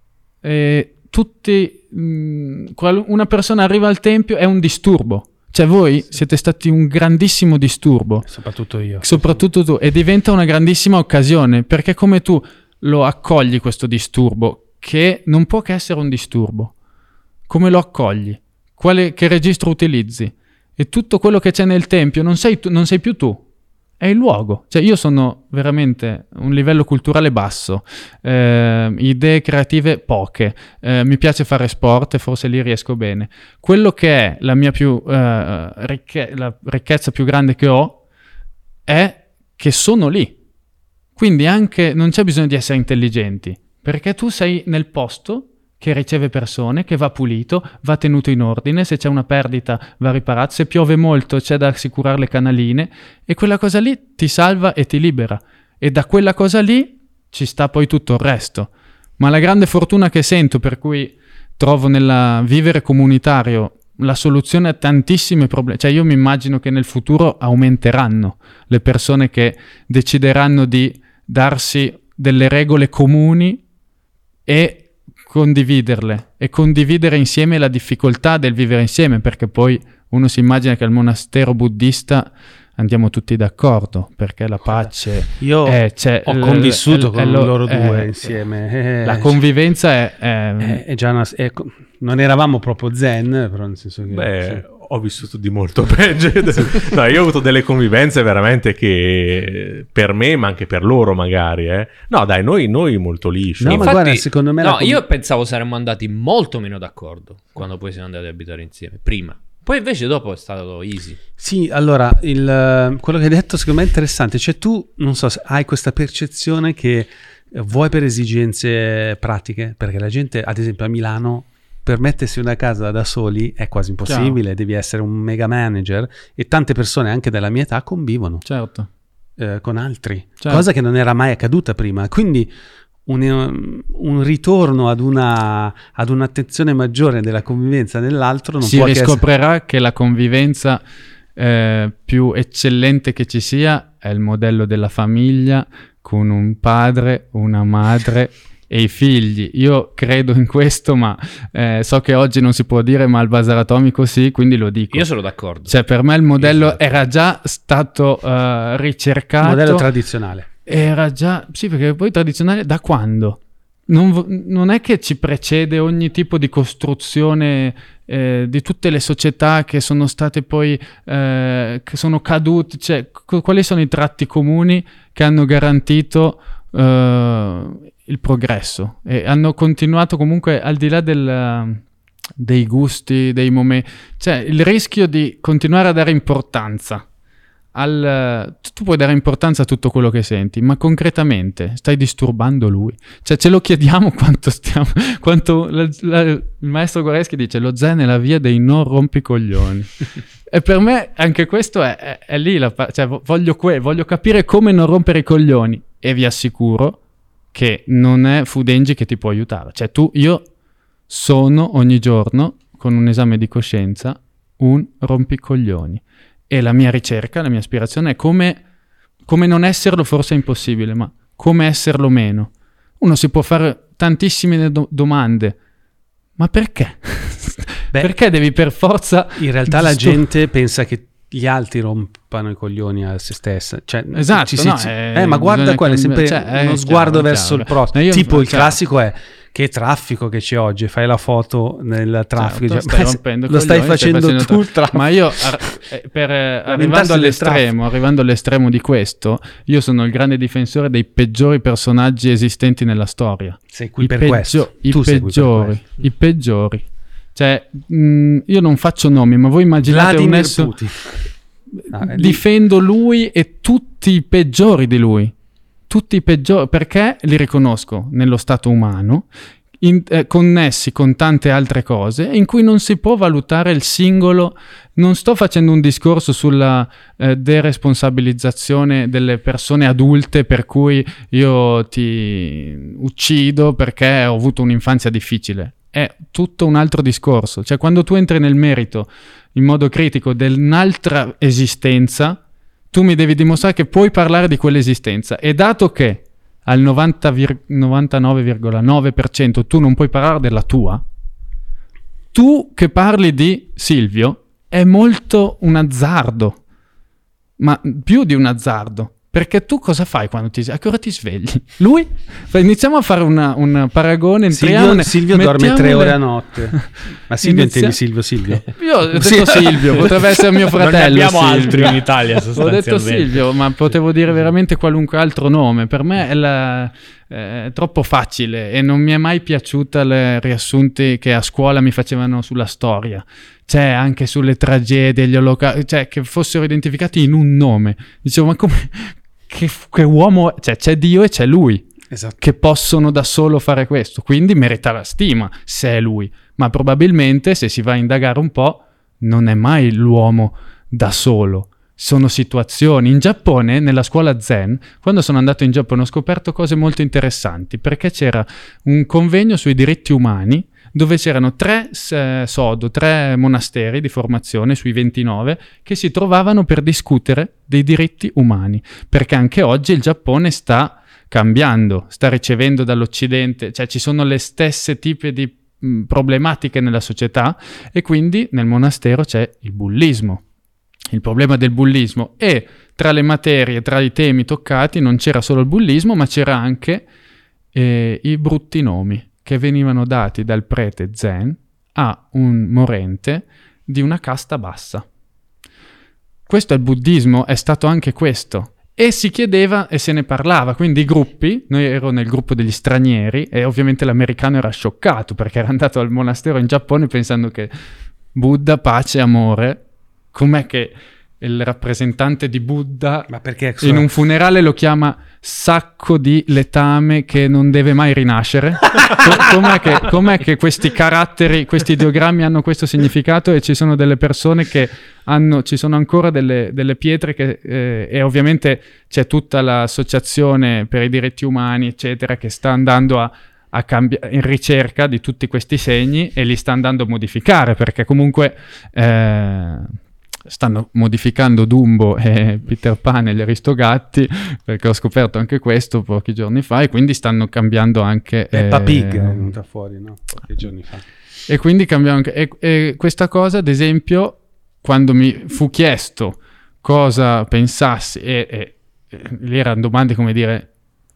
Speaker 2: Una persona arriva al tempio, è un disturbo. Cioè voi siete stati un grandissimo disturbo.
Speaker 1: Soprattutto io.
Speaker 2: Soprattutto tu. E diventa una grandissima occasione, perché come tu lo accogli questo disturbo, che non può che essere un disturbo. Come lo accogli? Che registro utilizzi? E tutto quello che c'è nel tempio non sei più tu, è il luogo. Cioè io sono veramente un livello culturale basso, idee creative poche, mi piace fare sport e forse lì riesco bene. Quello che è la mia la ricchezza più grande che ho è che sono lì. Quindi anche non c'è bisogno di essere intelligenti, perché tu sei nel posto che riceve persone, che va pulito, va tenuto in ordine, se c'è una perdita va riparato, se piove molto c'è da assicurare le canaline, e quella cosa lì ti salva e ti libera, e da quella cosa lì ci sta poi tutto il resto. Ma la grande fortuna che sento, per cui trovo nel vivere comunitario la soluzione a tantissimi problemi, cioè io mi immagino che nel futuro aumenteranno le persone che decideranno di darsi delle regole comuni e condividerle e condividere insieme la difficoltà del vivere insieme, perché poi uno si immagina che al monastero buddista andiamo tutti d'accordo, perché la pace
Speaker 1: io ho convissuto con loro due insieme.
Speaker 2: La convivenza è
Speaker 1: già non eravamo proprio zen, però nel senso che
Speaker 3: ho vissuto di molto peggio. No, io ho avuto delle convivenze veramente che per me, ma anche per loro magari. No, dai, noi molto liscio.
Speaker 1: No,
Speaker 4: infatti,
Speaker 1: ma guarda, secondo me
Speaker 4: io pensavo saremmo andati molto meno d'accordo quando poi siamo andati ad abitare insieme, prima. Poi invece dopo è stato easy.
Speaker 1: Sì, allora, quello che hai detto secondo me è interessante. Cioè tu, non so, se hai questa percezione che vuoi per esigenze pratiche, perché la gente, ad esempio a Milano, per mettersi una casa da soli è quasi impossibile. Ciao. Devi essere un mega manager e tante persone anche della mia età convivono con altri, cosa che non era mai accaduta prima. Quindi un ritorno ad un'attenzione maggiore della convivenza nell'altro non
Speaker 2: si riscoprirà che la convivenza più eccellente che ci sia è il modello della famiglia con un padre, una madre e i figli. Io credo in questo, ma so che oggi non si può dire, ma al Bazar Atomico sì, quindi lo dico.
Speaker 4: Io sono d'accordo.
Speaker 2: Cioè per me il modello era già stato ricercato.
Speaker 1: Il modello tradizionale.
Speaker 2: Era già, sì, perché poi tradizionale da quando? Non è che ci precede ogni tipo di costruzione di tutte le società che sono state poi, che sono cadute, cioè quali sono i tratti comuni che hanno garantito il progresso e hanno continuato comunque al di là dei gusti, dei momenti, cioè il rischio di continuare a dare importanza tu puoi dare importanza a tutto quello che senti, ma concretamente stai disturbando lui. Cioè ce lo chiediamo quanto il maestro Guareschi dice lo zen è la via dei non rompicoglioni. E per me anche questo è lì, cioè voglio capire come non rompere i coglioni e vi assicuro che non è Fudengi che ti può aiutare. Cioè io sono ogni giorno con un esame di coscienza un rompicoglioni. E la mia ricerca, la mia aspirazione è come non esserlo, forse è impossibile, ma come esserlo meno. Uno si può fare tantissime domande, ma perché? Perché devi per forza...
Speaker 1: In realtà la gente pensa che gli altri rompano i coglioni a se stessa. Cioè,
Speaker 2: esatto,
Speaker 1: ma guarda quello, è sempre uno sguardo verso il prossimo. Tipo il classico è... Che traffico che c'è oggi, fai la foto nel traffico, lo stai facendo tu il traffico.
Speaker 2: Ma io arrivando all'estremo di questo, io sono il grande difensore dei peggiori personaggi esistenti nella storia.
Speaker 1: Sei qui per questo.
Speaker 2: I peggiori. Cioè, io non faccio nomi, ma voi immaginate
Speaker 1: Vladimir Putin.
Speaker 2: Difendo lui e tutti i peggiori di lui. Tutti i peggiori, perché li riconosco nello stato umano, connessi con tante altre cose, in cui non si può valutare il singolo. Non sto facendo un discorso sulla deresponsabilizzazione delle persone adulte, per cui io ti uccido perché ho avuto un'infanzia difficile. È tutto un altro discorso. Cioè, quando tu entri nel merito in modo critico di un'altra esistenza, tu mi devi dimostrare che puoi parlare di quell'esistenza, e dato che al 99,9% tu non puoi parlare della tua, tu che parli di Silvio è molto un azzardo, ma più di un azzardo, perché tu cosa fai quando a che ora ti svegli? Lui? Iniziamo a fare un paragone.
Speaker 1: Silvio dorme 3 ore a notte. Ma Silvio intendi Silvio?
Speaker 2: Io ho detto Silvio, potrebbe essere mio fratello.
Speaker 4: Non ne abbiamo altri in Italia sostanzialmente.
Speaker 2: Ho detto Silvio, ma potevo dire veramente qualunque altro nome. Per me è troppo facile e non mi è mai piaciuta le riassunti che a scuola mi facevano sulla storia. Cioè anche sulle tragedie, gli olocausti, cioè che fossero identificati in un nome. Dicevo, ma come... Che uomo, cioè c'è Dio e c'è lui, esatto, che possono da solo fare questo, quindi merita la stima se è lui, ma probabilmente se si va a indagare un po' non è mai l'uomo da solo, sono situazioni. In Giappone, nella scuola Zen, quando sono andato in Giappone ho scoperto cose molto interessanti, perché c'era un convegno sui diritti umani dove c'erano 3 monasteri di formazione sui 29 che si trovavano per discutere dei diritti umani, perché anche oggi il Giappone sta cambiando, sta ricevendo dall'Occidente, cioè ci sono le stesse tipi di problematiche nella società, e quindi nel monastero c'è il bullismo. Il problema del bullismo, e tra le materie, tra i temi toccati non c'era solo il bullismo, ma c'era anche i brutti nomi che venivano dati dal prete zen a un morente di una casta bassa. Questo è il buddismo, è stato anche questo. E si chiedeva e se ne parlava, quindi i gruppi, noi ero nel gruppo degli stranieri e ovviamente l'americano era scioccato perché era andato al monastero in Giappone pensando che Buddha, pace, amore, com'è che il rappresentante di Buddha in un funerale lo chiama sacco di letame che non deve mai rinascere? Com'è che questi caratteri, questi ideogrammi hanno questo significato, e ci sono delle persone che ci sono ancora delle pietre che, e ovviamente c'è tutta l'associazione per i diritti umani eccetera che sta andando a cambiare in ricerca di tutti questi segni e li sta andando a modificare, perché comunque stanno modificando Dumbo e Peter Pan e gli Aristogatti, perché ho scoperto anche questo pochi giorni fa, e quindi stanno cambiando anche
Speaker 1: Peppa Pig è venuta fuori, no? Pochi giorni fa.
Speaker 2: E quindi cambiamo anche e questa cosa, ad esempio, quando mi fu chiesto cosa pensassi e lì erano domande, come dire,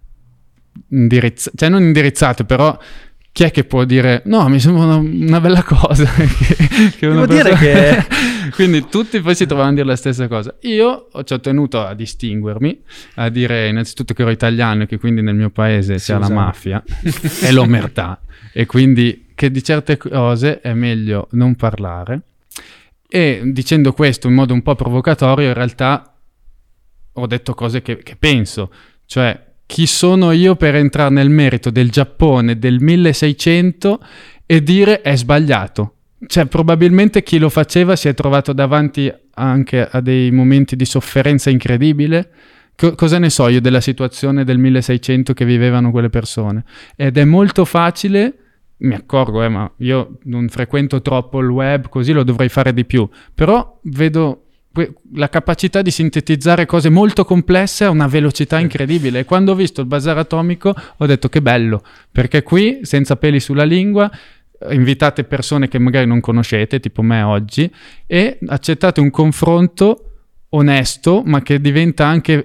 Speaker 2: cioè non indirizzate, però chi è che può dire no, mi sembra una bella cosa che una
Speaker 1: dire che
Speaker 2: quindi tutti poi si trovavano a dire la stessa cosa. Io ci ho tenuto a distinguermi, a dire innanzitutto che ero italiano e che quindi nel mio paese c'è la mafia e l'omertà, e quindi che di certe cose è meglio non parlare. E dicendo questo in modo un po' provocatorio, in realtà ho detto cose che penso, cioè chi sono io per entrare nel merito del Giappone del 1600 e dire è sbagliato? Cioè probabilmente chi lo faceva si è trovato davanti anche a dei momenti di sofferenza incredibile. Cosa ne so io della situazione del 1600 che vivevano quelle persone? Ed è molto facile, mi accorgo, ma io non frequento troppo il web, così lo dovrei fare di più, però vedo la capacità di sintetizzare cose molto complesse a una velocità incredibile, e quando ho visto il Bazar Atomico ho detto che bello, perché qui senza peli sulla lingua invitate persone che magari non conoscete, tipo me oggi, e accettate un confronto onesto ma che diventa anche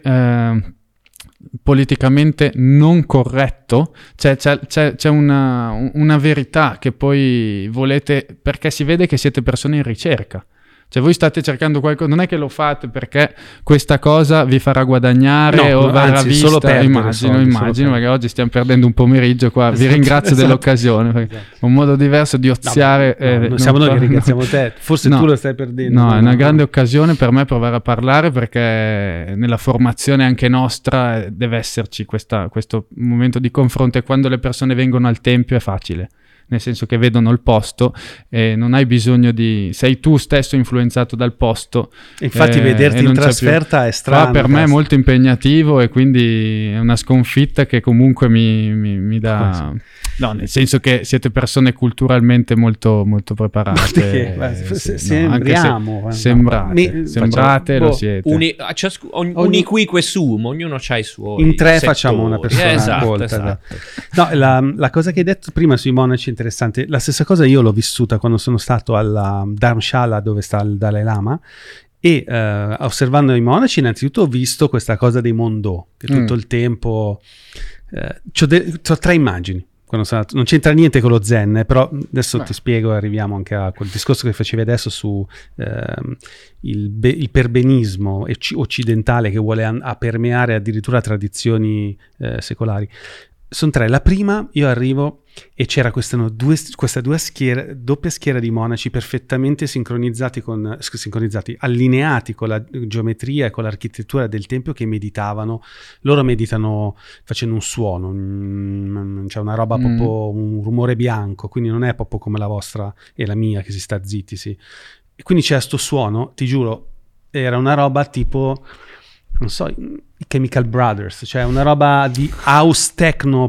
Speaker 2: politicamente non corretto, c'è una verità che poi volete, perché si vede che siete persone in ricerca. Cioè voi state cercando qualcosa, non è che lo fate perché questa cosa vi farà guadagnare o verrà vista,
Speaker 1: solo
Speaker 2: immagino perché oggi stiamo perdendo un pomeriggio qua, vi ringrazio dell'occasione, perché è un modo diverso di oziare.
Speaker 1: Non siamo noi che ringraziamo te, forse tu lo stai perdendo.
Speaker 2: No, è una grande occasione per me provare a parlare, perché nella formazione anche nostra deve esserci questo momento di confronto, e quando le persone vengono al tempio è facile. Nel senso che vedono il posto e non hai bisogno sei tu stesso influenzato dal posto.
Speaker 1: Infatti vederti in trasferta è strano.
Speaker 2: Per me è molto impegnativo, e quindi è una sconfitta che comunque mi dà... No, nel senso che siete persone culturalmente molto, molto preparate.
Speaker 1: Sembriamo.
Speaker 2: Sembrate, lo siete.
Speaker 4: Unique sum, ognuno c'ha i suoi
Speaker 1: in tre
Speaker 4: settori.
Speaker 1: Facciamo una persona colta. Esatto. No, la cosa che hai detto prima sui monaci è interessante. La stessa cosa io l'ho vissuta quando sono stato alla Dharamshala, dove sta il Dalai Lama, e osservando i monaci innanzitutto ho visto questa cosa dei Mondò, che tutto il tempo c'ho tre immagini. Non c'entra niente con lo zen, però adesso ti spiego, arriviamo anche a quel discorso che facevi adesso su il perbenismo occidentale che vuole permeare addirittura tradizioni secolari. Sono tre. La prima, io arrivo e c'era questa doppia schiera di monaci perfettamente sincronizzati, allineati con la geometria e con l'architettura del tempio, che meditavano. Loro meditano facendo un suono, c'è una roba proprio, un rumore bianco, quindi non è proprio come la vostra e la mia che si sta zitti, sì. E quindi c'è sto suono, ti giuro, era una roba tipo, non so, Chemical Brothers, cioè una roba di house techno,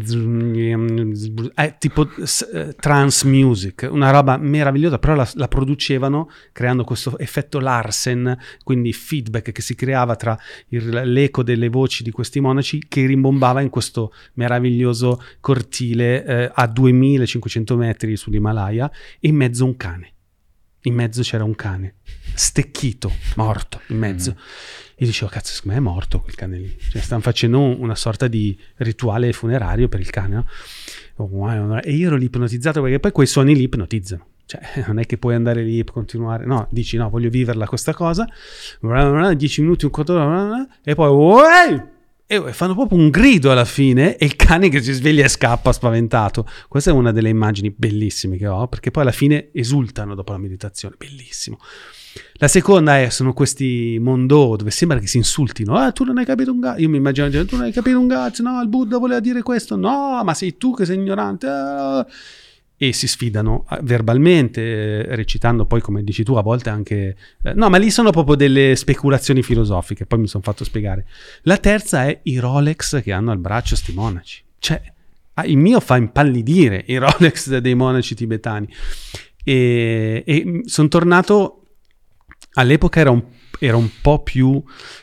Speaker 1: tipo trance music, una roba meravigliosa, però la producevano creando questo effetto Larsen, quindi feedback che si creava tra l'eco delle voci di questi monaci che rimbombava in questo meraviglioso cortile a 2500 metri sull'Himalaya, e in mezzo un cane. In mezzo c'era un cane stecchito, morto, in mezzo. Io dicevo, cazzo, secondo me è morto quel cane lì. Cioè, stanno facendo una sorta di rituale funerario per il cane, no? E io ero lì ipnotizzato, perché poi quei suoni lì ipnotizzano. Cioè, non è che puoi andare lì e continuare. No, dici, no, voglio viverla questa cosa. 10 minuti, un quarto, e poi... E fanno proprio un grido alla fine, e il cane che si sveglia e scappa spaventato. Questa è una delle immagini bellissime che ho, perché poi alla fine esultano dopo la meditazione. Bellissimo. La seconda sono questi mondò dove sembra che si insultino. Tu non hai capito un cazzo. Io mi immagino, tu non hai capito un cazzo. No, il Buddha voleva dire questo. No, ma sei tu che sei ignorante. E si sfidano verbalmente, recitando poi, come dici tu, a volte anche... no, ma lì sono proprio delle speculazioni filosofiche, poi mi sono fatto spiegare. La terza è i Rolex che hanno al braccio sti monaci. Cioè, il mio fa impallidire i Rolex dei monaci tibetani. E sono tornato... All'epoca era un po' più...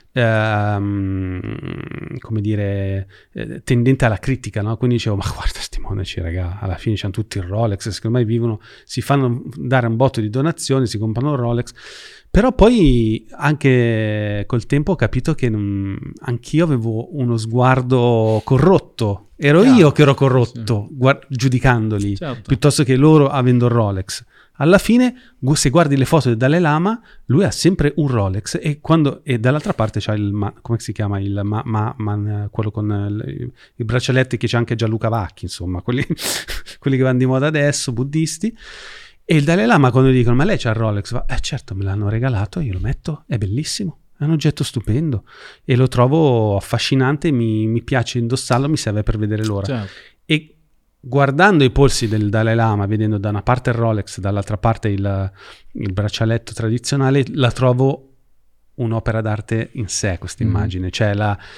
Speaker 1: come dire, tendente alla critica, no? Quindi dicevo, ma guarda sti monaci, raga, alla fine c'hanno tutti il Rolex, secondo me vivono, si fanno dare un botto di donazioni, si comprano il Rolex. Però poi anche col tempo ho capito che anch'io avevo uno sguardo corrotto, ero io che ero corrotto, giudicandoli, piuttosto che loro avendo il Rolex. Alla fine, se guardi le foto del Dalai Lama, lui ha sempre un Rolex, e dall'altra parte c'ha come si chiama, quello con i braccialetti, che c'è anche Gianluca Vacchi, insomma, quelli che vanno di moda adesso, buddisti. E il Dalai Lama, quando gli dicono, ma lei c'ha il Rolex? Certo, me l'hanno regalato, io lo metto, è bellissimo, è un oggetto stupendo, e lo trovo affascinante, mi piace indossarlo, mi serve per vedere l'ora.
Speaker 2: Certo.
Speaker 1: E guardando i polsi del Dalai Lama, vedendo da una parte il Rolex, dall'altra parte il braccialetto tradizionale, la trovo un'opera d'arte in sé, questa immagine. Cioè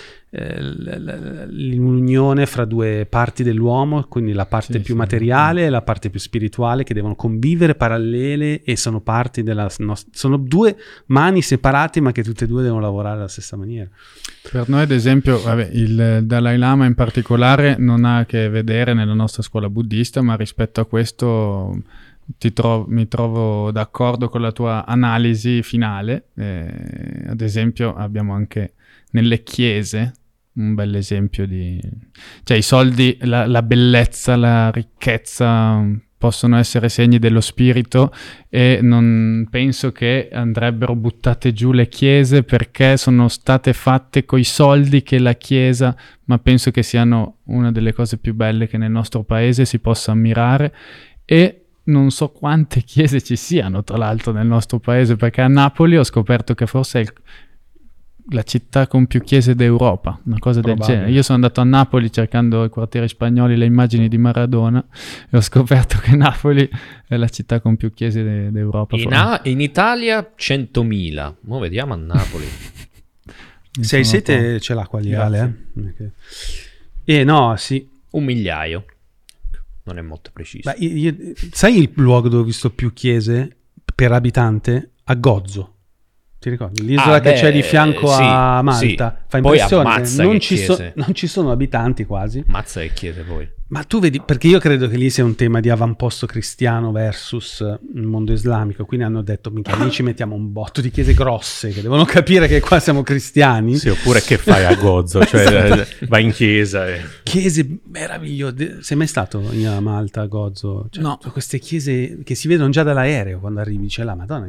Speaker 1: l'unione fra due parti dell'uomo, quindi la parte più materiale e la parte più spirituale, che devono convivere parallele, e sono parti sono due mani separate, ma che tutte e due devono lavorare alla stessa maniera.
Speaker 2: Per noi, ad esempio, il Dalai Lama in particolare non ha a che vedere nella nostra scuola buddista, ma rispetto a questo mi trovo d'accordo con la tua analisi finale. Ad esempio, abbiamo anche nelle chiese un bel esempio cioè i soldi, la bellezza, la ricchezza possono essere segni dello spirito, e non penso che andrebbero buttate giù le chiese perché sono state fatte coi soldi che la chiesa, ma penso che siano una delle cose più belle che nel nostro paese si possa ammirare. E non so quante chiese ci siano, tra l'altro, nel nostro paese, perché a Napoli ho scoperto che forse è la città con più chiese d'Europa, una cosa del genere. Io sono andato a Napoli cercando ai quartieri spagnoli le immagini di Maradona, e ho scoperto che Napoli è la città con più chiese d'Europa.
Speaker 4: In Italia 100.000, mo vediamo a Napoli.
Speaker 1: Se hai sete ce l'ha qua lì, Ale. No, sì.
Speaker 4: 1 migliaio. Non è molto preciso.
Speaker 1: Sai il luogo dove ho visto più chiese per abitante? A Gozzo. Ti ricordi? L'isola che c'è di fianco a Malta. Fa impressione. Non ci sono abitanti quasi.
Speaker 4: Mazza che chiese poi.
Speaker 1: Ma tu vedi, perché io credo che lì sia un tema di avamposto cristiano versus il mondo islamico, quindi hanno detto, minchia, lì ci mettiamo un botto di chiese grosse che devono capire che qua siamo cristiani.
Speaker 3: Sì, oppure che fai a Gozzo? Cioè vai in chiesa
Speaker 1: Chiese meravigliose. Sei mai stato a Malta, a Gozzo? Cioè,
Speaker 2: no.
Speaker 1: Queste chiese che si vedono già dall'aereo quando arrivi, c'è la Madonna.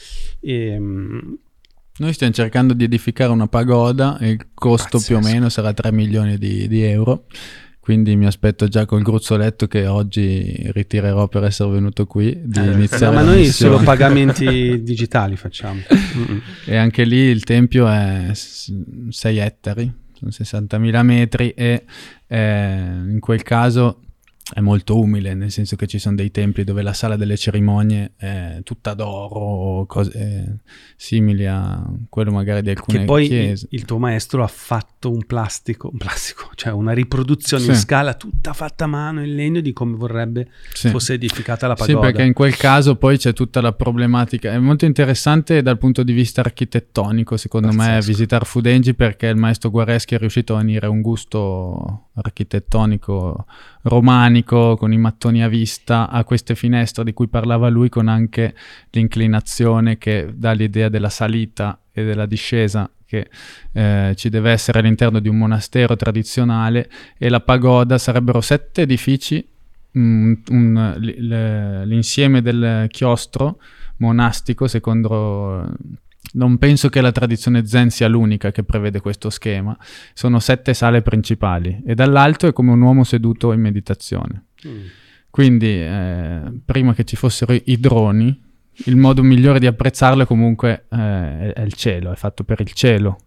Speaker 2: Noi stiamo cercando di edificare una pagoda, e il costo più o meno sarà 3 milioni di euro, quindi mi aspetto già col gruzzoletto che oggi ritirerò per essere venuto qui di iniziare.
Speaker 1: Ma noi solo pagamenti digitali facciamo.
Speaker 2: E anche lì il tempio è 6 ettari, sono 60.000 metri, e in quel caso è molto umile, nel senso che ci sono dei templi dove la sala delle cerimonie è tutta d'oro o cose simili a quello magari di alcune
Speaker 1: che poi
Speaker 2: chiese.
Speaker 1: il tuo maestro ha fatto un plastico, cioè una riproduzione
Speaker 2: Sì.
Speaker 1: in scala tutta fatta a mano in legno di come vorrebbe
Speaker 2: Sì.
Speaker 1: fosse edificata la
Speaker 2: Sì,
Speaker 1: pagoda.
Speaker 2: perché in quel caso poi c'è tutta la problematica. È molto interessante dal punto di vista architettonico, secondo me,
Speaker 1: Pazzesco.
Speaker 2: visitare Fudengi, perché il maestro Guareschi è riuscito a unire un gusto architettonico romanico con i mattoni a vista a queste finestre di cui parlava lui, con anche l'inclinazione che dà l'idea della salita e della discesa che ci deve essere all'interno di un monastero tradizionale. E la pagoda sarebbero 7 edifici, l'insieme del chiostro monastico, secondo... Non penso che la tradizione zen sia l'unica che prevede questo schema. Sono 7 sale principali e dall'alto è come un uomo seduto in meditazione. Quindi prima che ci fossero i droni, il modo migliore di apprezzarlo comunque è il cielo, è fatto per il cielo.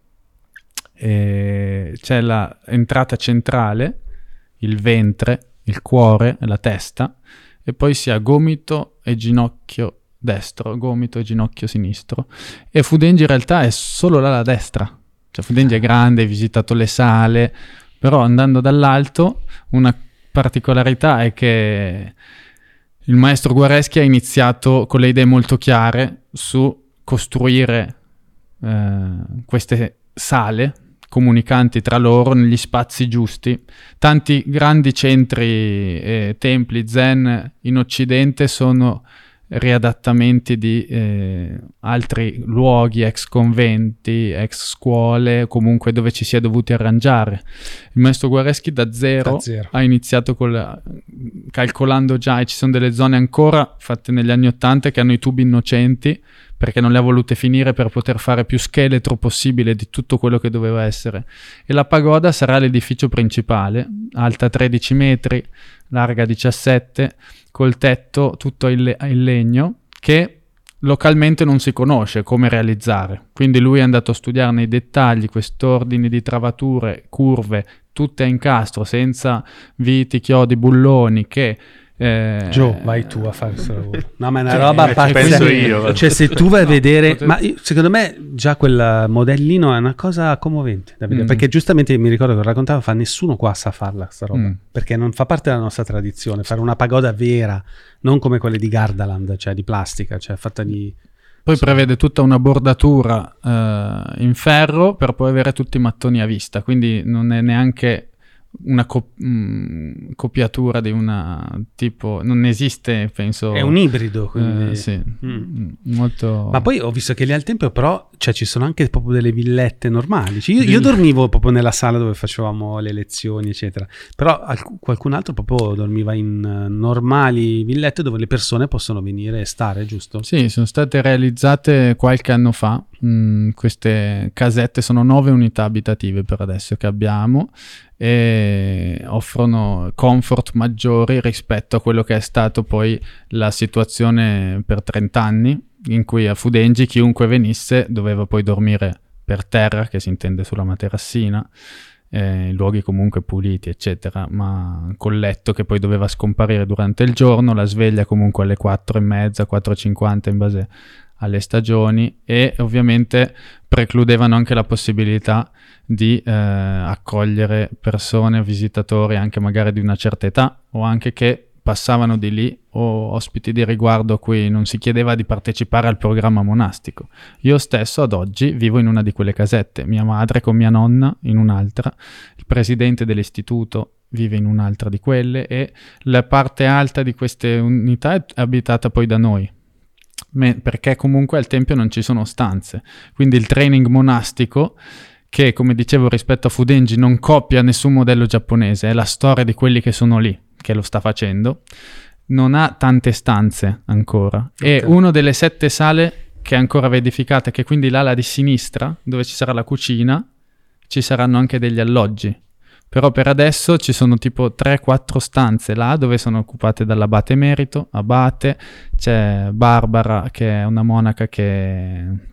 Speaker 2: E c'è l'entrata centrale, il ventre, il cuore, la testa, e poi si ha gomito e ginocchio destro, gomito e ginocchio sinistro. E Fudengi in realtà è solo la destra, cioè Fudengi è grande, hai visitato le sale, però andando dall'alto una particolarità è che il maestro Guareschi ha iniziato con le idee molto chiare su costruire queste sale comunicanti tra loro negli spazi giusti. Tanti grandi centri e templi zen in Occidente sono riadattamenti di altri luoghi, ex conventi, ex scuole, comunque dove ci si è dovuti arrangiare. Il maestro Guareschi da zero ha iniziato calcolando già, e ci sono delle zone ancora fatte negli anni '80 che hanno i tubi innocenti perché non le ha volute finire per poter fare più scheletro possibile di tutto quello che doveva essere. E la pagoda sarà l'edificio principale, alta 13 metri, larga 17, col tetto tutto in legno, che localmente non si conosce come realizzare. Quindi lui è andato a studiare nei dettagli quest'ordine di travature, curve, tutte a incastro, senza viti, chiodi, bulloni, che...
Speaker 1: Gio, vai tu a fare questo lavoro. No, ma è una roba
Speaker 3: penso io.
Speaker 1: Cioè, se tu vai a vedere, ma secondo me già quel modellino è una cosa commovente da vedere, perché giustamente mi ricordo che raccontava, fa nessuno qua sa farla sta roba, perché non fa parte della nostra tradizione fare una pagoda vera, non come quelle di Gardaland, cioè di plastica, cioè fatta di...
Speaker 2: Poi prevede tutta una bordatura in ferro per poi avere tutti i mattoni a vista, quindi non è neanche una copiatura di una tipo, non esiste, penso.
Speaker 1: È un ibrido, quindi
Speaker 2: sì, molto.
Speaker 1: Ma poi ho visto che lì al tempio però, cioè, ci sono anche proprio delle villette normali, cioè, io dormivo proprio nella sala dove facevamo le lezioni eccetera, però qualcun altro proprio dormiva in normali villette dove le persone possono venire e stare, giusto?
Speaker 2: Sì, sono state realizzate qualche anno fa. Queste casette sono 9 unità abitative per adesso che abbiamo, e offrono comfort maggiori rispetto a quello che è stato poi la situazione per 30 anni, in cui a Fudengi chiunque venisse doveva poi dormire per terra, che si intende sulla materassina, in luoghi comunque puliti eccetera, ma col letto che poi doveva scomparire durante il giorno, la sveglia comunque alle 4:30, 4:50 in base alle stagioni, e ovviamente precludevano anche la possibilità di accogliere persone, visitatori anche magari di una certa età, o anche che passavano di lì, o ospiti di riguardo a cui non si chiedeva di partecipare al programma monastico. Io stesso ad oggi vivo in una di quelle casette, mia madre con mia nonna in un'altra, il presidente dell'istituto vive in un'altra di quelle, e la parte alta di queste unità è abitata poi da noi, perché comunque al tempio non ci sono stanze, quindi il training monastico, che come dicevo rispetto a Fudengi non copia nessun modello giapponese, è la storia di quelli che sono lì che lo sta facendo, non ha tante stanze ancora, e una delle 7 sale che è ancora edificata, che quindi l'ala di sinistra dove ci sarà la cucina, ci saranno anche degli alloggi. Però per adesso ci sono tipo 3-4 stanze là dove sono occupate dall'abate emerito, abate, c'è Barbara che è una monaca che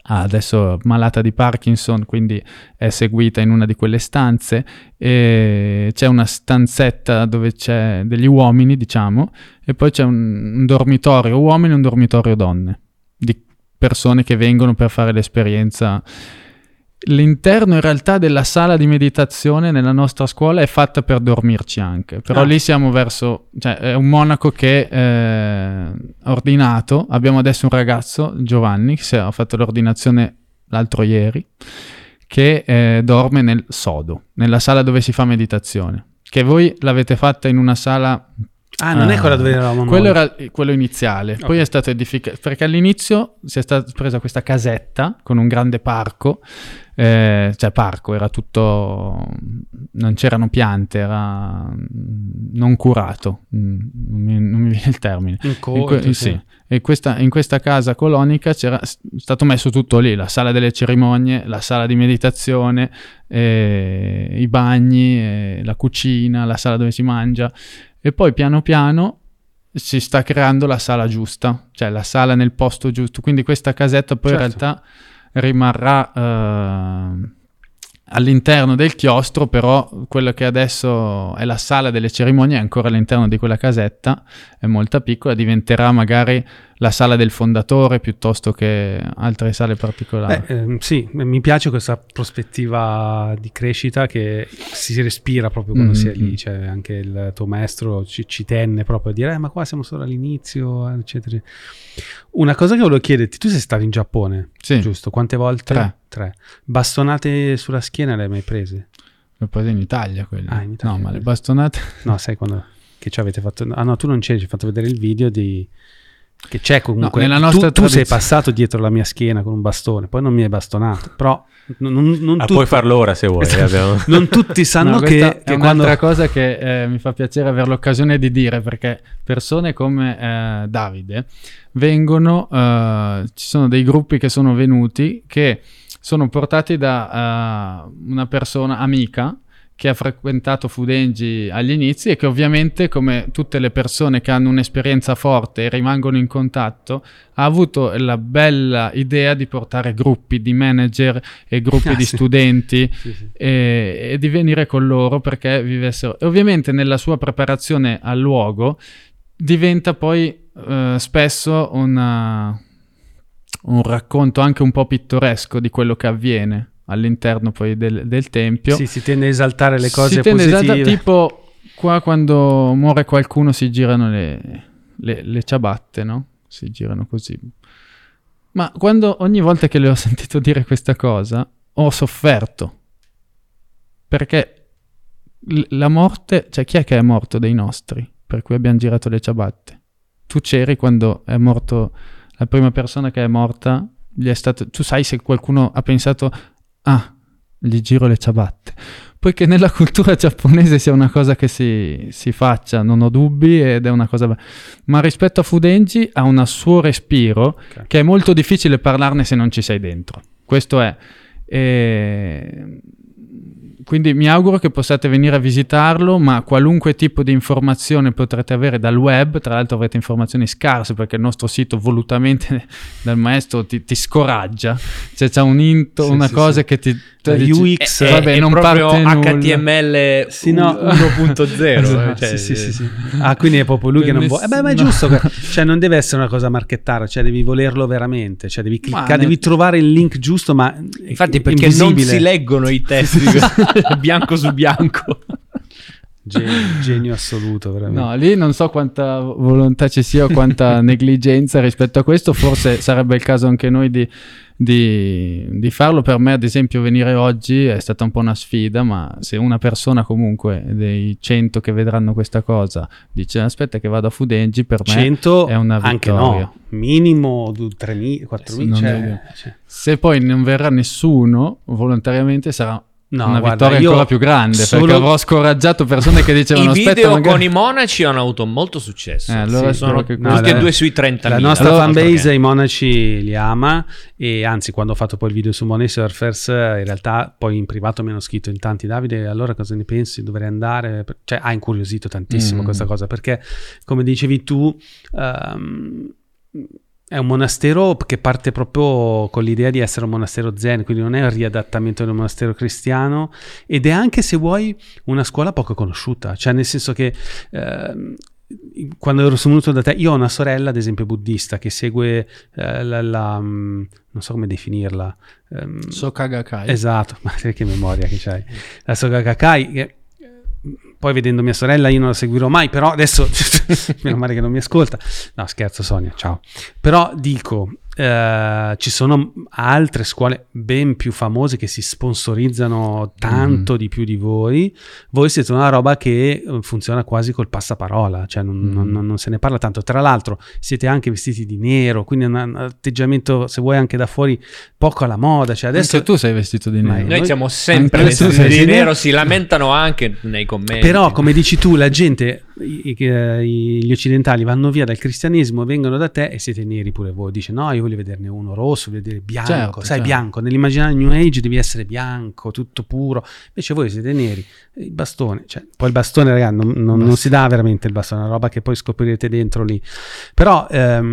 Speaker 2: adesso malata di Parkinson, quindi è seguita in una di quelle stanze, e c'è una stanzetta dove c'è degli uomini, diciamo, e poi c'è un dormitorio uomini e un dormitorio donne, di persone che vengono per fare l'esperienza. L'interno in realtà della sala di meditazione nella nostra scuola è fatta per dormirci anche, però lì siamo verso, cioè è un monaco che è ordinato. Abbiamo adesso un ragazzo, Giovanni, che ha fatto l'ordinazione l'altro ieri, che dorme nel sodo, nella sala dove si fa meditazione, che voi l'avete fatta in una sala...
Speaker 1: non è quella dove eravamo noi.
Speaker 2: Quello era quello iniziale, poi è stato edificato, perché all'inizio si è stata presa questa casetta con un grande parco, cioè parco, era tutto, non c'erano piante, era non curato, non mi viene il termine. Sì. E in questa casa colonica c'era stato messo tutto lì, la sala delle cerimonie, la sala di meditazione, i bagni, la cucina, la sala dove si mangia. E poi piano piano si sta creando la sala giusta, cioè la sala nel posto giusto. Quindi questa casetta poi in realtà rimarrà all'interno del chiostro, però quello che adesso è la sala delle cerimonie è ancora all'interno di quella casetta, è molto piccola, diventerà magari la sala del fondatore piuttosto che altre sale particolari.
Speaker 1: Sì, mi piace questa prospettiva di crescita che si respira proprio quando si è lì, cioè anche il tuo maestro ci tenne proprio a dire ma qua siamo solo all'inizio, eccetera. Una cosa che volevo chiederti, tu sei stato in Giappone,
Speaker 2: sì,
Speaker 1: giusto? Quante volte? 3. Bastonate sulla schiena le hai mai prese?
Speaker 2: Le ho prese in Italia quelle.
Speaker 1: In Italia.
Speaker 2: No, ma le bastonate...
Speaker 1: No, sai quando... Che ci avete fatto... Ah no, tu non c'eri, ci hai fatto vedere il video di... Che c'è comunque...
Speaker 2: No, nella nostra
Speaker 1: tu sei passato dietro la mia schiena con un bastone, poi non mi hai bastonato, però... Non
Speaker 3: puoi farlo ora se vuoi.
Speaker 1: Non tutti sanno che
Speaker 2: è un'altra cosa che mi fa piacere avere l'occasione di dire, perché persone come Davide vengono, ci sono dei gruppi che sono venuti che sono portati da una persona amica che ha frequentato Fudengi agli inizi e che ovviamente, come tutte le persone che hanno un'esperienza forte e rimangono in contatto, ha avuto la bella idea di portare gruppi di manager e gruppi di studenti e di venire con loro perché vivessero. E ovviamente nella sua preparazione al luogo diventa poi spesso un racconto anche un po' pittoresco di quello che avviene all'interno poi del tempio.
Speaker 1: Sì, si tende a esaltare le cose positive.
Speaker 2: Tipo qua quando muore qualcuno si girano le ciabatte, no? Si girano così. Ma ogni volta che le ho sentito dire questa cosa ho sofferto, perché la morte, cioè chi è che è morto dei nostri per cui abbiamo girato le ciabatte? Tu c'eri quando è morto la prima persona che è morta, tu sai se qualcuno ha pensato gli giro le ciabatte, poiché nella cultura giapponese sia una cosa che si faccia, non ho dubbi, ed è una cosa ma rispetto a Fudengi ha un suo respiro che è molto difficile parlarne se non ci sei dentro, questo è. Quindi mi auguro che possiate venire a visitarlo, ma qualunque tipo di informazione potrete avere dal web, tra l'altro avrete informazioni scarse perché il nostro sito volutamente dal maestro ti scoraggia, cioè c'è una cosa che ti dici,
Speaker 1: UX
Speaker 4: vabbè, non
Speaker 2: proprio
Speaker 4: parte HTML 1.0
Speaker 1: cioè, sì. Quindi è proprio lui che non vuole ma è giusto cioè non deve essere una cosa marchettara, cioè devi volerlo veramente, cioè devi cliccare, devi trovare il link giusto, ma
Speaker 4: infatti perché non si leggono i testi bianco su bianco.
Speaker 1: Genio assoluto, veramente.
Speaker 2: No, lì non so quanta volontà ci sia o quanta negligenza rispetto a questo, forse sarebbe il caso anche noi di farlo. Per me ad esempio venire oggi è stata un po' una sfida, ma se una persona comunque dei 100 che vedranno questa cosa dice aspetta che vado a Fudengi, per me
Speaker 1: 100
Speaker 2: è una vittoria.
Speaker 1: Anche no, minimo 3.000, 4.000,
Speaker 2: se poi non verrà nessuno volontariamente sarà una
Speaker 1: guarda,
Speaker 2: vittoria ancora più grande, perché avrò scoraggiato persone che dicevano
Speaker 4: i video con i monaci hanno avuto molto successo,
Speaker 2: allora
Speaker 4: sono tutti e due sui 30.000.
Speaker 1: La nostra fanbase i monaci li ama, e anzi quando ho fatto poi il video su Money Surfers in realtà poi in privato mi hanno scritto in tanti: Davide, allora cosa ne pensi, dovrei andare? Cioè ha incuriosito tantissimo questa cosa, perché come dicevi tu È un monastero che parte proprio con l'idea di essere un monastero zen, quindi non è un riadattamento del monastero cristiano, ed è anche, se vuoi, una scuola poco conosciuta, cioè nel senso che quando ero venuto da te, io ho una sorella ad esempio buddista che segue non so come definirla,
Speaker 2: Soka Gakkai.
Speaker 1: esatto, ma che memoria che c'hai, la Soka Gakkai, che poi vedendo mia sorella io non la seguirò mai, però adesso meno male che non mi ascolta, no scherzo Sonia, ciao, però dico ci sono altre scuole ben più famose che si sponsorizzano tanto di più di voi siete una roba che funziona quasi col passaparola, cioè non se ne parla tanto, tra l'altro siete anche vestiti di nero, quindi un atteggiamento, se vuoi, anche da fuori poco alla moda, cioè adesso
Speaker 2: anche tu sei vestito di nero.
Speaker 4: Noi siamo sempre
Speaker 2: Anche tu
Speaker 4: vestiti
Speaker 2: sei
Speaker 4: di
Speaker 2: nero.
Speaker 4: nero, si lamentano anche nei commenti.
Speaker 1: però come dici tu, la gente, gli occidentali vanno via dal cristianesimo, vengono da te e siete neri pure voi, dice no, io voglio vederne uno rosso, voglio vedere bianco,
Speaker 2: Certo,
Speaker 1: sai,
Speaker 2: certo.
Speaker 1: bianco, nell'immaginario New Age devi essere bianco, tutto puro, invece voi siete neri, il bastone, cioè, poi il bastone, raga, non si dà veramente il bastone, è una roba che poi scoprirete dentro lì, però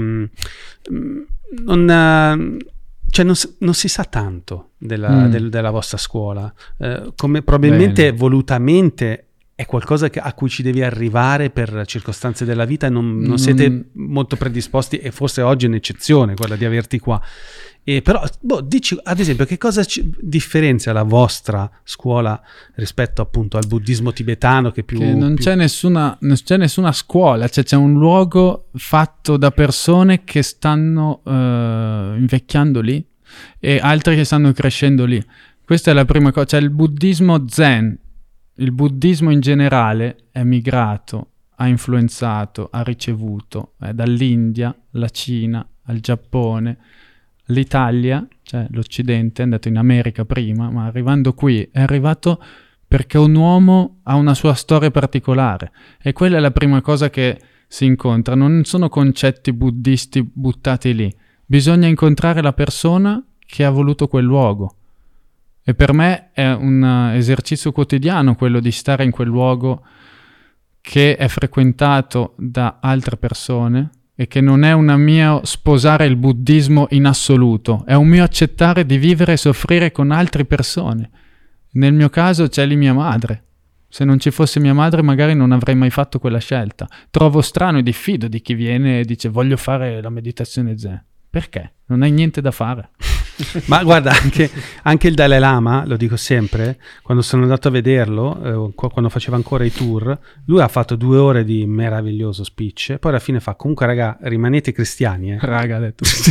Speaker 1: cioè non si sa tanto della vostra scuola, come probabilmente
Speaker 2: Bene.
Speaker 1: volutamente è qualcosa a cui ci devi arrivare per circostanze della vita e non siete molto predisposti, e forse oggi è un'eccezione quella di averti qua. Però dici ad esempio che cosa differenzia la vostra scuola rispetto appunto al buddismo tibetano, che più...
Speaker 2: Che non c'è nessuna scuola, cioè c'è un luogo fatto da persone che stanno invecchiando lì e altri che stanno crescendo lì. Questa è la prima cosa, cioè il buddismo zen, il buddismo in generale è migrato, ha influenzato, ha ricevuto dall'India, la Cina, al Giappone, l'Italia, cioè l'Occidente, è andato in America prima, ma arrivando qui è arrivato perché un uomo ha una sua storia particolare, e quella è la prima cosa che si incontra. Non sono concetti buddisti buttati lì, bisogna incontrare la persona che ha voluto quel luogo, e per me è un esercizio quotidiano quello di stare in quel luogo che è frequentato da altre persone, e che non è una mia sposare il buddismo in assoluto, è un mio accettare di vivere e soffrire con altre persone. Nel mio caso c'è lì mia madre. Se non ci fosse mia madre magari non avrei mai fatto quella scelta. Trovo strano e diffido di chi viene e dice voglio fare la meditazione zen. Perché? Non hai niente da fare.
Speaker 1: Ma guarda, anche il Dalai Lama, lo dico sempre, quando sono andato a vederlo, quando faceva ancora i tour, lui ha fatto 2 ore di meraviglioso speech, poi alla fine fa, comunque raga, rimanete cristiani.
Speaker 2: Raga, ha detto. Sì,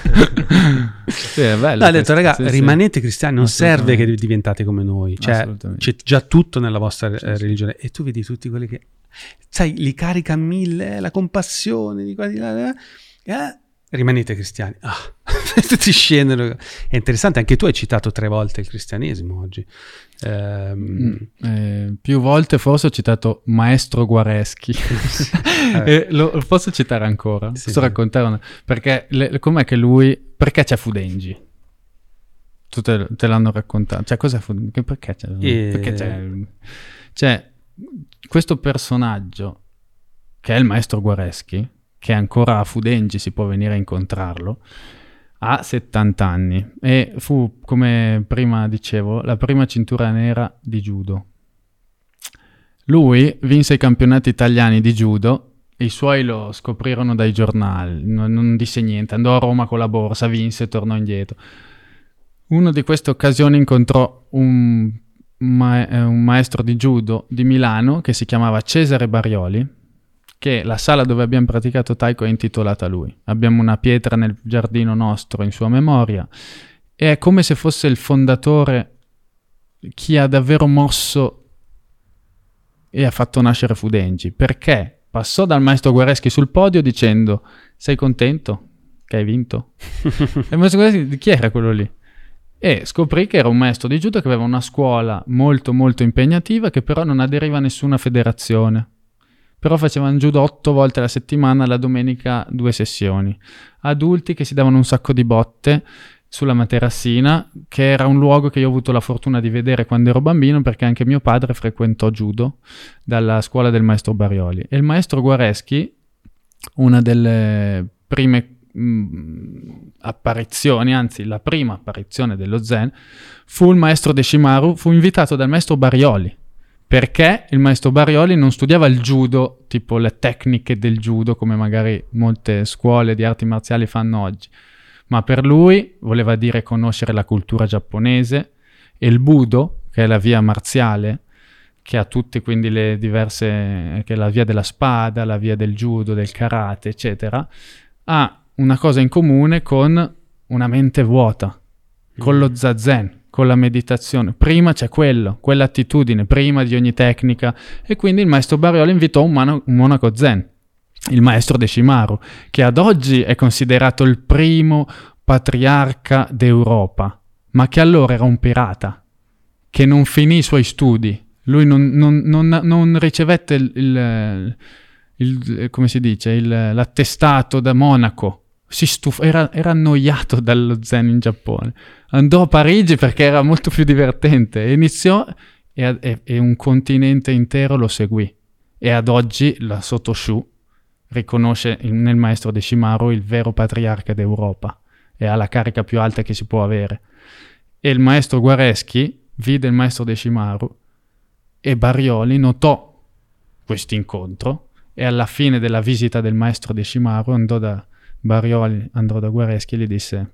Speaker 2: è bello.
Speaker 1: No, ha detto, raga,
Speaker 2: sì,
Speaker 1: rimanete cristiani, non serve che
Speaker 2: Assolutamente.
Speaker 1: diventate come noi, cioè
Speaker 2: Assolutamente.
Speaker 1: c'è già tutto nella vostra religione, e tu vedi tutti quelli che, sai, li carica a 1000, la compassione, di qua di là, rimanete cristiani. Tutti scendono. È interessante, anche tu hai citato 3 volte il cristianesimo oggi.
Speaker 2: Più volte forse ho citato Maestro Guareschi. Lo posso citare ancora?
Speaker 1: Sì,
Speaker 2: Posso
Speaker 1: sì.
Speaker 2: raccontare com'è che lui... Perché c'è Fudengi? Tu te l'hanno raccontato. Cioè, cos'è Fudengi? Perché c'è? Perché c'è questo personaggio che è il Maestro Guareschi, che ancora a Fudengi si può venire a incontrarlo, ha 70 anni e fu, come prima dicevo, la prima cintura nera di judo. Lui vinse i campionati italiani di judo, i suoi lo scoprirono dai giornali, non disse niente, andò a Roma con la borsa, vinse e tornò indietro. Uno di queste occasioni incontrò un maestro di judo di Milano che si chiamava Cesare Barioli, che la sala dove abbiamo praticato taiko è intitolata a lui. Abbiamo una pietra nel giardino nostro in sua memoria, e è come se fosse il fondatore, chi ha davvero mosso e ha fatto nascere Fudengi, perché passò dal maestro Guareschi sul podio dicendo: sei contento che hai vinto? E il maestro Guareschi, chi era quello lì? E scoprì che era un maestro di judo che aveva una scuola molto molto impegnativa, che però non aderiva a nessuna federazione. Però facevano judo 8 volte alla settimana, la domenica 2 sessioni. Adulti che si davano un sacco di botte sulla materassina, che era un luogo che io ho avuto la fortuna di vedere quando ero bambino, perché anche mio padre frequentò judo dalla scuola del maestro Barioli. E il maestro Guareschi, una delle prime apparizioni, anzi la prima apparizione dello Zen, fu il maestro Deshimaru, fu invitato dal maestro Barioli, perché il maestro Barioli non studiava il judo, tipo le tecniche del judo, come magari molte scuole di arti marziali fanno oggi, ma per lui voleva dire conoscere la cultura giapponese e il Budo, che è la via marziale, che ha tutte quindi le diverse, che è la via della spada, la via del judo, del karate, eccetera, ha una cosa in comune con una mente vuota, con lo zazen, con la meditazione. Prima c'è quell'attitudine, prima di ogni tecnica, e quindi il maestro Barioli invitò un monaco zen, il maestro Deshimaru, che ad oggi è considerato il primo patriarca d'Europa, ma che allora era un pirata, che non finì i suoi studi. Lui non ricevette come si dice, l'attestato da monaco. Era annoiato dallo zen in Giappone. Andò a Parigi perché era molto più divertente. E iniziò e un continente intero lo seguì. E ad oggi la Sotoshu riconosce nel maestro Deshimaru il vero patriarca d'Europa. E ha la carica più alta che si può avere. E il maestro Guareschi vide il maestro Deshimaru e Barioli notò questo incontro, e alla fine della visita del maestro Deshimaru andò da Guareschi e gli disse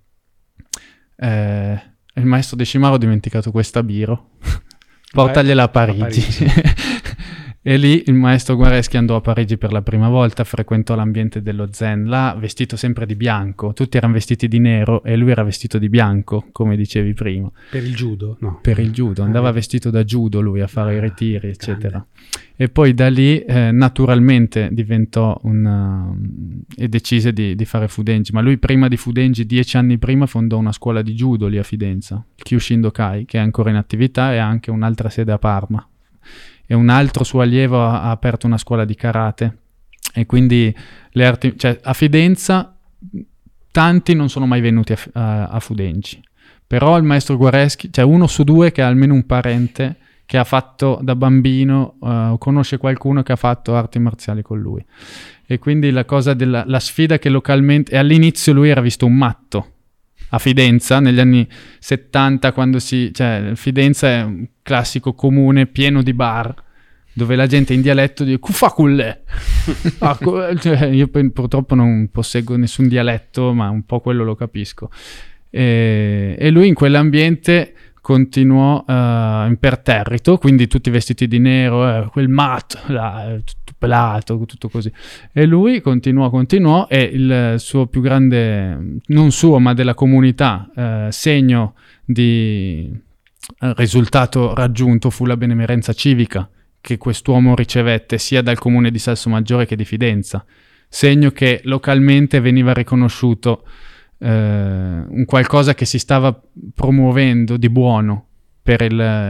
Speaker 2: il maestro Deshimaru ha dimenticato questa biro, portagliela a Parigi. E lì il maestro Guareschi andò a Parigi per la prima volta, frequentò l'ambiente dello zen, là vestito sempre di bianco, tutti erano vestiti di nero e lui era vestito di bianco, come dicevi prima.
Speaker 1: Per il judo? No.
Speaker 2: Per il judo, andava vestito da judo lui a fare i ritiri, eccetera. E poi da lì naturalmente diventò e decise di fare Fudenji, ma lui prima di Fudenji, 10 anni prima, fondò una scuola di judo lì a Fidenza, il Kyushindokai, che è ancora in attività e ha anche un'altra sede a Parma. E un altro suo allievo ha aperto una scuola di karate, e quindi a Fidenza tanti non sono mai venuti a Fudenji, però il maestro Guareschi, c'è uno su due che ha almeno un parente che ha fatto da bambino, conosce qualcuno che ha fatto arti marziali con lui, e quindi la cosa la sfida che localmente, e all'inizio lui era visto un matto a Fidenza negli anni 70, quando Fidenza è un classico comune pieno di bar dove la gente in dialetto dice "Kufakulle". Io purtroppo non posseggo nessun dialetto, ma un po' quello lo capisco. E lui in quell'ambiente continuò imperterrito, quindi tutti vestiti di nero, quel matto là, tutto pelato, tutto così. E lui continuò, e il suo più grande, non suo ma della comunità, segno di risultato raggiunto fu la benemerenza civica che quest'uomo ricevette sia dal comune di Salsomaggiore che di Fidenza, segno che localmente veniva riconosciuto un qualcosa che si stava promuovendo di buono per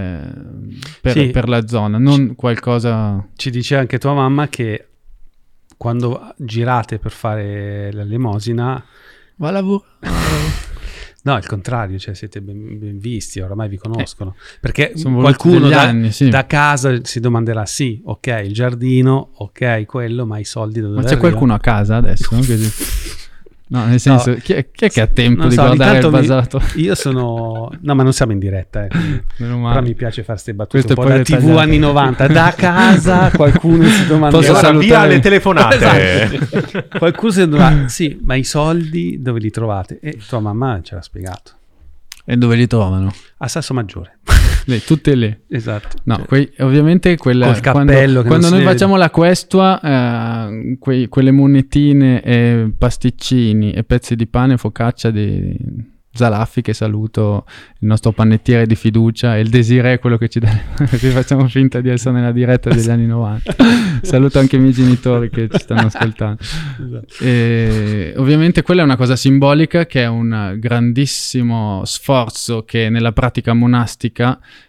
Speaker 2: la zona, non qualcosa...
Speaker 1: Ci dice anche tua mamma che quando girate per fare l'elemosina
Speaker 2: va a lavoro.
Speaker 1: No, al contrario, cioè siete ben visti, oramai vi conoscono. Perché
Speaker 2: sono
Speaker 1: qualcuno
Speaker 2: anni, sì.
Speaker 1: da casa si domanderà, sì, ok, il giardino, ok, quello, ma i soldi da dove
Speaker 2: Ma c'è qualcuno a casa adesso? No, nel senso,
Speaker 1: no.
Speaker 2: Chi è che ha tempo di
Speaker 1: so,
Speaker 2: guardare il basato?
Speaker 1: Io sono... No, ma non siamo in diretta, però mi piace fare queste battute
Speaker 2: Questo
Speaker 1: un po' da TV anni 90. Da casa qualcuno si domanda...
Speaker 3: Posso salutare le telefonate?
Speaker 1: Esatto. Qualcuno si domanda, sì, ma i soldi dove li trovate? E tua mamma ce l'ha spiegato.
Speaker 2: E dove li trovano?
Speaker 1: A Salsomaggiore.
Speaker 2: Tutte lì.
Speaker 1: Esatto.
Speaker 2: No, ovviamente quella,
Speaker 1: col cappello
Speaker 2: quando noi facciamo la questua, quelle monetine e pasticcini e pezzi di pane, focaccia di Zalaffi, che saluto, il nostro panettiere di fiducia, e il Desiree, quello che ci dà, che facciamo finta di essere nella diretta degli anni 90. Saluto anche i miei genitori che ci stanno ascoltando. Esatto. E ovviamente quella è una cosa simbolica, che è un grandissimo sforzo che nella pratica monastica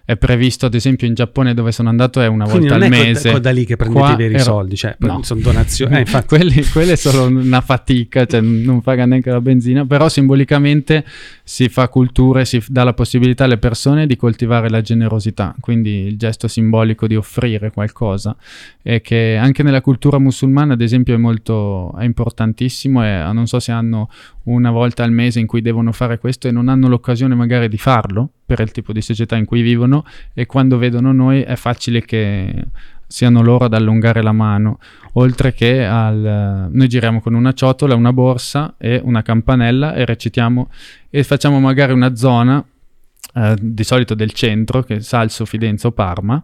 Speaker 2: è previsto, ad esempio in Giappone dove sono andato è una
Speaker 1: Quindi
Speaker 2: volta al mese.
Speaker 1: Quindi da lì che prendete i veri soldi, cioè
Speaker 2: no.
Speaker 1: sono donazioni. Infatti.
Speaker 2: Quelle è solo una fatica, cioè non paga neanche la benzina, però simbolicamente si fa cultura e si dà la possibilità alle persone di coltivare la generosità, quindi il gesto simbolico di offrire qualcosa, e che anche nella cultura musulmana ad esempio è importantissimo, e non so se hanno una volta al mese in cui devono fare questo e non hanno l'occasione magari di farlo per il tipo di società in cui vivono, e quando vedono noi è facile che siano loro ad allungare la mano, oltre che noi giriamo con una ciotola, una borsa e una campanella e recitiamo e facciamo magari una zona di solito del centro, che è Salso, Fidenza o Parma,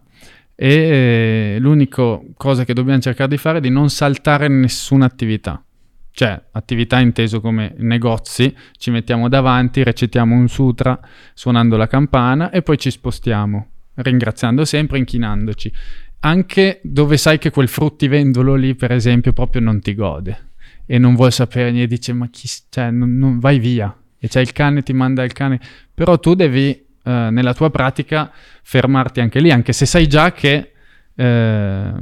Speaker 2: e l'unica cosa che dobbiamo cercare di fare è di non saltare nessuna attività. Cioè, attività inteso come negozi, ci mettiamo davanti, recitiamo un sutra suonando la campana e poi ci spostiamo, ringraziando sempre, inchinandoci. Anche dove sai che quel fruttivendolo lì, per esempio, proprio non ti gode e non vuol sapere niente, dice ma cioè, non vai via. E c'è il cane, ti manda il cane. Però tu devi, nella tua pratica, fermarti anche lì, anche se sai già che
Speaker 1: la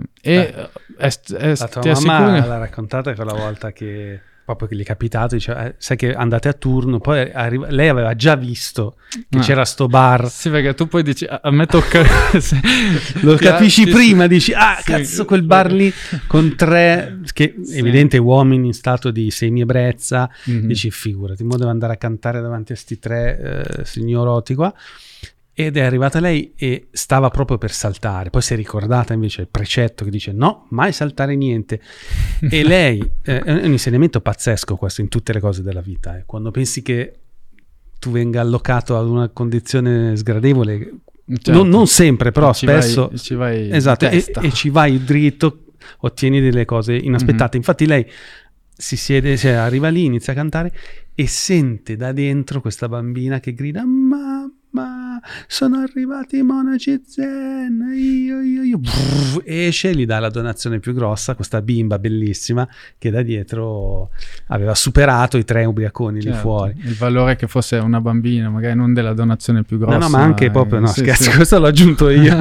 Speaker 1: tua mamma l'ha raccontata quella volta che proprio che gli è capitato, dice, sai che andate a turno, poi lei aveva già visto che c'era sto bar.
Speaker 2: Sì, perché tu poi dici a me tocca
Speaker 1: lo capisci prima, dici sì, cazzo, quel bar lì con 3 che evidente uomini in stato di semi-ebbrezza, dici figurati, mo devo andare a cantare davanti a sti 3 signorotti qua. Ed è arrivata lei e stava proprio per saltare, poi si è ricordata invece il precetto che dice no, mai saltare niente. E lei, è un insegnamento pazzesco questo in tutte le cose della vita, quando pensi che tu venga allocato ad una condizione sgradevole, certo. non sempre, però spesso
Speaker 2: ci vai
Speaker 1: esatto, e ci vai dritto, ottieni delle cose inaspettate. Infatti lei si siede, cioè, arriva lì, inizia a cantare e sente da dentro questa bambina che grida mamma, sono arrivati i monaci zen, io. Brrr, esce, gli dà la donazione più grossa, questa bimba bellissima che da dietro aveva superato i 3 ubriaconi, certo, lì fuori.
Speaker 2: Il valore che fosse una bambina, magari non della donazione più grossa.
Speaker 1: No, ma anche proprio, no, sì, scherzo, sì. Questo l'ho aggiunto io.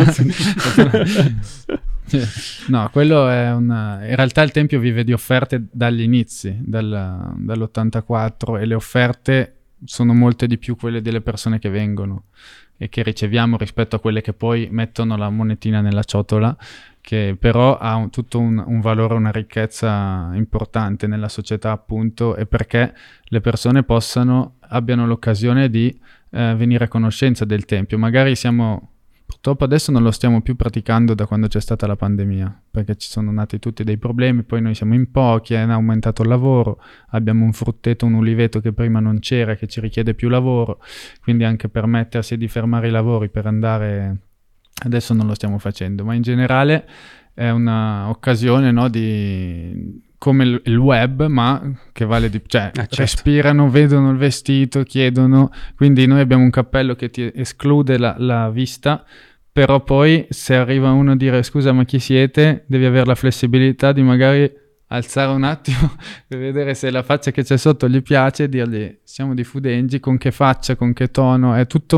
Speaker 2: No, quello è in realtà il Tempio vive di offerte dagli inizi, dall'84, e le offerte sono molte di più quelle delle persone che vengono e che riceviamo rispetto a quelle che poi mettono la monetina nella ciotola, che però ha tutto un valore, una ricchezza importante nella società, appunto, e perché le persone abbiano l'occasione di venire a conoscenza del Tempio. Magari purtroppo adesso non lo stiamo più praticando da quando c'è stata la pandemia, perché ci sono nati tutti dei problemi, poi noi siamo in pochi, è aumentato il lavoro, abbiamo un frutteto, un uliveto che prima non c'era, che ci richiede più lavoro, quindi anche permettersi di fermare i lavori per andare, adesso non lo stiamo facendo, ma in generale è una occasione, no, come il web, ma che vale certo. Respirano, vedono il vestito, chiedono, quindi noi abbiamo un cappello che ti esclude la vista, però poi se arriva uno a dire scusa ma chi siete, devi avere la flessibilità di magari alzare un attimo per vedere se la faccia che c'è sotto gli piace e dirgli siamo di Fudengi, con che faccia, con che tono, è tutto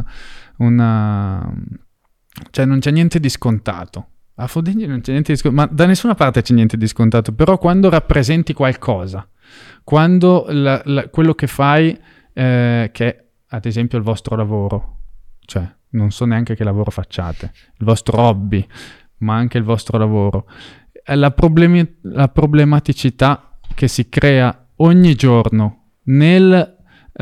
Speaker 2: cioè non c'è niente di scontato. A Fudengi non c'è niente di scontato, ma da nessuna parte c'è niente di scontato, però quando rappresenti qualcosa, quando quello che fai, che è ad esempio il vostro lavoro, cioè non so neanche che lavoro facciate, il vostro hobby, ma anche il vostro lavoro, è la problematicità che si crea ogni giorno nella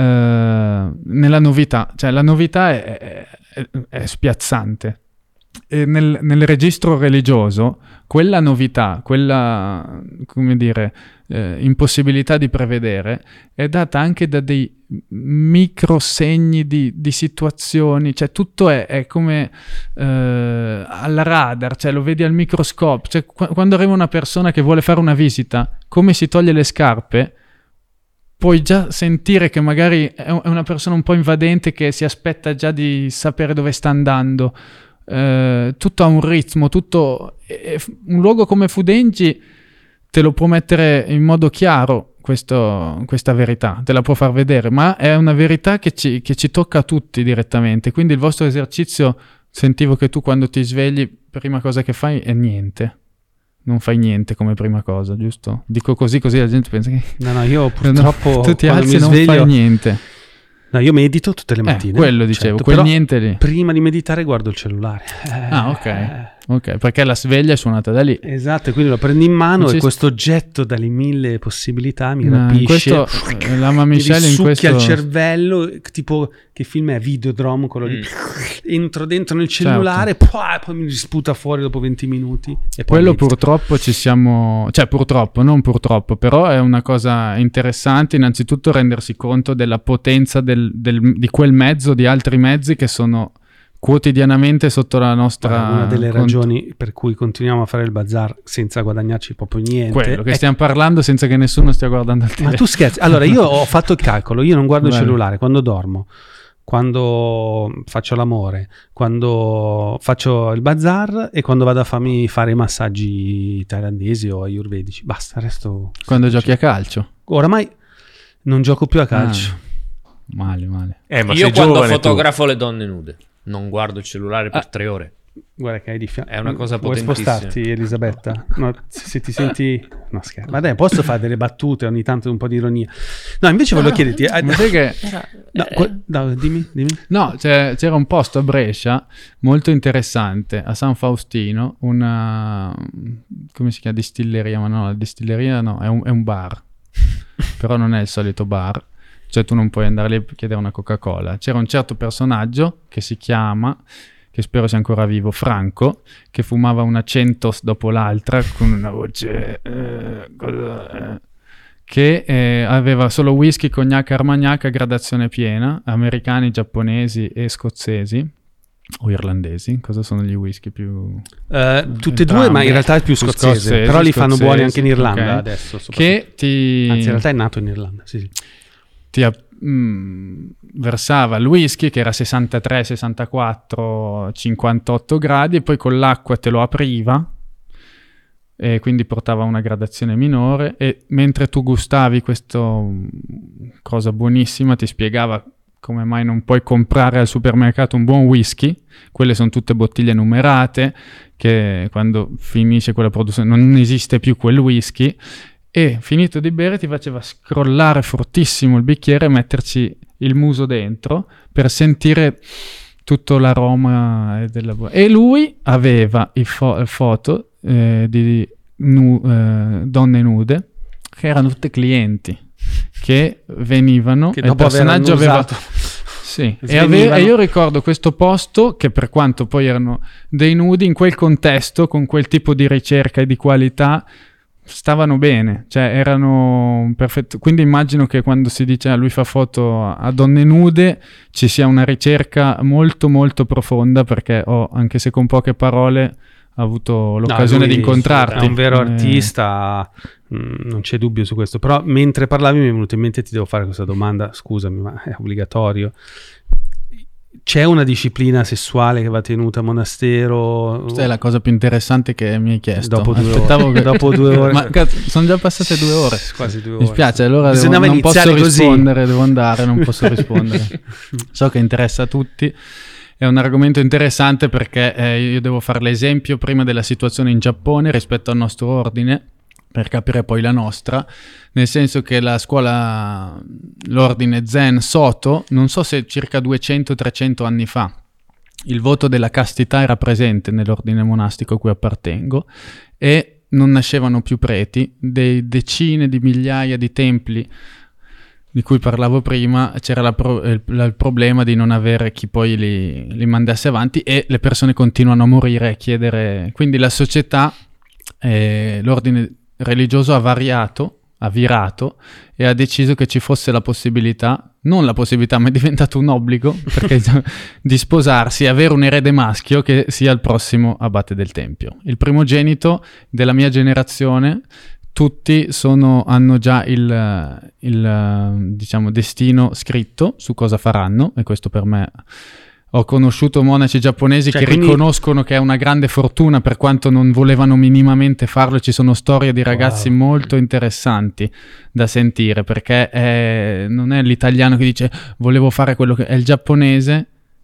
Speaker 2: novità, cioè la novità è spiazzante. E nel registro religioso quella novità, quella, come dire, impossibilità di prevedere è data anche da dei micro segni di situazioni, cioè tutto è come al radar, cioè lo vedi al microscopio, cioè quando arriva una persona che vuole fare una visita, come si toglie le scarpe puoi già sentire che magari è una persona un po' invadente che si aspetta già di sapere dove sta andando. Tutto ha un ritmo, tutto un luogo come Fudengi te lo può mettere in modo chiaro questa verità, te la può far vedere, ma è una verità che ci tocca a tutti direttamente, quindi il vostro esercizio sentivo che tu quando ti svegli, prima cosa che fai è niente. Non fai niente come prima cosa, giusto? Dico così la gente pensa che...
Speaker 1: No, io purtroppo
Speaker 2: tu ti
Speaker 1: quando
Speaker 2: alzi
Speaker 1: mi
Speaker 2: e non
Speaker 1: sveglio...
Speaker 2: fai niente.
Speaker 1: No, io medito tutte le mattine.
Speaker 2: Quello dicevo,
Speaker 1: certo,
Speaker 2: quel
Speaker 1: però
Speaker 2: niente lì.
Speaker 1: prima di meditare guardo il cellulare.
Speaker 2: Ok, perché la sveglia è suonata da lì.
Speaker 1: Esatto, e quindi lo prendi in mano e questo oggetto dalle 1000 possibilità mi rapisce.
Speaker 2: La Mammichelle in questo...
Speaker 1: succhia il cervello, tipo, che film è? Videodrome, quello lì. Entro dentro nel cellulare, poi mi sputa fuori dopo 20 minuti. E poi
Speaker 2: quello purtroppo ci siamo... Cioè non purtroppo, però è una cosa interessante innanzitutto rendersi conto della potenza di quel mezzo, di altri mezzi che sono quotidianamente sotto la nostra...
Speaker 1: Una delle ragioni per cui continuiamo a fare il bazar senza guadagnarci proprio niente.
Speaker 2: Quello che stiamo parlando senza che nessuno stia guardando il telefono.
Speaker 1: Ma tu scherzi? Allora, io ho fatto il calcolo, io non guardo il cellulare quando dormo, quando faccio l'amore, quando faccio il bazar e quando vado a farmi fare i massaggi thailandesi o ayurvedici. Basta, il resto...
Speaker 2: Quando giochi a calcio?
Speaker 1: Oramai non gioco più a calcio.
Speaker 2: Male.
Speaker 3: Ma
Speaker 4: io
Speaker 3: sei
Speaker 4: quando
Speaker 3: giovane,
Speaker 4: fotografo le donne nude non guardo il cellulare per 3 ore.
Speaker 1: Guarda che hai di fianco.
Speaker 4: È una cosa
Speaker 1: Vuoi
Speaker 4: potentissima.
Speaker 1: spostarti, Elisabetta? No, se ti senti... No, scherzo. Ma dai, posso fare delle battute, ogni tanto un po' di ironia. No, invece volevo chiederti...
Speaker 2: Ma sai che...
Speaker 1: No, dimmi.
Speaker 2: No, c'era un posto a Brescia molto interessante, a San Faustino, una... come si chiama? Distilleria, ma no, la distilleria no, è un bar. Però non è il solito bar. Cioè tu non puoi andare lì e chiedere una Coca-Cola. C'era un certo personaggio che si chiama, che spero sia ancora vivo, Franco, che fumava una Centos dopo l'altra con una voce che aveva solo whisky, cognac, armagnac a gradazione piena, americani, giapponesi e scozzesi o irlandesi. Cosa sono gli whisky più...
Speaker 1: tutte e due, ma in realtà è più scozzese, però li fanno buoni anche in Irlanda adesso.
Speaker 2: Che ti...
Speaker 1: Anzi, in realtà è nato in Irlanda, sì.
Speaker 2: Ti versava il whisky che era 63, 64, 58 gradi e poi con l'acqua te lo apriva e quindi portava una gradazione minore e mentre tu gustavi questa cosa buonissima ti spiegava come mai non puoi comprare al supermercato un buon whisky. Quelle sono tutte bottiglie numerate che quando finisce quella produzione non esiste più quel whisky. E finito di bere ti faceva scrollare fortissimo il bicchiere e metterci il muso dentro per sentire tutto l'aroma e lui aveva foto di donne nude che erano tutte clienti che venivano
Speaker 1: che
Speaker 2: e il personaggio aveva sì, e io ricordo questo posto che per quanto poi erano dei nudi in quel contesto con quel tipo di ricerca e di qualità stavano bene, cioè erano perfetti. Quindi immagino che quando si dice lui fa foto a donne nude ci sia una ricerca molto molto profonda, perché anche se con poche parole ho avuto l'occasione di incontrarti.
Speaker 1: È un vero artista, non c'è dubbio su questo, però mentre parlavi mi è venuto in mente, ti devo fare questa domanda, scusami ma è obbligatorio. C'è una disciplina sessuale che va tenuta a monastero?
Speaker 2: Questa è la cosa più interessante che mi hai chiesto.
Speaker 1: Dopo 2 ore.
Speaker 2: Ma sono già passate 2 ore.
Speaker 1: Quasi 2 ore.
Speaker 2: Mi spiace, allora non posso rispondere, devo andare, non posso rispondere. So che interessa a tutti. È un argomento interessante perché io devo fare l'esempio prima della situazione in Giappone rispetto al nostro ordine, per capire poi la nostra, nel senso che la scuola, l'ordine Zen Soto, non so se circa 200-300 anni fa, il voto della castità era presente nell'ordine monastico a cui appartengo e non nascevano più preti, dei decine di migliaia di templi di cui parlavo prima, c'era il problema di non avere chi poi li mandasse avanti e le persone continuano a morire e chiedere, quindi la società, l'ordine religioso ha virato e ha deciso che ci fosse la possibilità, non la possibilità ma è diventato un obbligo perché di sposarsi e avere un erede maschio che sia il prossimo abate del tempio. Il primogenito della mia generazione, tutti hanno già il diciamo destino scritto su cosa faranno e questo per me... Ho conosciuto monaci giapponesi che riconoscono che è una grande fortuna per quanto non volevano minimamente farlo. Ci sono storie di ragazzi molto interessanti da sentire perché non è l'italiano che dice volevo fare quello che... È il giapponese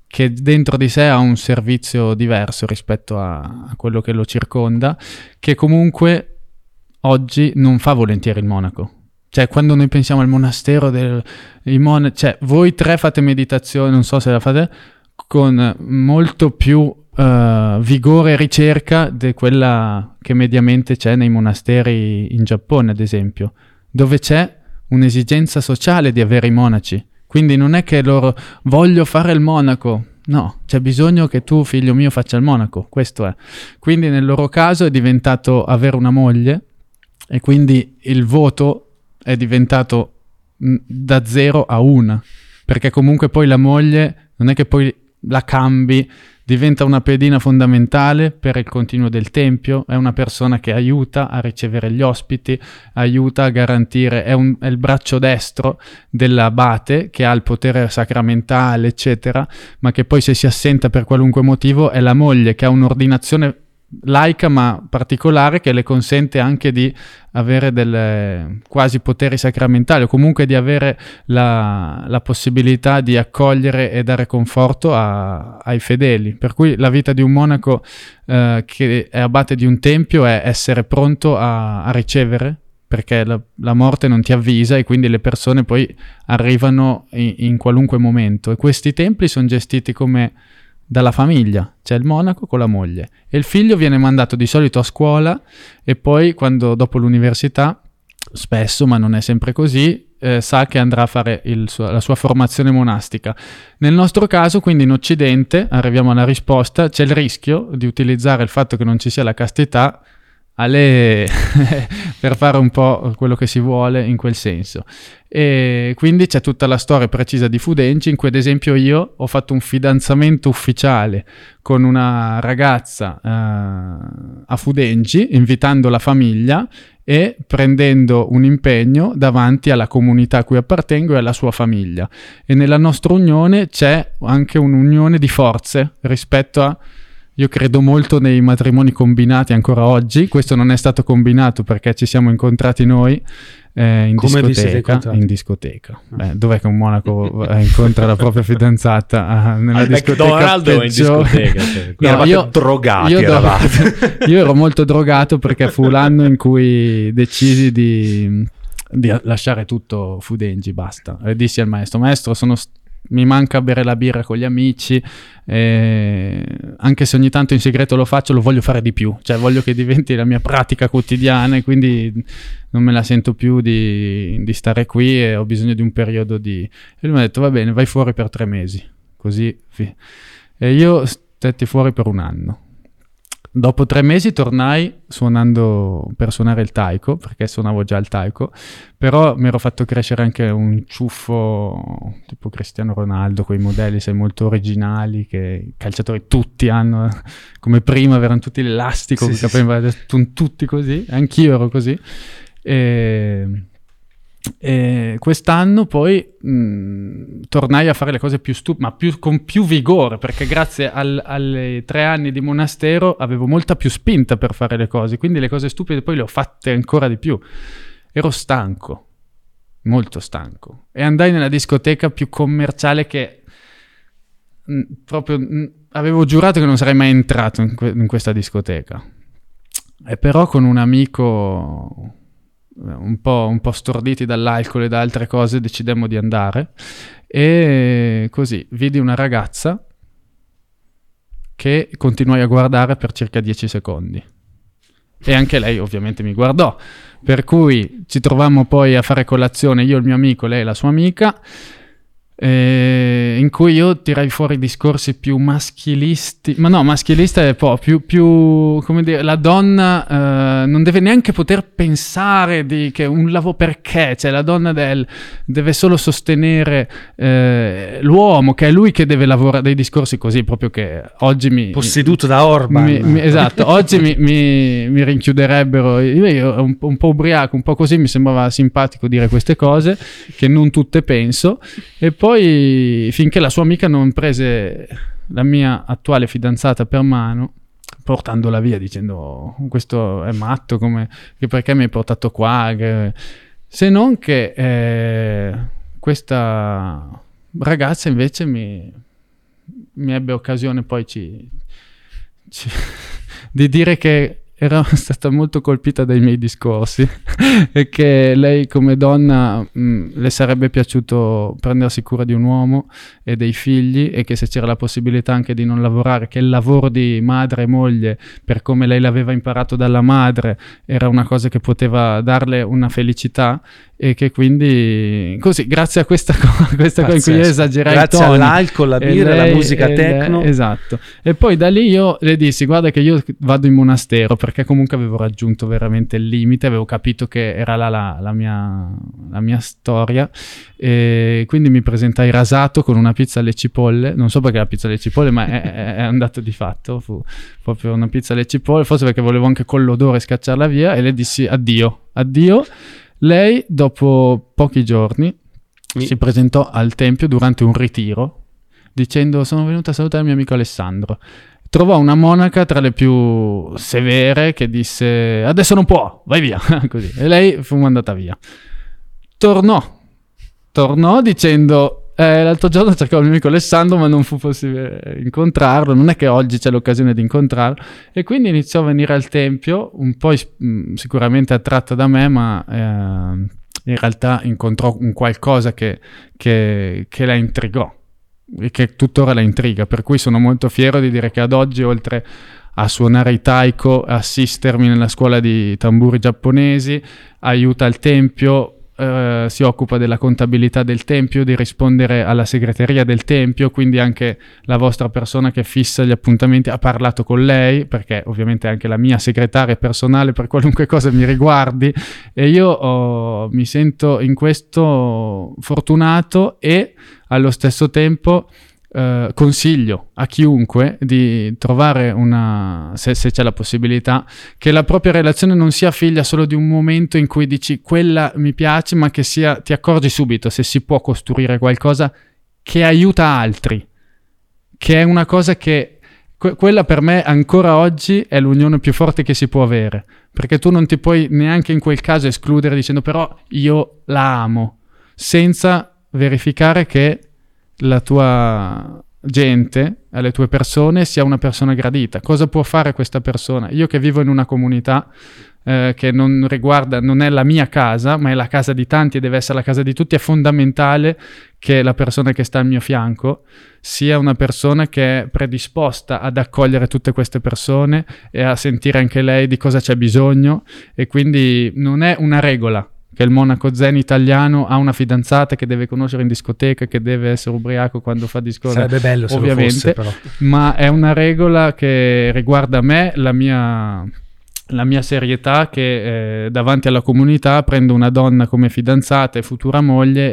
Speaker 2: che dentro di sé ha un servizio diverso rispetto a quello che lo circonda, che comunque oggi non fa volentieri il monaco. Cioè, quando noi pensiamo al monastero cioè, voi 3 fate meditazione, non so se la fate, con molto più vigore e ricerca di quella che mediamente c'è nei monasteri in Giappone, ad esempio, dove c'è un'esigenza sociale di avere i monaci. Quindi non è che loro voglio fare il monaco, no, c'è bisogno che tu, figlio mio, faccia il monaco, questo è. Quindi nel loro caso è diventato avere una moglie, e quindi il voto è diventato da 0 a 1, perché comunque poi la moglie non è che poi la cambi, diventa una pedina fondamentale per il continuo del tempio, è una persona che aiuta a ricevere gli ospiti, aiuta a garantire, è il braccio destro dell'abate che ha il potere sacramentale, eccetera, ma che poi se si assenta per qualunque motivo è la moglie che ha un'ordinazione laica ma particolare che le consente anche di avere delle quasi poteri sacramentali, o comunque di avere la possibilità di accogliere e dare conforto ai fedeli. Per cui la vita di un monaco che è abate di un tempio è essere pronto a ricevere, perché la morte non ti avvisa e quindi le persone poi arrivano in qualunque momento, e questi templi sono gestiti come dalla famiglia, c'è il monaco con la moglie e il figlio viene mandato di solito a scuola, e poi quando dopo l'università, spesso ma non è sempre così, sa che andrà a fare la sua formazione monastica. Nel nostro caso, quindi in Occidente, arriviamo alla risposta, c'è il rischio di utilizzare il fatto che non ci sia la castità per fare un po' quello che si vuole in quel senso. E quindi c'è tutta la storia precisa di Fudenji, in cui ad esempio io ho fatto un fidanzamento ufficiale con una ragazza a Fudenji, invitando la famiglia e prendendo un impegno davanti alla comunità a cui appartengo e alla sua famiglia. E nella nostra unione c'è anche un'unione di forze rispetto a... Io credo molto nei matrimoni combinati ancora oggi. Questo non è stato combinato perché ci siamo incontrati noi in
Speaker 1: Come vi siete
Speaker 2: discoteca.
Speaker 1: incontrati?
Speaker 2: In discoteca. Dov'è che un monaco incontra la propria fidanzata? Nella
Speaker 4: Al
Speaker 2: discoteca
Speaker 4: McDonald's o in
Speaker 2: peggiore.
Speaker 4: discoteca? Cioè,
Speaker 2: No,
Speaker 3: Eravate drogati, eravate.
Speaker 2: Io ero molto drogato perché fu l'anno in cui decisi di lasciare tutto Fudenji, basta. E dissi al maestro, mi manca bere la birra con gli amici, anche se ogni tanto in segreto lo faccio, lo voglio fare di più, cioè voglio che diventi la mia pratica quotidiana, e quindi non me la sento più di stare qui e ho bisogno di un periodo di... E lui mi ha detto va bene, vai fuori per 3 mesi, così. E io stetti fuori per 1 anno. Dopo 3 mesi tornai per suonare il taiko, perché suonavo già il taiko, però mi ero fatto crescere anche un ciuffo tipo Cristiano Ronaldo, quei modelli molto originali che i calciatori tutti hanno, come prima avevano tutti l'elastico,
Speaker 1: sì,
Speaker 2: con i capelli, adesso tutti così, anch'io ero così. E quest'anno poi tornai a fare le cose più stupide, ma con più vigore, perché grazie alle 3 anni di monastero avevo molta più spinta per fare le cose, quindi le cose stupide poi le ho fatte ancora di più. Ero stanco, molto stanco, e andai nella discoteca più commerciale che proprio avevo giurato che non sarei mai entrato in questa discoteca, e però con un amico un po' storditi dall'alcol e da altre cose decidemmo di andare, e così vidi una ragazza che continuai a guardare per circa 10 secondi e anche lei ovviamente mi guardò, per cui ci trovammo poi a fare colazione, io il mio amico, lei la sua amica, in cui io tirai fuori discorsi più maschilisti, ma no, maschilista è più come dire, la donna non deve neanche poter pensare che un lavoro, perché, cioè la donna deve solo sostenere l'uomo, che è lui che deve lavorare, dei discorsi così proprio che oggi
Speaker 1: posseduto da Orban.
Speaker 2: esatto, oggi mi rinchiuderebbero, io un po' ubriaco, un po' così, mi sembrava simpatico dire queste cose che non tutte penso. E poi finché la sua amica non prese la mia attuale fidanzata per mano, portandola via dicendo questo è matto, che perché mi hai portato qua, se non che questa ragazza invece mi ebbe occasione poi di dire che era stata molto colpita dai miei discorsi e che lei come donna le sarebbe piaciuto prendersi cura di un uomo e dei figli, e che se c'era la possibilità anche di non lavorare, che il lavoro di madre e moglie, per come lei l'aveva imparato dalla madre, era una cosa che poteva darle una felicità, e che quindi così, grazie a questa cosa in cui io esagerai
Speaker 1: grazie
Speaker 2: i toni,
Speaker 1: all'alcol, la birra, la musica techno,
Speaker 2: esatto. E poi da lì io le dissi: guarda che io vado in monastero, perché comunque avevo raggiunto veramente il limite, avevo capito che era la mia storia, e quindi mi presentai rasato con una pizza alle cipolle, non so perché la pizza alle cipolle, ma è un dato di fatto, fu proprio una pizza alle cipolle, forse perché volevo anche con l'odore scacciarla via, e le dissi addio. Lei dopo pochi giorni si presentò al tempio durante un ritiro dicendo: sono venuta a salutare il mio amico Alessandro. Trovò una monaca tra le più severe che disse: adesso non può, vai via. Così. E lei fu mandata via. Tornò dicendo: l'altro giorno cercavo il mio amico Alessandro, ma non fu possibile incontrarlo, non è che oggi c'è l'occasione di incontrarlo, e quindi iniziò a venire al tempio, un po' sicuramente attratta da me, ma in realtà incontrò un qualcosa che la intrigò e che tuttora la intriga, per cui sono molto fiero di dire che ad oggi, oltre a suonare il taiko, assistermi nella scuola di tamburi giapponesi, aiuta il tempio, si occupa della contabilità del tempio, di rispondere alla segreteria del tempio, quindi anche la vostra persona che fissa gli appuntamenti ha parlato con lei, perché ovviamente è anche la mia segretaria personale per qualunque cosa mi riguardi, e io mi sento in questo fortunato, e allo stesso tempo consiglio a chiunque di trovare se c'è la possibilità, che la propria relazione non sia figlia solo di un momento in cui dici quella mi piace, ma che ti accorgi subito se si può costruire qualcosa che aiuta altri, che è una cosa che quella per me ancora oggi è l'unione più forte che si può avere, perché tu non ti puoi neanche in quel caso escludere dicendo però io la amo, senza verificare che la tua gente, alle tue persone, sia una persona gradita. Cosa può fare questa persona? Io che vivo in una comunità che non è la mia casa, ma è la casa di tanti e deve essere la casa di tutti, è fondamentale che la persona che sta al mio fianco sia una persona che è predisposta ad accogliere tutte queste persone e a sentire anche lei di cosa c'è bisogno, e quindi non è una regola che il monaco zen italiano ha una fidanzata che deve conoscere in discoteca, che deve essere ubriaco quando fa discorsi.
Speaker 1: Sarebbe bello se
Speaker 2: ovviamente,
Speaker 1: lo fosse, però.
Speaker 2: Ma è una regola che riguarda me, la mia serietà, che davanti alla comunità prendo una donna come fidanzata e futura moglie,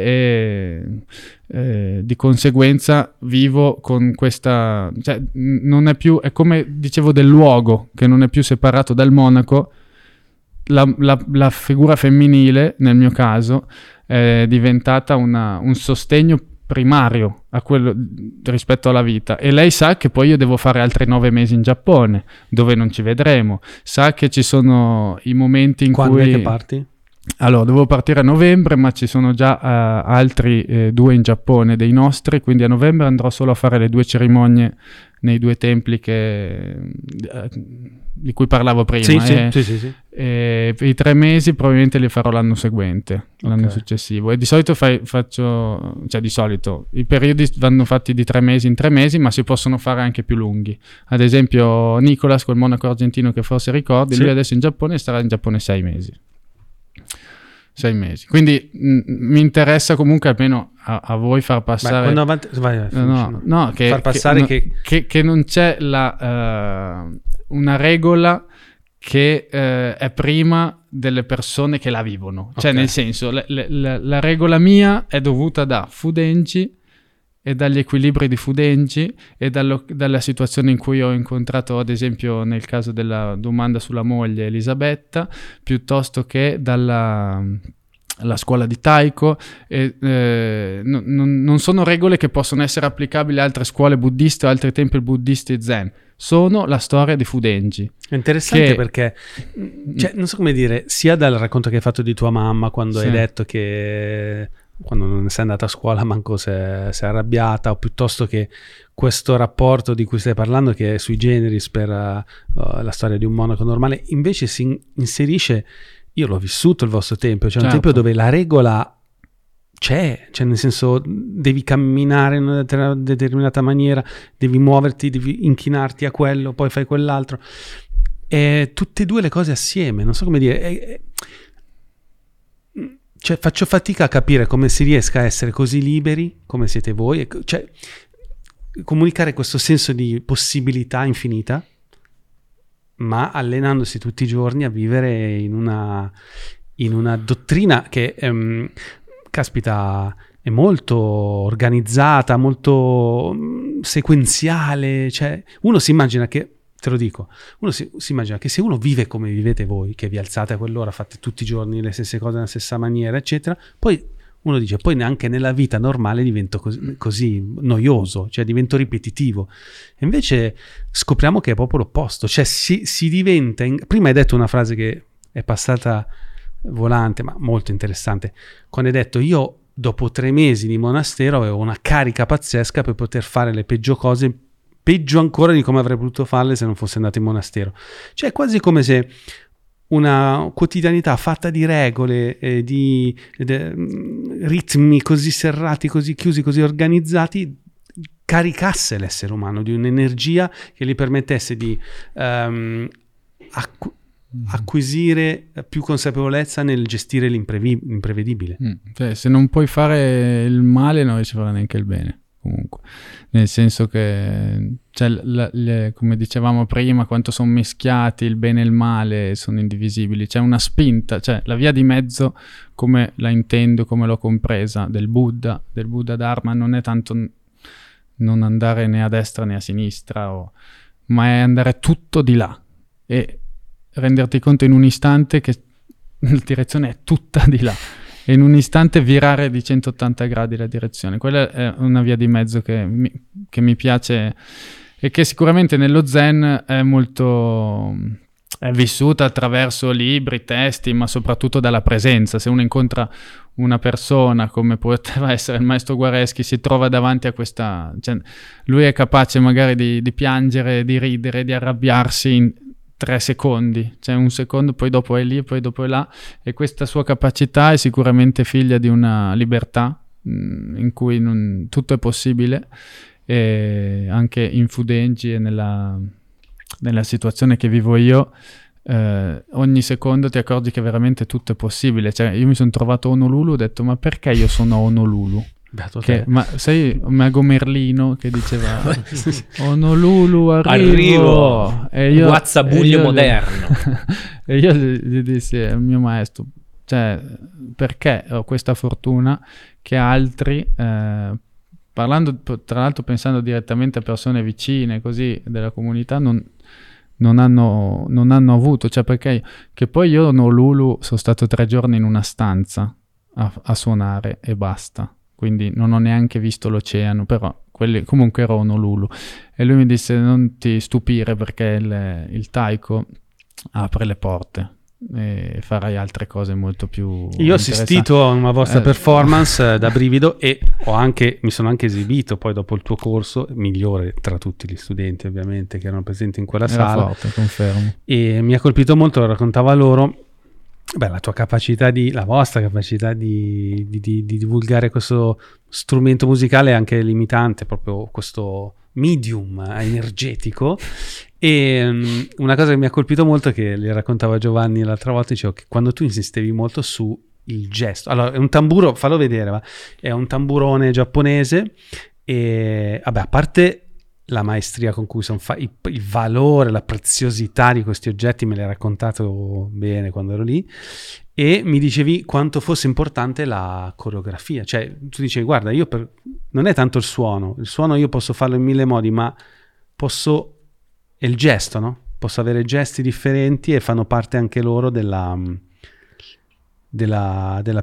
Speaker 2: e di conseguenza vivo con questa, cioè non è più, è come dicevo del luogo che non è più separato dal monaco. La figura femminile, nel mio caso, è diventata un sostegno primario a quello rispetto alla vita, e lei sa che poi io devo fare altri 9 mesi in Giappone, dove non ci vedremo, sa che ci sono i momenti in
Speaker 1: Quando
Speaker 2: cui...
Speaker 1: è che parti?
Speaker 2: Allora, dovevo partire a novembre, ma ci sono già altri 2 in Giappone dei nostri, quindi a novembre andrò solo a fare le 2 cerimonie nei 2 templi di cui parlavo prima.
Speaker 1: Sì.
Speaker 2: E i 3 mesi probabilmente li farò l'anno seguente, l'anno successivo. E di solito di solito i periodi vanno fatti di 3 mesi in 3 mesi, ma si possono fare anche più lunghi. Ad esempio Nicolas, quel monaco argentino che forse ricordi, lui adesso in Giappone starà in Giappone 6 mesi. 6 mesi. Quindi mi interessa comunque almeno a voi far passare...
Speaker 1: far passare
Speaker 2: che non c'è una regola che è prima delle persone che la vivono. Cioè, nel senso, la regola mia è dovuta da Fudenji e dagli equilibri di Fudenji e dalla situazione in cui ho incontrato, ad esempio nel caso della domanda sulla moglie, Elisabetta, piuttosto che dalla scuola di taiko. Non sono regole che possono essere applicabili a altre scuole buddiste o altri templi buddisti zen. Sono la storia di Fudenji.
Speaker 1: È interessante perché, non so come dire, sia dal racconto che hai fatto di tua mamma quando hai detto che quando non sei andata a scuola manco si è arrabbiata, o piuttosto che questo rapporto di cui stai parlando, che è sui generis per la storia di un monaco normale, invece si inserisce, io l'ho vissuto il vostro tempio, cioè un tempio dove la regola c'è, cioè nel senso devi camminare in una determinata maniera, devi muoverti, devi inchinarti a quello, poi fai quell'altro, e tutte e due le cose assieme, non so come dire, cioè faccio fatica a capire come si riesca a essere così liberi come siete voi, cioè comunicare questo senso di possibilità infinita, ma allenandosi tutti i giorni a vivere in una dottrina che caspita, è molto organizzata, molto sequenziale, cioè uno si immagina che, te lo dico, uno si immagina che se uno vive come vivete voi, che vi alzate a quell'ora, fate tutti i giorni le stesse cose nella stessa maniera, eccetera, poi uno dice, poi neanche nella vita normale divento così noioso, cioè divento ripetitivo. E invece scopriamo che è proprio l'opposto, cioè si diventa... Prima hai detto una frase che è passata volante, ma molto interessante, quando hai detto io dopo 3 mesi di monastero avevo una carica pazzesca per poter fare le peggio cose, peggio ancora di come avrei potuto farle se non fossi andato in monastero. Cioè è quasi come se una quotidianità fatta di regole, di ritmi così serrati, così chiusi, così organizzati, caricasse l'essere umano di un'energia che gli permettesse di acquisire più consapevolezza nel gestire l'imprevedibile.
Speaker 2: Cioè, se non puoi fare il male non riesci a fare neanche il bene, comunque, nel senso che cioè, come dicevamo prima, quanto sono mischiati il bene e il male, sono indivisibili, c'è una spinta, cioè la via di mezzo, come la intendo, come l'ho compresa, del Buddha Dharma, non è tanto non andare né a destra né a sinistra, ma è andare tutto di là e renderti conto in un istante che la direzione è tutta di là e in un istante virare di 180 gradi la direzione. Quella è una via di mezzo che mi piace e che sicuramente nello Zen è molto vissuta attraverso libri, testi, ma soprattutto dalla presenza. Se uno incontra una persona come poteva essere il maestro Guareschi, si trova davanti a questa... Cioè, lui è capace magari di piangere, di ridere, di arrabbiarsi in 3 secondi, cioè un secondo, poi dopo è lì, poi dopo è là, e questa sua capacità è sicuramente figlia di una libertà in cui tutto è possibile, e anche in Fudengi e nella situazione che vivo io, ogni secondo ti accorgi che veramente tutto è possibile. Cioè, io mi sono trovato a Honolulu, ho detto ma perché io sono a Honolulu? Ma sai Mago Merlino che diceva Honolulu arrivo. E io,
Speaker 4: Guazzabuglio moderno.
Speaker 2: E io gli dissi al mio maestro, cioè, perché ho questa fortuna che altri, parlando tra l'altro, pensando direttamente a persone vicine così della comunità, non hanno avuto, cioè perché che poi io a Honolulu sono stato 3 giorni in una stanza a suonare e basta. Quindi non ho neanche visto l'oceano, però comunque ero a Honolulu. E lui mi disse non ti stupire perché il taiko apre le porte e farai altre cose molto più
Speaker 1: Io ho assistito a una vostra performance da brivido e mi sono anche esibito poi dopo il tuo corso, migliore tra tutti gli studenti ovviamente che erano presenti in quella sala.
Speaker 2: Forte, confermo.
Speaker 1: E mi ha colpito molto, lo raccontava loro, la vostra capacità di divulgare questo strumento musicale anche limitante, proprio questo medium energetico. E una cosa che mi ha colpito molto, che le raccontava Giovanni l'altra volta, dicevo che quando tu insistevi molto su il gesto, allora è un tamburo, fallo vedere, è un tamburone giapponese e a parte la maestria con cui sono il valore, la preziosità di questi oggetti, me l'hai raccontato bene quando ero lì, e mi dicevi quanto fosse importante la coreografia. Cioè tu dicevi guarda, non è tanto il suono io posso farlo in 1000 modi, ma è il gesto, no? Posso avere gesti differenti e fanno parte anche loro della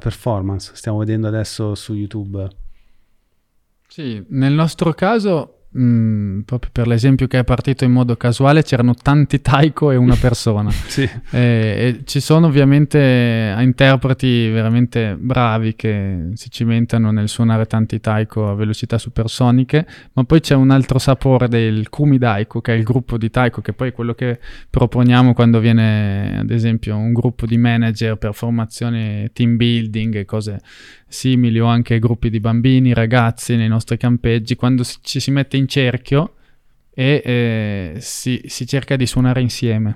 Speaker 1: performance. Stiamo vedendo adesso su YouTube.
Speaker 2: Sì, nel nostro caso proprio per l'esempio che è partito in modo casuale, c'erano tanti taiko e una persona.
Speaker 1: Sì.
Speaker 2: E ci sono ovviamente interpreti veramente bravi che si cimentano nel suonare tanti taiko a velocità supersoniche, ma poi c'è un altro sapore del Kumi Daiko, che è il gruppo di taiko, che poi è quello che proponiamo quando viene ad esempio un gruppo di manager per formazione, team building e cose simili, o anche gruppi di bambini, ragazzi nei nostri campeggi, quando ci si mette in cerchio e si cerca di suonare insieme.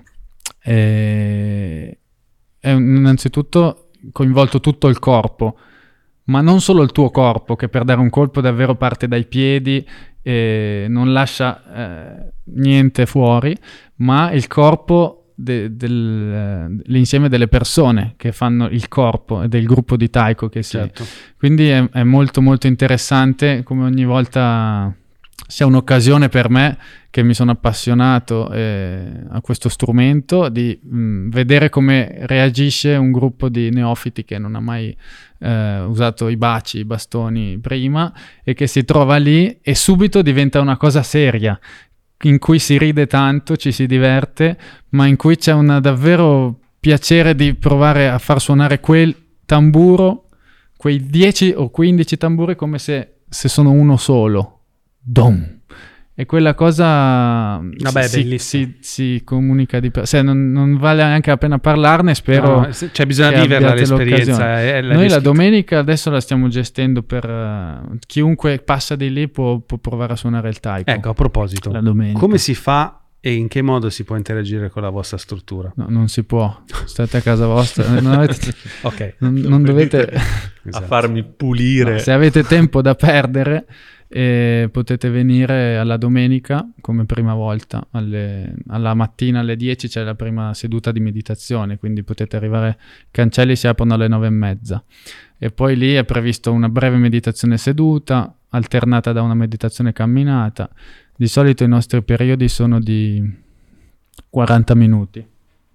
Speaker 2: È innanzitutto coinvolto tutto il corpo, ma non solo il tuo corpo, che per dare un colpo davvero parte dai piedi e non lascia niente fuori, ma il corpo l'insieme delle persone che fanno il corpo e del gruppo di taiko che si...
Speaker 1: Certo.
Speaker 2: Quindi è molto molto interessante, come ogni volta sia un'occasione per me, che mi sono appassionato a questo strumento, di vedere come reagisce un gruppo di neofiti che non ha mai usato i bastoni prima, e che si trova lì e subito diventa una cosa seria, in cui si ride tanto, ci si diverte, ma in cui c'è un davvero piacere di provare a far suonare quel tamburo, quei 10 o 15 tamburi, come se sono uno solo. Dom! E quella cosa si comunica di per sé. Non vale neanche la pena parlarne, spero.
Speaker 1: No, cioè bisogna viverla l'esperienza.
Speaker 2: Noi la domenica adesso la stiamo gestendo per chiunque passa di lì può provare a suonare il taiko.
Speaker 1: Ecco, a proposito,
Speaker 2: la domenica.
Speaker 1: Come si fa e in che modo si può interagire con la vostra struttura?
Speaker 2: No, non si può. State a casa vostra. Non avete,
Speaker 1: ok.
Speaker 2: Non dovete
Speaker 3: a farmi pulire.
Speaker 2: No, se avete tempo da perdere, potete venire alla domenica come prima volta, alla mattina alle 10 c'è la prima seduta di meditazione, quindi potete arrivare, i cancelli si aprono alle 9:30 e poi lì è previsto una breve meditazione seduta alternata da una meditazione camminata. Di solito i nostri periodi sono di 40 minuti.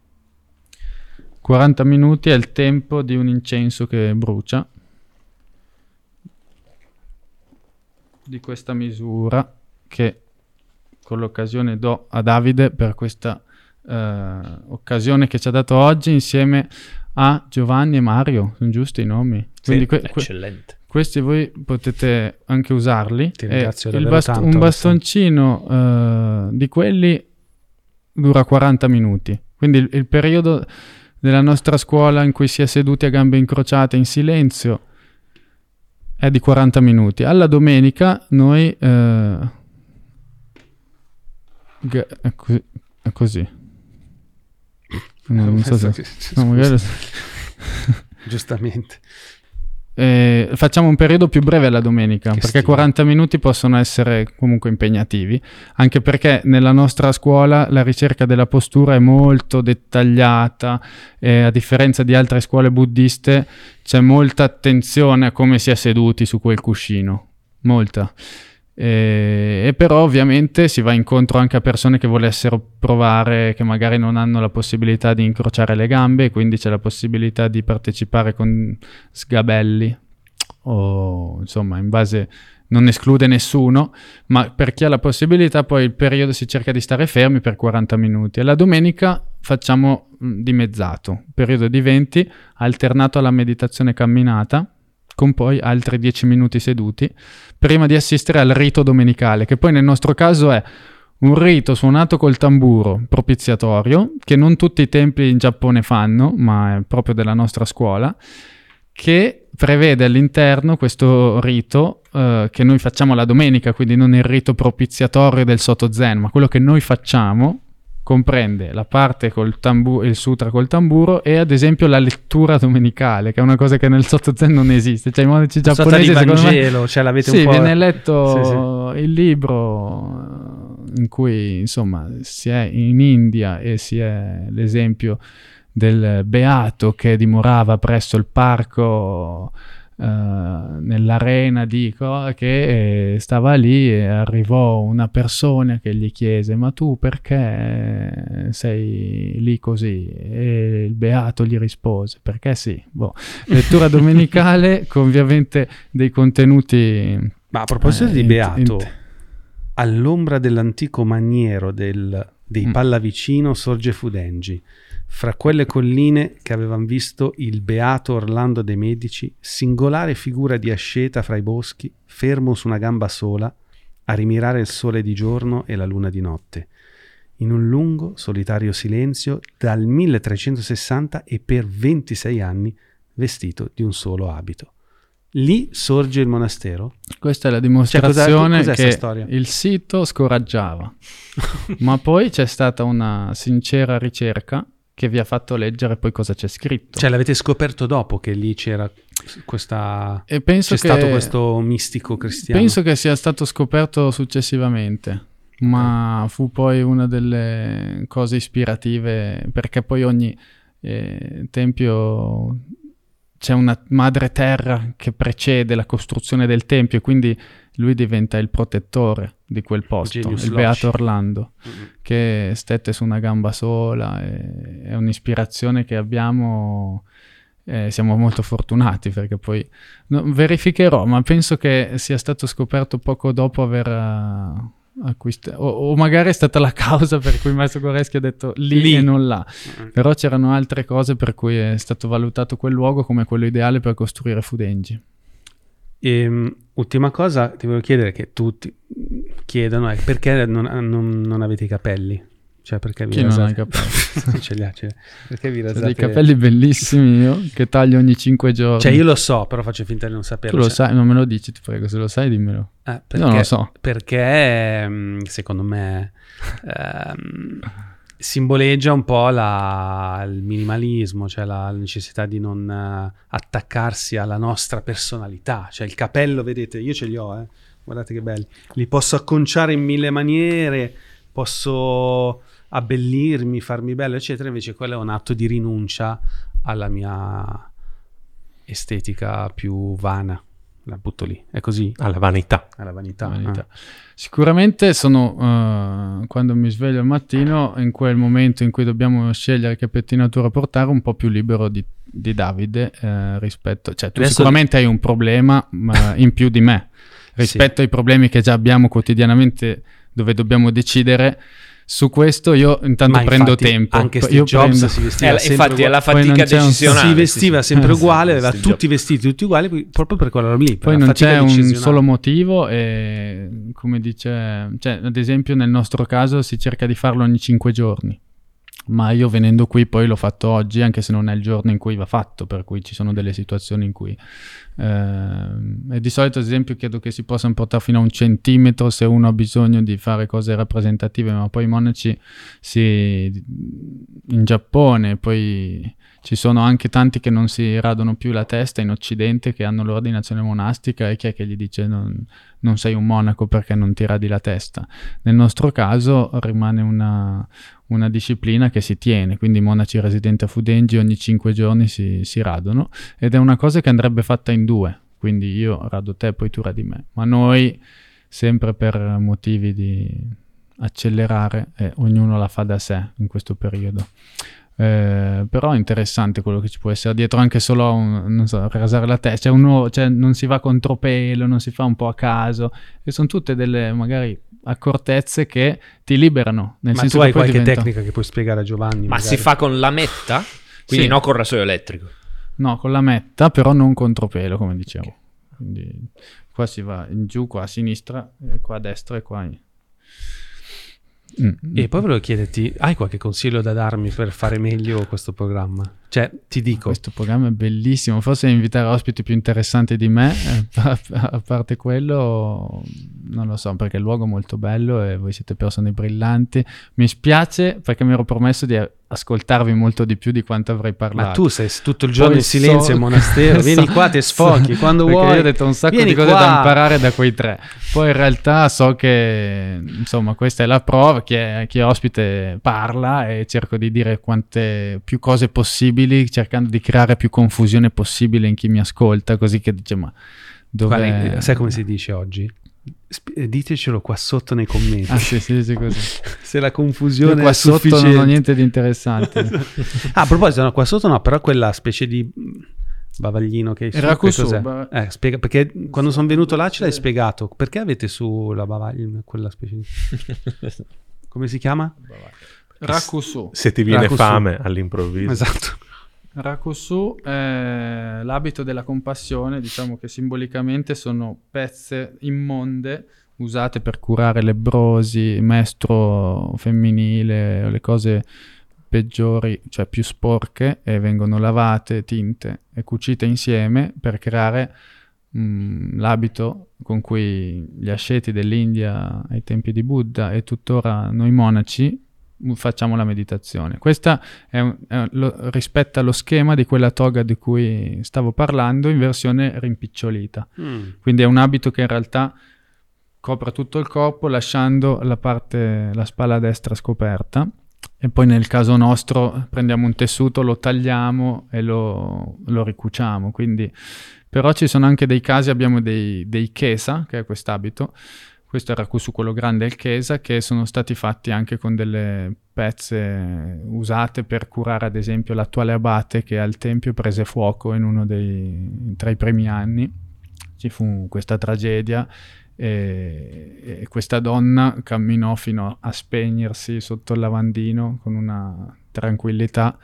Speaker 2: 40 minuti è il tempo di un incenso che brucia, di questa misura, che con l'occasione do a Davide per questa occasione che ci ha dato oggi insieme a Giovanni e Mario, sono giusti i nomi?
Speaker 4: Sì, eccellente.
Speaker 2: Questi voi potete anche usarli.
Speaker 1: Ti ringrazio davvero tanto.
Speaker 2: Un bastoncino di quelli dura 40 minuti, quindi il periodo della nostra scuola in cui si è seduti a gambe incrociate in silenzio è di 40 minuti. Alla domenica noi è così. Non so se... No, magari...
Speaker 1: Giustamente.
Speaker 2: Facciamo un periodo più breve alla domenica,
Speaker 1: Che
Speaker 2: perché
Speaker 1: stile.
Speaker 2: 40 minuti possono essere comunque impegnativi, anche perché nella nostra scuola la ricerca della postura è molto dettagliata, a differenza di altre scuole buddiste c'è molta attenzione a come si è seduti su quel cuscino, molta. E però ovviamente si va incontro anche a persone che volessero provare, che magari non hanno la possibilità di incrociare le gambe, quindi c'è la possibilità di partecipare con sgabelli o insomma in base, non esclude nessuno, ma per chi ha la possibilità poi il periodo si cerca di stare fermi per 40 minuti e la domenica facciamo dimezzato, periodo di 20 alternato alla meditazione camminata, con poi altri 10 minuti seduti, prima di assistere al rito domenicale, che poi nel nostro caso è un rito suonato col tamburo propiziatorio, che non tutti i templi in Giappone fanno, ma è proprio della nostra scuola, che prevede all'interno questo rito che noi facciamo la domenica, quindi non il rito propiziatorio del Soto Zen, ma quello che noi facciamo comprende la parte col tamburo, il sutra col tamburo e ad esempio la lettura domenicale, che è una cosa che nel Soto Zen non esiste, cioè i monaci giapponesi
Speaker 1: di
Speaker 2: secondo
Speaker 1: Vangelo,
Speaker 2: me
Speaker 1: cioè l'avete
Speaker 2: sì,
Speaker 1: un po'...
Speaker 2: viene letto
Speaker 1: Sì.
Speaker 2: il libro in cui insomma si è in India e si è l'esempio del beato che dimorava presso il parco nell'arena che stava lì e arrivò una persona che gli chiese: ma tu perché sei lì così? E il beato gli rispose: perché sì. Lettura domenicale con ovviamente dei contenuti.
Speaker 1: Ma a proposito di beato, all'ombra dell'antico maniero dei Pallavicino sorge Fudengi, fra quelle colline che avevan visto il beato Orlando de' Medici, singolare figura di asceta fra i boschi, fermo su una gamba sola, a rimirare il sole di giorno e la luna di notte, in un lungo, solitario silenzio, dal 1360 e per 26 anni vestito di un solo abito. Lì sorge il monastero?
Speaker 2: Questa è la dimostrazione
Speaker 1: cos'è
Speaker 2: che
Speaker 1: storia?
Speaker 2: il sito scoraggiava, ma poi c'è stata una sincera ricerca che vi ha fatto leggere poi cosa c'è scritto.
Speaker 1: Cioè l'avete scoperto dopo che lì c'era questa...
Speaker 2: E penso
Speaker 1: c'è stato questo mistico cristiano?
Speaker 2: Penso che sia stato scoperto successivamente, ma fu poi una delle cose ispirative, perché poi ogni tempio c'è una madre terra che precede la costruzione del tempio, e quindi lui diventa il protettore di quel posto,
Speaker 1: Genius
Speaker 2: il
Speaker 1: Loci.
Speaker 2: beato Orlando, che stette su una gamba sola, è un'ispirazione che abbiamo. Siamo molto fortunati, perché poi verificherò, ma penso che sia stato scoperto poco dopo aver acquistato, o magari è stata la causa per cui il maestro Goreschi ha detto lì e non là, però c'erano altre cose per cui è stato valutato quel luogo come quello ideale per costruire Fudengi.
Speaker 1: Ultima cosa ti volevo chiedere, che tutti chiedono, è perché non avete i capelli? Cioè perché vi
Speaker 2: Chi non
Speaker 1: rasate?
Speaker 2: ha i capelli?
Speaker 1: Ce li ha. Perché vi
Speaker 2: Ho
Speaker 1: rasate?
Speaker 2: dei capelli bellissimi io, che taglio ogni 5 giorni.
Speaker 1: Cioè io lo so, però faccio finta di non saperlo.
Speaker 2: Tu lo
Speaker 1: Cioè,
Speaker 2: sai, non me lo dici, ti prego, se lo sai dimmelo.
Speaker 1: perché,
Speaker 2: Io non lo so.
Speaker 1: Perché secondo me simboleggia un po' il minimalismo, cioè la necessità di non attaccarsi alla nostra personalità. Cioè il capello, vedete, io ce li ho, guardate che belli. Li posso acconciare in 1000 maniere, posso abbellirmi, farmi bello, eccetera. Invece quello è un atto di rinuncia alla mia estetica più vana. La butto lì, è così?
Speaker 3: Alla vanità.
Speaker 1: Alla vanità.
Speaker 2: Vanità. Sicuramente sono, quando mi sveglio al mattino, in quel momento in cui dobbiamo scegliere che pettinatura portare, un po' più libero di Davide rispetto, cioè tu
Speaker 1: Adesso
Speaker 2: sicuramente hai un problema in più di me rispetto ai problemi che già abbiamo quotidianamente, dove dobbiamo decidere. Su questo io intanto prendo tempo.
Speaker 1: Anche Steve Jobs si vestiva sempre
Speaker 4: infatti è la
Speaker 2: Poi non
Speaker 4: fatica
Speaker 2: c'è un-
Speaker 4: decisionale.
Speaker 1: si vestiva sempre uguale, aveva
Speaker 4: Steve
Speaker 1: tutti i
Speaker 4: Jobs.
Speaker 1: vestiti tutti uguali, proprio per quello lì. per
Speaker 2: Poi
Speaker 1: la
Speaker 2: non
Speaker 1: fatica
Speaker 2: c'è un
Speaker 1: decisionale.
Speaker 2: solo motivo, e come dice, cioè, ad esempio nel nostro caso si cerca di farlo ogni 5 giorni, ma io venendo qui poi l'ho fatto oggi, anche se non è il giorno in cui va fatto, per cui ci sono delle situazioni in cui e di solito ad esempio chiedo che si possano portare fino a 1 centimetro se uno ha bisogno di fare cose rappresentative, ma poi i monaci in Giappone poi ci sono anche tanti che non si radono più la testa in Occidente, che hanno l'ordinazione monastica, e chi è che gli dice non sei un monaco perché non ti radi la testa. Nel nostro caso rimane una disciplina che si tiene, quindi i monaci residenti a Fudengi ogni 5 giorni si radono, ed è una cosa che andrebbe fatta in 2, quindi io rado te, poi tu radi me, ma noi sempre per motivi di accelerare ognuno la fa da sé in questo periodo. Però è interessante quello che ci può essere dietro, anche solo non so, rasare la testa, cioè non si va contropelo, non si fa un po' a caso, e sono tutte delle magari accortezze che ti liberano, nel
Speaker 1: Ma
Speaker 2: senso
Speaker 1: tu hai
Speaker 2: che poi
Speaker 1: qualche
Speaker 2: diventa...
Speaker 1: tecnica che puoi spiegare a Giovanni?
Speaker 4: Ma
Speaker 1: magari?
Speaker 4: si fa con la metta? Quindi
Speaker 2: Sì.
Speaker 4: no col rasoio elettrico.
Speaker 2: No, con la metta, però non contropelo, come dicevo. Quindi qua si va in giù, qua a sinistra, qua a destra e qua
Speaker 1: E poi volevo chiederti, hai qualche consiglio da darmi per fare meglio questo programma? Cioè, ti dico,
Speaker 2: Questo programma è bellissimo, forse invitare ospiti più interessanti di me, a parte quello non lo so, perché il luogo è molto bello e voi siete persone brillanti. Mi spiace perché mi ero promesso di ascoltarvi molto di più di quanto avrei parlato.
Speaker 1: ma tu sei tutto il giorno
Speaker 2: Poi
Speaker 1: in silenzio in monastero, vieni qua, ti sfoghi quando
Speaker 2: perché
Speaker 1: vuoi.
Speaker 2: io ho detto un sacco
Speaker 1: Vieni
Speaker 2: di cose
Speaker 1: qua.
Speaker 2: da imparare da quei 3. Poi in realtà so che insomma questa è la prova, chi è ospite parla, e cerco di dire quante più cose possibili, cercando di creare più confusione possibile in chi mi ascolta, così che dice ma dove...
Speaker 1: Guarda, sai come si dice oggi? Ditecelo qua sotto nei commenti.
Speaker 2: Ah sì, così.
Speaker 1: Se la
Speaker 2: Io
Speaker 1: confusione
Speaker 2: qua
Speaker 1: è
Speaker 2: sotto
Speaker 1: sufficiente.
Speaker 2: non ho niente di interessante.
Speaker 1: Ah, a proposito, no, qua sotto no, però quella specie di bavaglino che hai su,
Speaker 2: Rakusu,
Speaker 1: che cos'è? Spiega, perché quando sono venuto là ce l'hai spiegato. Perché avete su la bavaglia, quella specie di... Come si chiama?
Speaker 2: Rakusu.
Speaker 3: Se ti viene
Speaker 1: Rakusu.
Speaker 3: fame all'improvviso.
Speaker 1: Esatto.
Speaker 2: Rakusu è l'abito della compassione, diciamo che simbolicamente sono pezze immonde usate per curare lebbrosi, mestro femminile o le cose peggiori, cioè più sporche, e vengono lavate, tinte e cucite insieme per creare l'abito con cui gli asceti dell'India ai tempi di Buddha e tuttora noi monaci facciamo la meditazione. Questa rispetta lo schema di quella toga di cui stavo parlando in versione rimpicciolita. Quindi è un abito che in realtà copre tutto il corpo lasciando la spalla destra scoperta, e poi nel caso nostro prendiamo un tessuto, lo tagliamo e lo ricuciamo. Quindi però ci sono anche dei casi, abbiamo dei kesa, che è quest'abito. Questo era su quello grande, il kesa, che sono stati fatti anche con delle pezze usate per curare ad esempio l'attuale abate che al tempio prese fuoco tra i primi anni. Ci fu questa tragedia e questa donna camminò fino a spegnersi sotto il lavandino con una tranquillità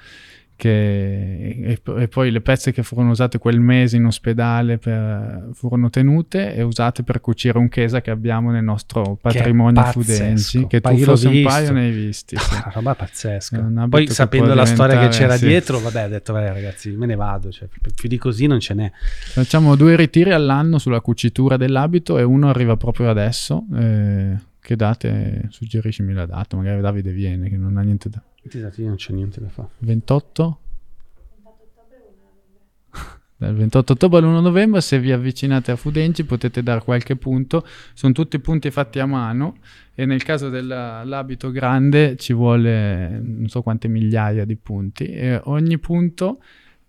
Speaker 2: e poi le pezze che furono usate quel mese in ospedale furono tenute e usate per cucire un kesa che abbiamo nel nostro patrimonio Fudenci, che tu forse un paio ne hai visti. Sì.
Speaker 1: Una roba pazzesca. Poi sapendo la storia che c'era dietro, vabbè, ho detto vabbè ragazzi, me ne vado, cioè, più di così non ce n'è.
Speaker 2: Facciamo 2 ritiri all'anno sulla cucitura dell'abito e uno arriva proprio adesso. Che date? Suggeriscimi la data, magari Davide viene che non ha niente da...
Speaker 1: Esatto, io non c'è niente da fare.
Speaker 2: 28? Dal 28 ottobre all'1 novembre, se vi avvicinate a Fudenci potete dare qualche punto, sono tutti punti fatti a mano, e nel caso dell'abito grande ci vuole non so quante migliaia di punti, e ogni punto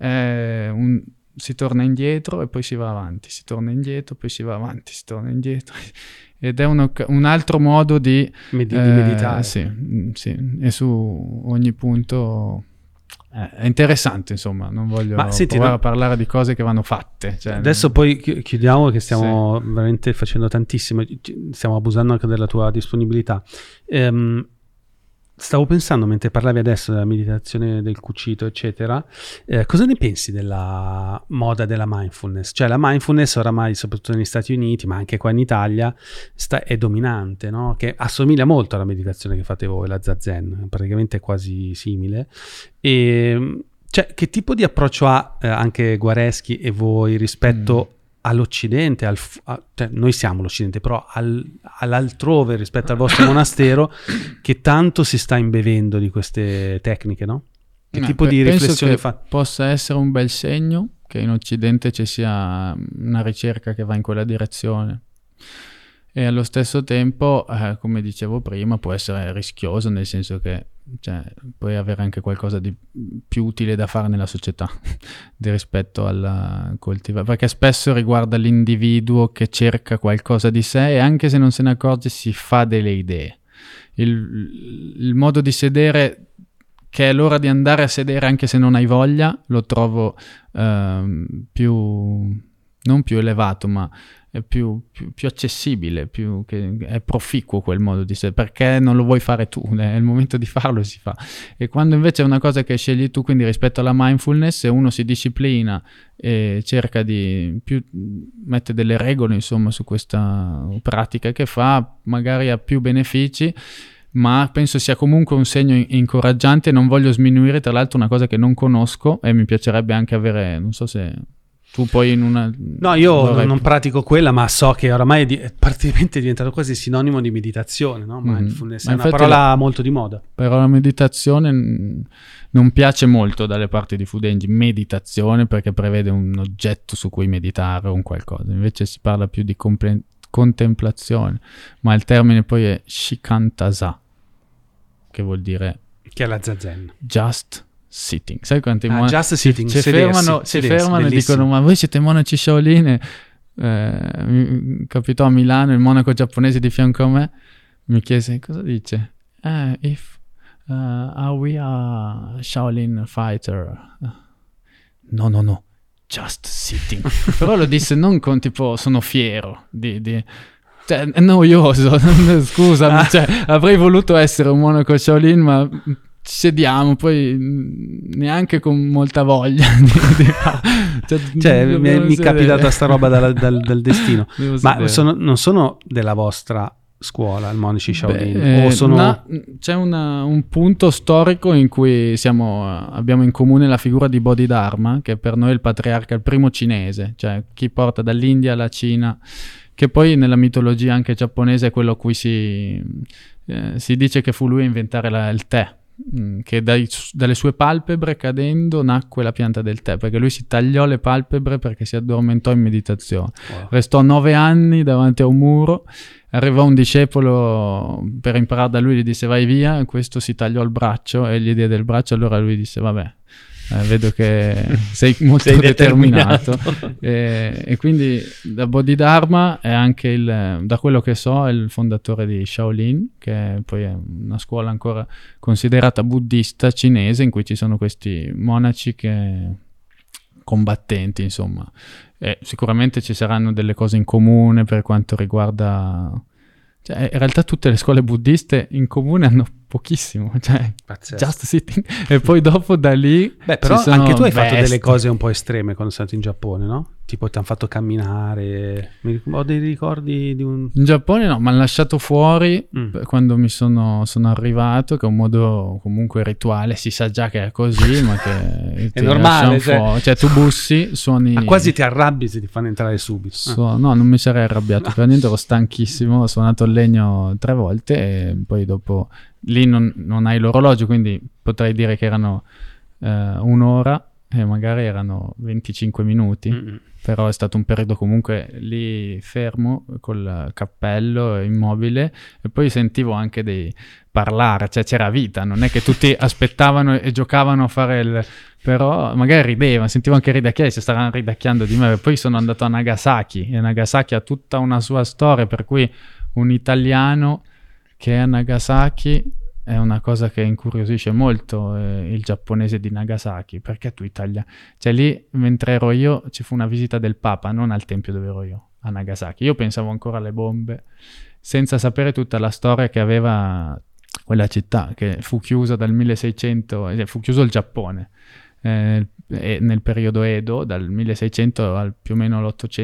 Speaker 2: si torna indietro e poi si va avanti, si torna indietro, poi si va avanti, si torna indietro, ed è un altro modo di
Speaker 1: meditare.
Speaker 2: Sì, e su ogni punto è interessante, insomma, non voglio provare a parlare di cose che vanno fatte. Cioè,
Speaker 1: adesso poi chiudiamo, che stiamo veramente facendo tantissimo, stiamo abusando anche della tua disponibilità. Stavo pensando, mentre parlavi adesso della meditazione, del cucito, eccetera, cosa ne pensi della moda della mindfulness? Cioè la mindfulness oramai, soprattutto negli Stati Uniti, ma anche qua in Italia, è dominante, no? Che assomiglia molto alla meditazione che fate voi, la Zazen, praticamente è quasi simile. E cioè, che tipo di approccio ha anche Guareschi e voi rispetto all'Occidente, cioè noi siamo l'Occidente, però all'altrove rispetto al vostro monastero, che tanto si sta imbevendo di queste tecniche, no? Che tipo di riflessione fa?
Speaker 2: Possa essere un bel segno che in Occidente ci sia una ricerca che va in quella direzione, e allo stesso tempo, come dicevo prima, può essere rischioso, nel senso che puoi avere anche qualcosa di più utile da fare nella società rispetto alla coltivare, perché spesso riguarda l'individuo che cerca qualcosa di sé e anche se non se ne accorge si fa delle idee. Il modo di sedere, che è l'ora di andare a sedere anche se non hai voglia, lo trovo non più elevato, ma è più accessibile, che è proficuo quel modo di sedere, perché non lo vuoi fare tu, è il momento di farlo e si fa. E quando invece è una cosa che scegli tu, quindi rispetto alla mindfulness, se uno si disciplina e cerca di mette delle regole insomma su questa pratica che fa, magari ha più benefici, ma penso sia comunque un segno incoraggiante. Non voglio sminuire tra l'altro una cosa che non conosco e mi piacerebbe anche avere, non so se tu poi in una...
Speaker 1: No, io non pratico quella, ma so che oramai è praticamente diventato quasi sinonimo di meditazione, no? Mindfulness è una parola molto di moda.
Speaker 2: Però la meditazione non piace molto dalle parti di Fudenji, meditazione, perché prevede un oggetto su cui meditare o un qualcosa. Invece si parla più di contemplazione, ma il termine poi è Shikantasa, che vuol dire...
Speaker 1: Che è la Zazen.
Speaker 2: Just sitting. Sai quanti
Speaker 1: just sitting,
Speaker 2: ci fermano e dicono: ma voi siete monaci Shaolin? Mi capitò a Milano il monaco giapponese di fianco a me, mi chiese cosa dice. If are we a Shaolin fighter? No, just sitting. Però lo disse non con tipo sono fiero cioè, è noioso, scusami, cioè, avrei voluto essere un monaco Shaolin, ma ci sediamo, poi neanche con molta voglia
Speaker 1: cioè mi è capitata sta roba dal destino. Ma non sono della vostra scuola, il monaci Shaolin? O sono...
Speaker 2: c'è un punto storico in cui abbiamo in comune la figura di Bodhidharma, che per noi è il patriarca, il primo cinese, cioè chi porta dall'India alla Cina, che poi nella mitologia anche giapponese è quello a cui si dice che fu lui a inventare il tè, che dalle sue palpebre cadendo nacque la pianta del tè, perché lui si tagliò le palpebre perché si addormentò in meditazione. Wow. Restò 9 anni davanti a un muro, arrivò un discepolo per imparare da lui, gli disse vai via, e questo si tagliò il braccio e gli diede il braccio, allora lui disse vabbè, vedo che sei molto determinato. E quindi da Bodhidharma è anche da quello che so è il fondatore di Shaolin, che poi è una scuola ancora considerata buddista cinese, in cui ci sono questi monaci combattenti, insomma, e sicuramente ci saranno delle cose in comune per quanto riguarda, cioè, in realtà tutte le scuole buddiste in comune hanno pochissimo, cioè just sitting, e poi dopo da lì
Speaker 1: però anche tu hai fatto delle cose un po' estreme quando sei stato in Giappone, no? Tipo ti hanno fatto camminare, ho dei ricordi di un...
Speaker 2: In Giappone no, mi hanno lasciato fuori quando mi sono arrivato, che è un modo comunque rituale, si sa già che è così, ma che
Speaker 1: è normale, cioè
Speaker 2: tu bussi, suoni...
Speaker 1: Ma quasi ti arrabbi se ti fanno entrare subito.
Speaker 2: No, non mi sarei arrabbiato per niente, ero stanchissimo, ho suonato il legno 3 volte e poi dopo lì non hai l'orologio, quindi potrei dire che erano 1 ora e magari erano 25 minuti. Però è stato un periodo comunque lì fermo col cappello immobile, e poi sentivo anche dei parlare, cioè c'era vita, non è che tutti aspettavano e giocavano a fare però magari ridevano, sentivo anche ridacchiare, si stavano ridacchiando di me. Poi sono andato a Nagasaki e Nagasaki ha tutta una sua storia, per cui un italiano che è a Nagasaki è una cosa che incuriosisce molto il giapponese di Nagasaki, perché tu italiano, cioè lì mentre ero io ci fu una visita del Papa, non al tempio dove ero io, a Nagasaki. Io pensavo ancora alle bombe, senza sapere tutta la storia che aveva quella città, che fu chiusa dal 1600, fu chiuso il Giappone nel periodo Edo, dal 1600 al più o meno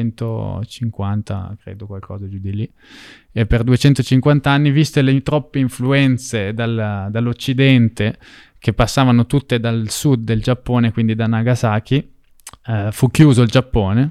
Speaker 2: l'850, credo, qualcosa giù di lì, e per 250 anni, viste le troppe influenze dall'occidente che passavano tutte dal sud del Giappone, quindi da Nagasaki, fu chiuso il Giappone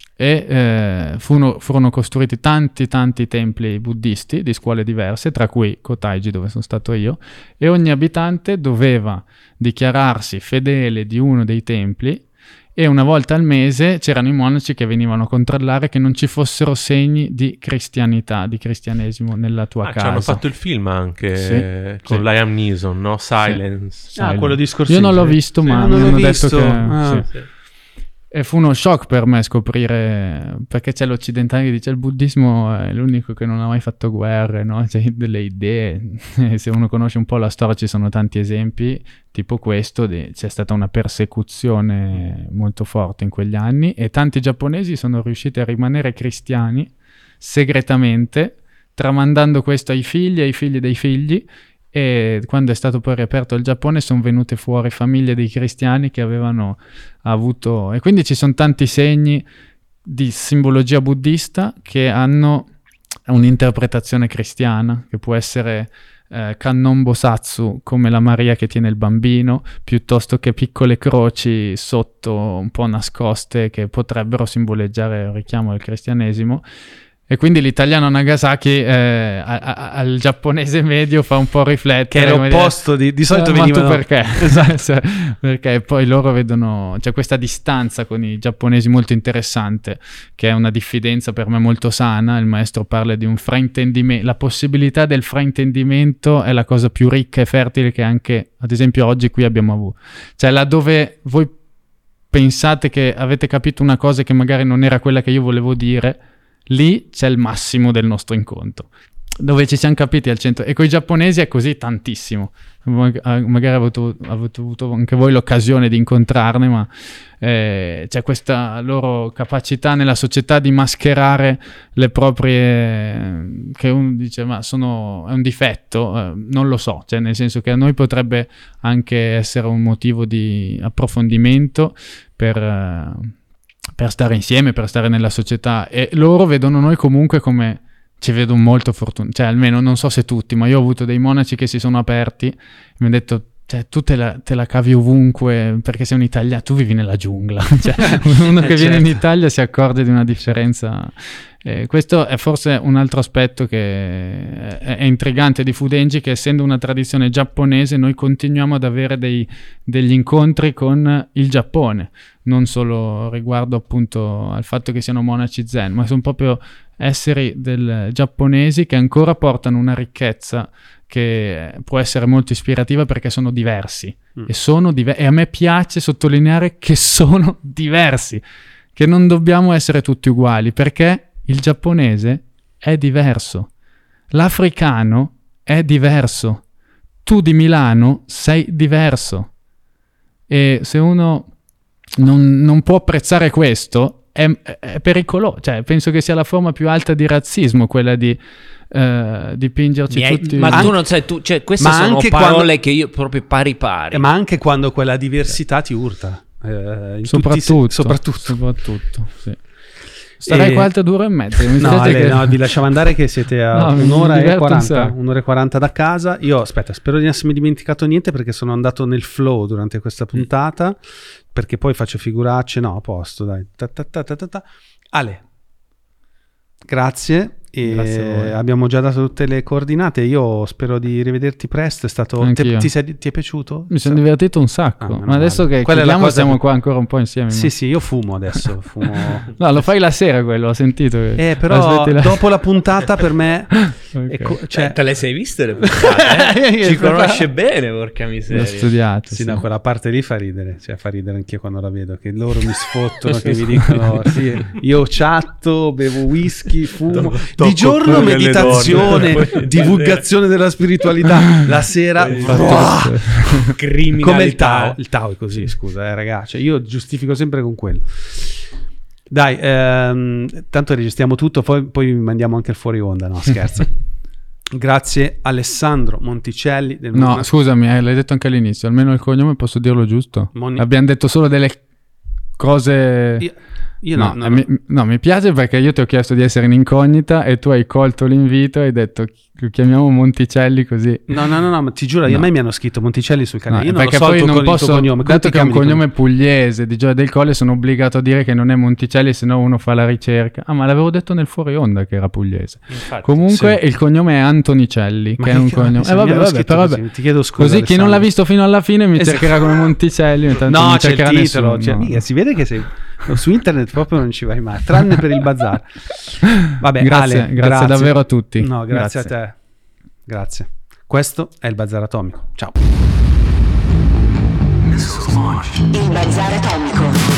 Speaker 2: e furono costruiti tanti templi buddisti di scuole diverse, tra cui Kotaiji, dove sono stato io, e ogni abitante doveva dichiararsi fedele di uno dei templi, e una volta al mese c'erano i monaci che venivano a controllare che non ci fossero segni di cristianità, di cristianesimo nella tua casa.
Speaker 3: Ci hanno fatto il film anche con Liam Neeson, no? Silence.
Speaker 1: Quello di Scorsese.
Speaker 2: Io non l'ho visto, ma mi hanno detto che...
Speaker 1: Sì.
Speaker 2: E fu uno shock per me scoprire, perché c'è l'occidentale che dice il buddismo è l'unico che non ha mai fatto guerre, no? C'è delle idee, se uno conosce un po' la storia ci sono tanti esempi, tipo questo, c'è stata una persecuzione molto forte in quegli anni e tanti giapponesi sono riusciti a rimanere cristiani segretamente, tramandando questo ai figli dei figli. E quando è stato poi riaperto il Giappone sono venute fuori famiglie dei cristiani che avevano avuto, e quindi ci sono tanti segni di simbologia buddista che hanno un'interpretazione cristiana, che può essere Kannon Bosatsu, come la Maria che tiene il bambino, piuttosto che piccole croci sotto un po' nascoste che potrebbero simboleggiare il richiamo al cristianesimo. E quindi l'italiano Nagasaki al giapponese medio fa un po' riflettere.
Speaker 1: Che è l'opposto di solito venivano...
Speaker 2: Ma tu perché? Esatto. Perché poi loro vedono... C'è questa distanza con i giapponesi molto interessante, che è una diffidenza per me molto sana. Il maestro parla di un fraintendimento. La possibilità del fraintendimento è la cosa più ricca e fertile che anche, ad esempio, oggi qui abbiamo avuto. Cioè laddove voi pensate che avete capito una cosa che magari non era quella che io volevo dire... Lì c'è il massimo del nostro incontro. dove ci siamo capiti al centro, e con i giapponesi è così tantissimo. Magari avete avuto anche voi l'occasione di incontrarne, ma c'è questa loro capacità nella società di mascherare le proprie, che uno dice ma è un difetto, non lo so, cioè nel senso che a noi potrebbe anche essere un motivo di approfondimento per stare insieme, per stare nella società, e loro vedono noi comunque come, ci vedo molto fortunati, cioè almeno non so se tutti, ma io ho avuto dei monaci che si sono aperti e mi hanno detto, cioè tu te la cavi ovunque perché sei un italiano, tu vivi nella giungla, cioè uno che viene in Italia si accorge di una differenza. Questo è forse un altro aspetto che è intrigante di Fudenji, che essendo una tradizione giapponese noi continuiamo ad avere degli incontri con il Giappone, non solo riguardo appunto al fatto che siano monaci zen, ma sono proprio esseri giapponesi che ancora portano una ricchezza che può essere molto ispirativa perché sono diversi e a me piace sottolineare che sono diversi, che non dobbiamo essere tutti uguali, perché il giapponese è diverso, l'africano è diverso, tu di Milano sei diverso, e se uno non può apprezzare questo è pericoloso, cioè penso che sia la forma più alta di razzismo, quella di dipingerci tutti.
Speaker 4: Ma tu non sai, cioè, queste sono parole che io proprio pari.
Speaker 1: Ma anche quando quella diversità ti urta.
Speaker 2: Soprattutto, sì. Starei qua altre 2 ore e mezza.
Speaker 1: No, vi lasciamo andare che siete a un'ora e 40 da casa. Io, aspetta, spero di non essermi dimenticato niente perché sono andato nel flow durante questa puntata, perché poi faccio figuracce. No, a posto, dai. Ale, grazie. E abbiamo già dato tutte le coordinate. Io spero di rivederti presto. È stato ti è piaciuto?
Speaker 2: Mi sono divertito un sacco. Ma adesso che chiudiamo stiamo qua ancora un po' insieme.
Speaker 1: Sì, io fumo adesso.
Speaker 2: No, lo fai la sera quello, ho sentito.
Speaker 1: Però dopo la puntata per me
Speaker 4: cioè, te le sei viste le puntate? Ci conosce bene, porca miseria.
Speaker 2: L'ho studiato.
Speaker 1: Sì, no, quella parte lì fa ridere. Cioè fa ridere anch'io quando la vedo, che loro mi sfottono, che mi dicono sì, io chatto, bevo whisky, fumo. Di giorno meditazione, divulgazione della spiritualità, la sera criminalità. Come il Tao è così, scusa ragazzi, io giustifico sempre con quello. Dai, tanto registriamo tutto, poi mandiamo anche il fuori onda, no scherzo. Grazie Alessandro Monticelli
Speaker 2: No, scusami, l'hai detto anche all'inizio, almeno il cognome posso dirlo giusto? Abbiamo detto solo delle cose... mi piace perché io ti ho chiesto di essere in incognita e tu hai colto l'invito e hai detto lo chiamiamo Monticelli così.
Speaker 1: No, ma ti giuro, a me mi hanno scritto Monticelli sul canale. Io non
Speaker 2: perché
Speaker 1: lo so,
Speaker 2: poi non posso, dato che è un cognome pugliese di Gioia del Colle, sono obbligato a dire che non è Monticelli, se no uno fa la ricerca. Ma l'avevo detto nel fuori onda che era pugliese. Infatti, comunque il cognome è Antonicelli, che è un cognome. Però
Speaker 1: ti chiedo scusa.
Speaker 2: Così chi non l'ha visto fino alla fine mi cercherà come Monticelli.
Speaker 1: No, c'è il titolo. Mica, si vede che sei su internet proprio non ci vai mai, tranne per il bazar. Vabbè,
Speaker 2: grazie,
Speaker 1: Ale,
Speaker 2: grazie davvero a tutti.
Speaker 1: No, grazie a te. Grazie. Questo è il Bazar Atomico. Ciao.
Speaker 5: Il Bazar Atomico.